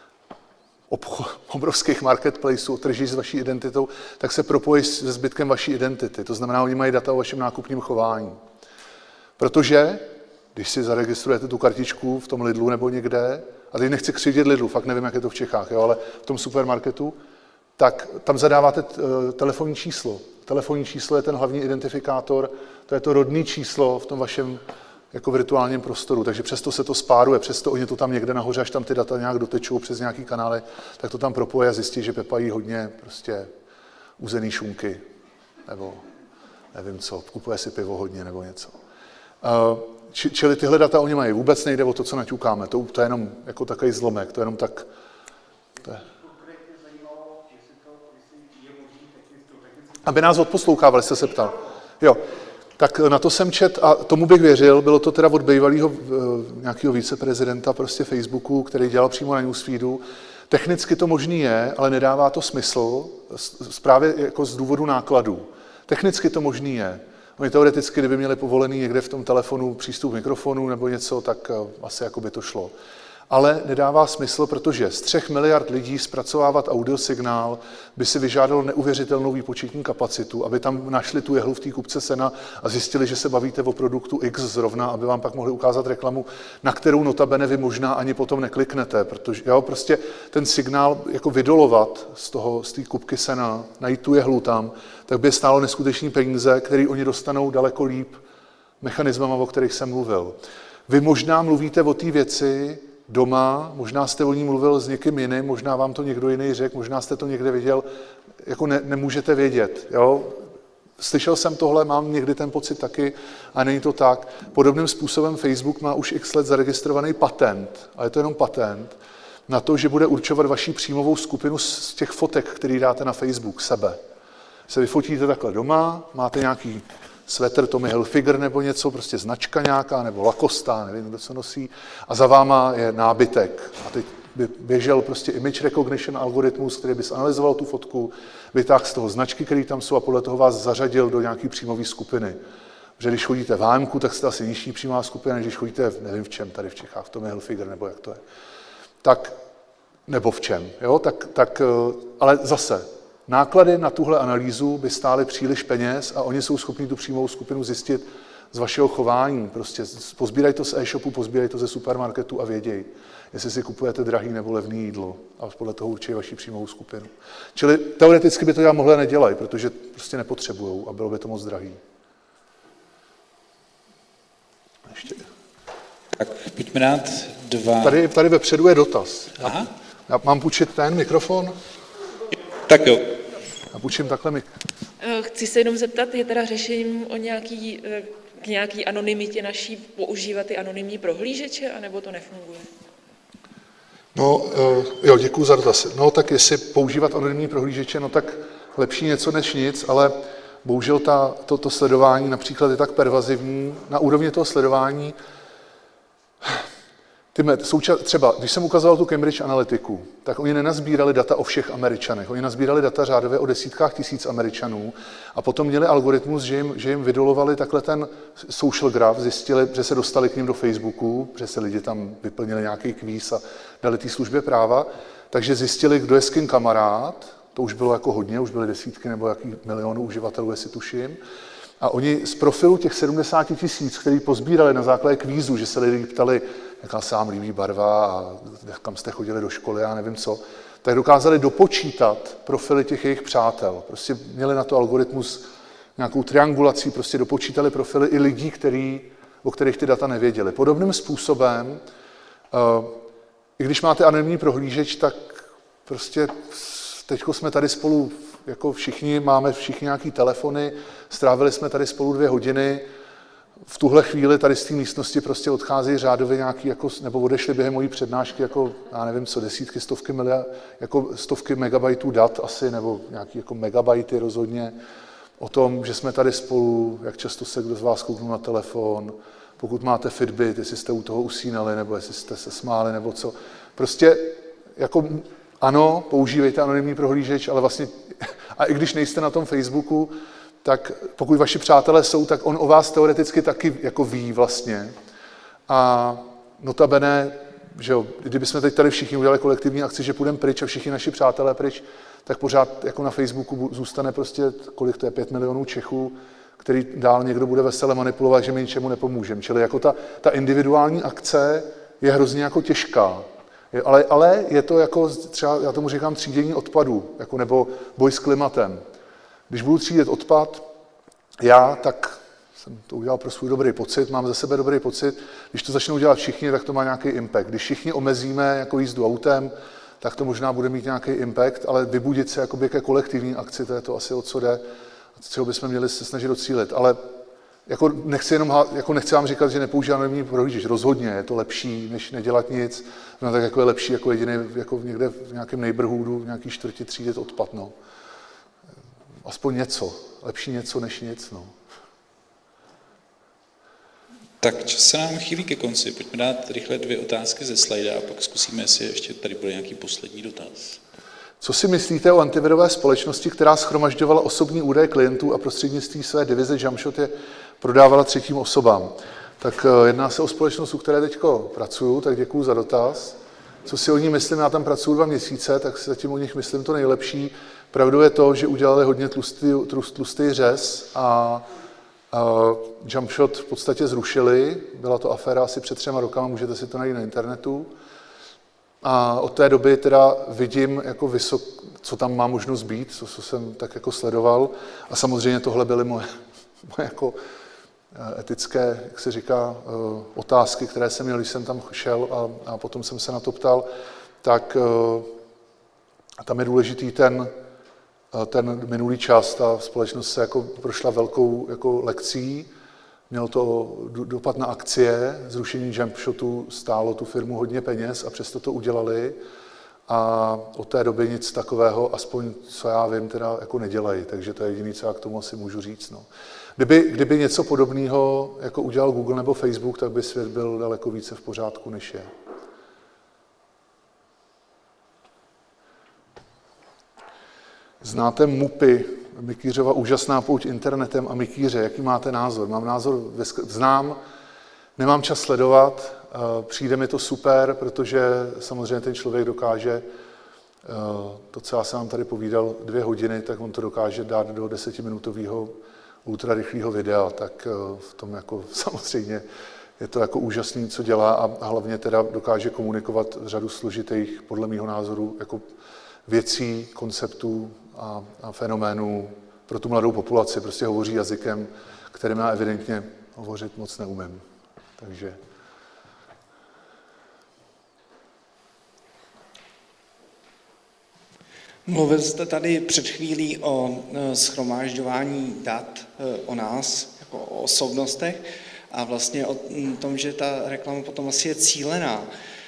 obrovských marketplaceů, trží s vaší identitou, tak se propojí se zbytkem vaší identity. To znamená, oni mají data o vašem nákupním chování. Protože, když si zaregistrujete tu kartičku v tom Lidlu nebo někde, a teď nechci křivdit Lidlu, fakt nevím, jak je to v Čechách, jo, ale v tom supermarketu, tak tam zadáváte telefonní číslo. Telefonní číslo je ten hlavní identifikátor, to je to rodné číslo v tom vašem jako virtuálním prostoru, takže přesto se to spáruje, přesto oni to tam někde nahoře, až tam ty data nějak dotečou přes nějaký kanály, tak to tam propoje a zjistí, že Pepa jí hodně prostě uzený šunky, nebo nevím co, kupuje si pivo hodně nebo něco. Čili tyhle data oni mají. Vůbec nejde o to, co naťukáme. To je jenom jako takový zlomek. To je jenom tak... Aby nás odposlouchávali, jste se ptal. Jo, tak na to jsem čet a tomu bych věřil, bylo to teda od bývalého nějakého viceprezidenta prostě Facebooku, který dělal přímo na newsfeedu. Technicky to možný je, ale nedává to smysl právě jako z důvodu nákladů. Technicky to možný je. Oni teoreticky, kdyby měli povolený někde v tom telefonu přístup k mikrofonu nebo něco, tak asi jako by to šlo. Ale nedává smysl, protože z 3 miliard lidí zpracovávat audiosignál by si vyžádalo neuvěřitelnou výpočetní kapacitu, aby tam našli tu jehlu v té kupce sena a zjistili, že se bavíte o produktu X zrovna, aby vám pak mohli ukázat reklamu, na kterou notabene vy možná ani potom nekliknete, protože prostě ten signál jako vydolovat z té kupky sena, najít tu jehlu tam, tak by je stálo neskutečný peníze, který oni dostanou daleko líp mechanismama, o kterých jsem mluvil. Vy možná mluvíte o té věci doma, možná jste o ní mluvil s někým jiným, možná vám to někdo jiný řekl, možná jste to někde viděl, jako nemůžete vědět. Jo? Slyšel jsem tohle, mám někdy ten pocit taky, a není to tak. Podobným způsobem Facebook má už x let zaregistrovaný patent, ale je to jenom patent, na to, že bude určovat vaši příjmovou skupinu z těch fotek, které dáte na Facebook, sebe. Se vyfotíte takhle doma, máte nějaký svetr Tommy Hilfiger nebo něco, prostě značka nějaká, nebo Lacosta, nevím, kdo se nosí, a za váma je nábytek. A teď by běžel prostě image recognition algoritmus, který by zanalyzoval tu fotku, vytáhl z toho značky, které tam jsou a podle toho vás zařadil do nějaké příjmové skupiny. Protože když chodíte v AMku, tak jste asi nižší příjmová skupina, než když chodíte, nevím v čem, tady v Čechách, v Tommy Hilfiger, nebo jak to je. Tak, nebo v čem, jo, ale zase, náklady na tuhle analýzu by stály příliš peněz a oni jsou schopni tu příjmovou skupinu zjistit z vašeho chování. Prostě pozbírají to z e-shopu, pozbírají to ze supermarketu a vědějí, jestli si kupujete drahý nebo levný jídlo a podle toho určí vaši příjmovou skupinu. Čili teoreticky by to já mohla nedělají, protože prostě nepotřebujou a bylo by to moc drahý. Ještě. Tak pojďme dát dva... Tady vepředu je dotaz. Aha. Já mám půjčit ten mikrofon? Tak jo. Já půjčím takhle Chci se jenom zeptat, je teda řešením k nějaký anonymitě naší používat ty anonymní prohlížeče, anebo to nefunguje? No, jo, děkuju za dotaz. No, tak jestli používat anonymní prohlížeče, no tak lepší něco než nic, ale bohužel to sledování například je tak pervazivní na úrovni toho sledování. Třeba, když jsem ukazoval tu Cambridge Analytiku, tak oni nenazbírali data o všech Američanech, oni nazbírali data řádově o desítkách tisíc Američanů a potom měli algoritmus, že jim vydolovali takhle ten social graph, zjistili, že se dostali k ním do Facebooku, že se lidi tam vyplnili nějaký kvíz a dali té službě práva, takže zjistili, kdo je s kým kamarád, to už bylo jako hodně, už byly desítky nebo jaký milionů uživatelů, jestli tuším, a oni z profilu těch 70 000, který pozbírali na základě kvízu, že se lidi ptali, jaká se vám líbí barva a kam jste chodili do školy, já nevím co, tak dokázali dopočítat profily těch jejich přátel. Prostě měli na to algoritmus nějakou triangulací, prostě dopočítali profily i lidí, o kterých ty data nevěděli. Podobným způsobem, i když máte anonymní prohlížeč, tak prostě teďko jsme tady spolu, jako máme všichni nějaký telefony, strávili jsme tady spolu 2 hodiny, v tuhle chvíli tady z té místnosti prostě odchází řádově nějaký, nebo odešly během mojí přednášky, jako, já nevím co, desítky, stovky megabajtů dat asi, nebo nějaký jako megabajty rozhodně, o tom, že jsme tady spolu, jak často se kdo z vás kouknul na telefon, pokud máte Fitbit, jestli jste u toho usínali, nebo jestli jste se smáli, nebo co. Prostě jako ano, používejte anonymní prohlížeč, ale vlastně, a i když nejste na tom Facebooku, tak pokud vaši přátelé jsou, tak on o vás teoreticky taky jako ví vlastně. A notabene, že jo, kdybychom teď tady všichni udělali kolektivní akci, že půjdeme pryč a všichni naši přátelé pryč, tak pořád jako na Facebooku zůstane prostě, kolik to je, 5 milionů Čechů, který dál někdo bude vesele manipulovat, že my ničemu nepomůžeme. Čili jako ta individuální akce je hrozně jako těžká. Ale je to jako třeba, já tomu říkám třídění odpadů, jako nebo boj s klimatem. Když budu třídit odpad, tak jsem to udělal pro svůj dobrý pocit, mám ze sebe dobrý pocit, když to začnou dělat všichni, tak to má nějaký impact. Když všichni omezíme jako jízdu autem, tak to možná bude mít nějaký impact, ale vybudit se jakoby ke kolektivní akci, to je to asi o co jde, čeho bychom měli se snažit docílit. Ale nechci vám říkat, že nepoužívám anonymní prohlížeč. Rozhodně je to lepší, než nedělat nic. No tak jako je lepší jako jediný jako někde v nějakém neighborhoodu, v nějaký čtvrti třídit odpad. No. Aspoň něco. Lepší něco než nic. No. Tak čas se nám chýlí ke konci. Pojďme dát rychle 2 otázky ze slajda a pak zkusíme, jestli ještě tady bude nějaký poslední dotaz. Co si myslíte o antivirové společnosti, která shromažďovala osobní údaje klientů a prostřednictvím své divize Jumpshot je prodávala třetím osobám? Tak jedná se o společnost, u které teď pracuju, tak děkuju za dotaz. Co si o ní myslím, já tam pracuju 2 měsíce, tak si zatím o nich myslím to nejlepší. Pravdou je to, že udělali hodně tlustý řez a Jumpshot v podstatě zrušili. Byla to aféra asi před 3 rokama, můžete si to najít na internetu. A od té doby teda vidím, jako co tam má možnost být, co jsem tak jako sledoval. A samozřejmě tohle byly moje jako etické, jak se říká, otázky, které jsem měl, když jsem tam šel a potom jsem se na to ptal. Tak tam je důležitý ten minulý čas. Ta společnost se jako prošla velkou jako lekcí. Mělo to dopad na akcie, zrušení Jumpshotu stálo tu firmu hodně peněz a přesto to udělali a od té doby nic takového, aspoň co já vím, teda jako nedělají, takže to je jediné, co já k tomu asi můžu říct. No. Kdyby něco podobného jako udělal Google nebo Facebook, tak by svět byl daleko více v pořádku, než je. Znáte Mupy, Mikýřova úžasná pouť internetem a Mikýře. Jaký máte názor? Mám názor, znám, nemám čas sledovat, přijde mi to super, protože samozřejmě ten člověk dokáže, to, co já jsem vám tady povídal 2 hodiny, tak on to dokáže dát do 10minutového ultrarychlého videa, tak v tom jako samozřejmě je to jako úžasný, co dělá a hlavně teda dokáže komunikovat řadu složitých, podle mého názoru, jako věcí, konceptů a fenoménů pro tu mladou populaci. Prostě hovoří jazykem, kterým já evidentně hovořit moc neumím. Takže... Mluvil jste tady před chvílí o shromážďování dat o nás, jako o osobnostech a vlastně o tom, že ta reklama potom asi je cílená.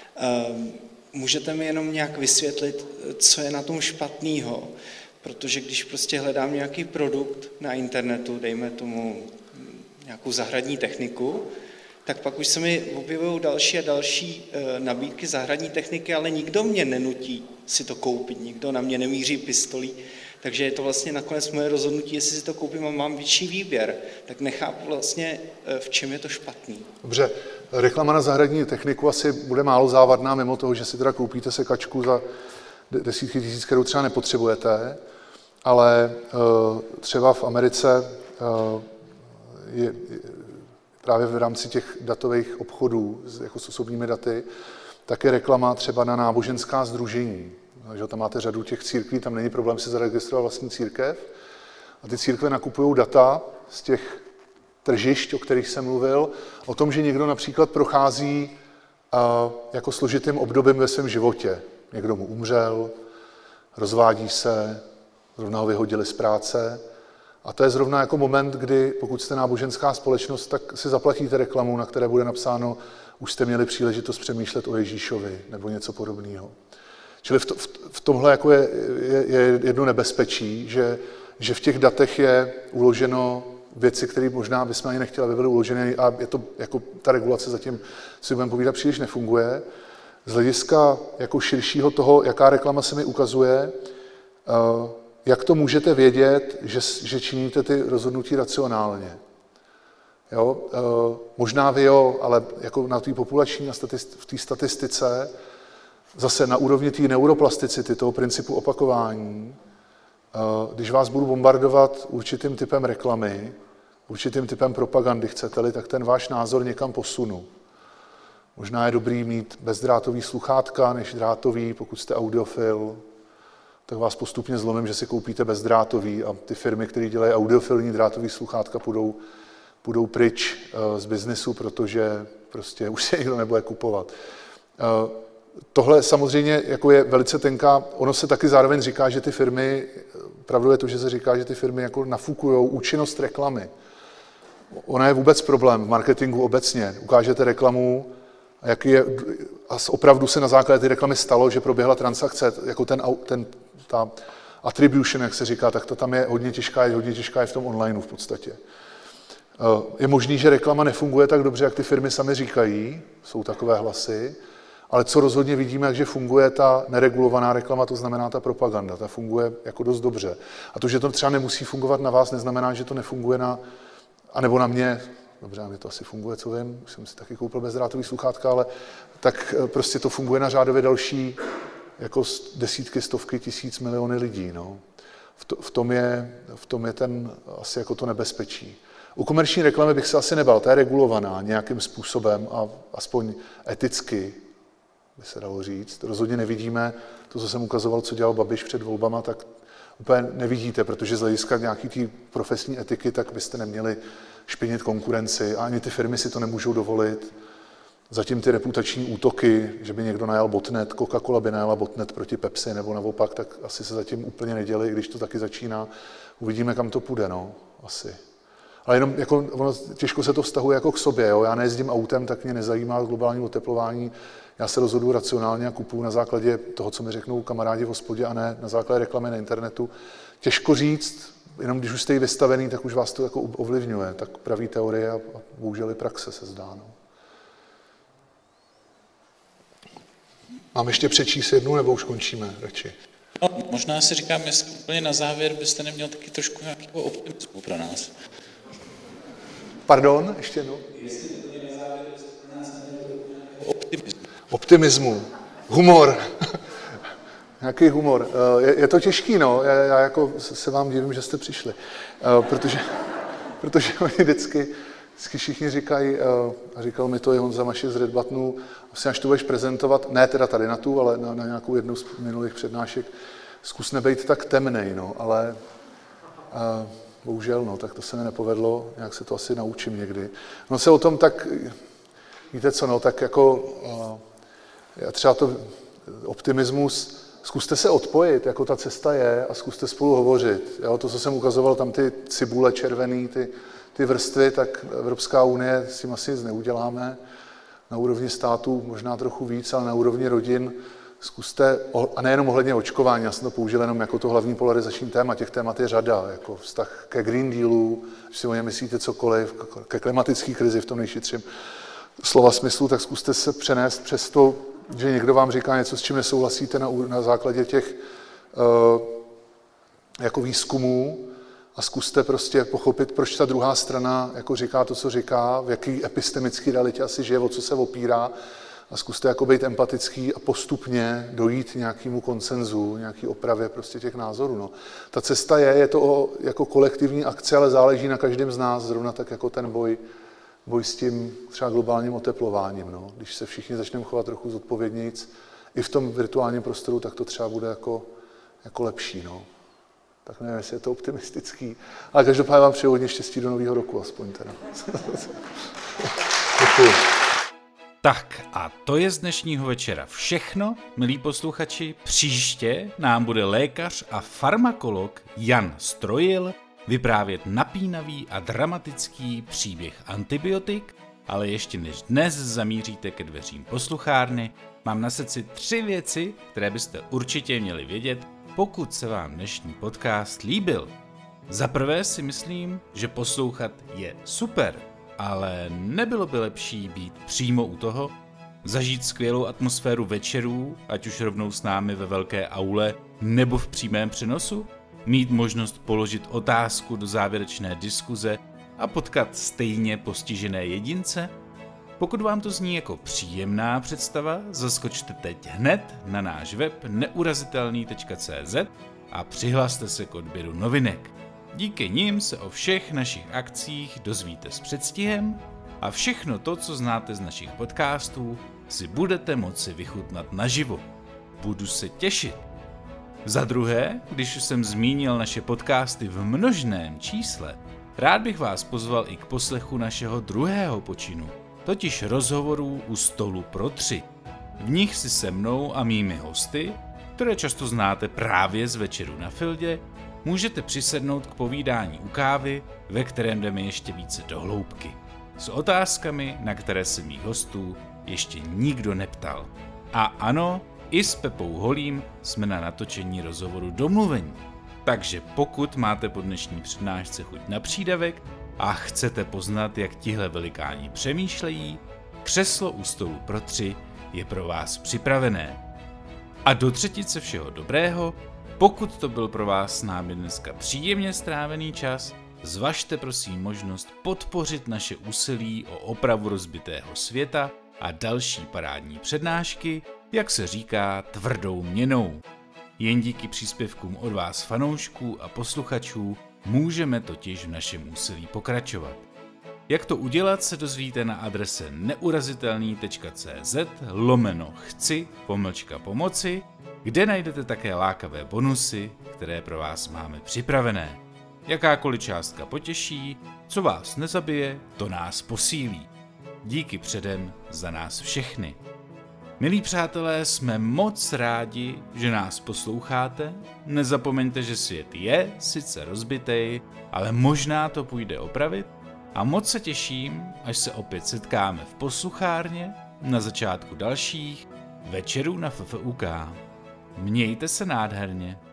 Můžete mi jenom nějak vysvětlit, co je na tom špatného? Protože když prostě hledám nějaký produkt na internetu, dejme tomu nějakou zahradní techniku, tak pak už se mi objevují další a další nabídky zahradní techniky, ale nikdo mě nenutí si to koupit, nikdo na mě nemíří pistolí, takže je to vlastně nakonec moje rozhodnutí, jestli si to koupím a mám větší výběr, tak nechápu vlastně, v čem je to špatný. Dobře, reklama na zahradní techniku asi bude málo závadná, mimo toho, že si teda koupíte sekačku za desítky tisíc, kterou třeba nepotřebujete, ale třeba v Americe je právě v rámci těch datových obchodů jako s osobními daty, tak je reklama třeba na náboženská sdružení. Takže tam máte řadu těch církví, tam není problém si zaregistrovat vlastní církev. A ty církve nakupují data z těch tržišť, o kterých jsem mluvil, o tom, že někdo například prochází jako složitým obdobím ve svém životě. Někdo mu umřel, rozvádí se, zrovna ho vyhodili z práce. A to je zrovna jako moment, kdy pokud jste náboženská společnost, tak si zaplatíte reklamu, na které bude napsáno, už jste měli příležitost přemýšlet o Ježíšovi nebo něco podobného. Čili v tomhle jako je jedno nebezpečí, že v těch datech je uloženo věci, které možná bychom ani nechtěli, aby byly uloženy a je to, jako ta regulace zatím, si budeme povídat, příliš nefunguje. Z hlediska jako širšího toho, jaká reklama se mi ukazuje, jak to můžete vědět, že činíte ty rozhodnutí racionálně? Jo? Možná vy jo, ale jako na té populační a v té statistice, zase na úrovni té neuroplasticity, toho principu opakování, když vás budu bombardovat určitým typem reklamy, určitým typem propagandy, chcete-li, tak ten váš názor někam posunu. Možná je dobrý mít bezdrátový sluchátka než drátový, pokud jste audiofil, tak vás postupně zlomím, že si koupíte bezdrátový a ty firmy, které dělají audiofilní drátový sluchátka, půjdou pryč z biznesu, protože prostě už se nikdo nebude kupovat. Tohle samozřejmě jako je velice tenká, ono se taky zároveň říká, že ty firmy, pravdou je to, že se říká, že ty firmy jako nafukujou účinnost reklamy. ona je vůbec problém v marketingu obecně. Ukážete reklamu, a jaký je, a opravdu se na základě té reklamy stalo, že proběhla transakce, jako ta attribution, jak se říká, tak to tam je hodně těžká je v tom onlineu v podstatě. Je možný, že reklama nefunguje tak dobře, jak ty firmy sami říkají, jsou takové hlasy, ale co rozhodně vidíme, že funguje ta neregulovaná reklama, to znamená ta propaganda, ta funguje jako dost dobře. A to, že to třeba nemusí fungovat na vás, neznamená, že to nefunguje anebo na mě. Dobře, na mě to asi funguje, co vím, už jsem si taky koupil bezdrátový sluchátka, ale tak prostě to funguje na řádově další jako desítky, stovky, tisíc, miliony lidí. No. V tom je ten asi jako to nebezpečí. U komerční reklamy bych se asi nebal, ta je regulovaná nějakým způsobem a aspoň eticky, by se dalo říct. Rozhodně nevidíme to, co jsem ukazoval, co dělal Babiš před volbama, tak úplně nevidíte, protože z hlediska nějaký té profesní etiky, tak byste neměli špinit konkurenci a ani ty firmy si to nemůžou dovolit. Zatím ty reputační útoky, že by někdo najal botnet, Coca-Cola by najala botnet proti Pepsi nebo naopak, tak asi se zatím úplně neděli, když to taky začíná. Uvidíme, kam to půjde, no, asi. Ale jenom jako, ono, těžko se to vztahuje jako k sobě, jo? Já nejezdím autem, tak mě nezajímá globální oteplování. Já se rozhoduji racionálně a kupuju na základě toho, co mi řeknou kamarádi v hospodě a ne na základě reklamy na internetu. Těžko říct, jenom když už jste jí vystavený, tak už vás to jako ovlivňuje. Tak praví teorie a bohužel i praxe se zdá. No. Mám ještě přečíst jednu, nebo už končíme radši? No, možná si říkám, jestli úplně na závěr byste neměl taky trošku nějakého optimismu pro nás. Pardon, ještě jednou? Jestli úplně na závěr byste pro nás neměl nějakého optimismu. Optimismu, humor. Nějaký humor. Je to těžký, no. Já jako se vám divím, že jste přišli. Protože oni vždycky všichni říkají, a říkal mi to i Honza Mašek z Red Buttonu, vlastně až to budeš prezentovat, ne teda tady na tu, ale na nějakou jednu z minulých přednášek, zkus nebejt tak temnej, no, ale bohužel, no, tak to se mi nepovedlo, nějak se to asi naučím někdy. No se o tom tak, víte co, no, tak jako třeba to optimismus, zkuste se odpojit, jako ta cesta je a zkuste spolu hovořit. Jo, to, co jsem ukazoval, tam ty cibule červený, ty vrstvy, tak Evropská unie s tím asi nic neuděláme. Na úrovni států možná trochu víc, ale na úrovni rodin zkuste, a nejenom ohledně očkování, já jsem to použil jenom jako to hlavní polarizační téma, těch témat je řada, jako vztah ke Green Dealu, když si o něm myslíte cokoliv, ke klimatické krizi v tom nejširším slova smyslu, tak zkuste se přenést přes to, že někdo vám říká něco, s čím nesouhlasíte na základě těch jako výzkumů a zkuste prostě pochopit, proč ta druhá strana jako říká to, co říká, v jaký epistemický realitě asi žije, o co se opírá a zkuste jako být empatický a postupně dojít nějakému konsenzu, nějaký opravě prostě těch názorů. No. Ta cesta je to jako kolektivní akce, ale záleží na každém z nás, zrovna tak jako ten boj s tím třeba globálním oteplováním. No. Když se všichni začneme chovat trochu zodpovědnějc i v tom virtuálním prostoru, tak to třeba bude jako lepší. No. Tak nevím, jestli je to optimistický. Ale každopádně vám přeju hodně štěstí do nového roku aspoň teda. Děkuji. Tak a to je z dnešního večera všechno, milí posluchači. Příště nám bude lékař a farmakolog Jan Strojil vyprávět napínavý a dramatický příběh antibiotik, ale ještě než dnes zamíříte ke dveřím posluchárny, mám na srdci 3 věci, které byste určitě měli vědět, pokud se vám dnešní podcast líbil. Za prvé si myslím, že poslouchat je super, ale nebylo by lepší být přímo u toho, zažít skvělou atmosféru večerů, ať už rovnou s námi ve velké aule nebo v přímém přenosu, mít možnost položit otázku do závěrečné diskuze a potkat stejně postižené jedince? Pokud vám to zní jako příjemná představa, zaskočte teď hned na náš web neurazitelný.cz a přihlaste se k odběru novinek. Díky nim se o všech našich akcích dozvíte s předstihem a všechno to, co znáte z našich podcastů, si budete moci vychutnat naživo. Budu se těšit. Za druhé, když už jsem zmínil naše podcasty v množném čísle, rád bych vás pozval i k poslechu našeho druhého počinu, totiž rozhovorů u stolu pro 3. V nich si se mnou a mými hosty, které často znáte právě z Večerů na Fildě, můžete přisednout k povídání u kávy, ve kterém jdeme ještě více do hloubky. S otázkami, na které se mých hostů ještě nikdo neptal. A ano, i s Pepou Holým jsme na natočení rozhovoru domluveni. Takže pokud máte po dnešní přednášce chuť na přídavek a chcete poznat, jak tihle velikáni přemýšlejí, křeslo u stolu pro 3 je pro vás připravené. A do třetice všeho dobrého, pokud to byl pro vás s námi dneska příjemně strávený čas, zvažte prosím možnost podpořit naše úsilí o opravu rozbitého světa a další parádní přednášky, jak se říká, tvrdou měnou. Jen díky příspěvkům od vás fanoušků a posluchačů můžeme totiž v našem úsilí pokračovat. Jak to udělat, se dozvíte na adrese neurazitelný.cz/chci-pomoci, kde najdete také lákavé bonusy, které pro vás máme připravené. Jakákoliv částka potěší, co vás nezabije, to nás posílí. Díky předem za nás všechny. Milí přátelé, jsme moc rádi, že nás posloucháte. Nezapomeňte, že svět je sice rozbitej, ale možná to půjde opravit. A moc se těším, až se opět setkáme v posluchárně na začátku dalších večerů na FFUK. Mějte se nádherně.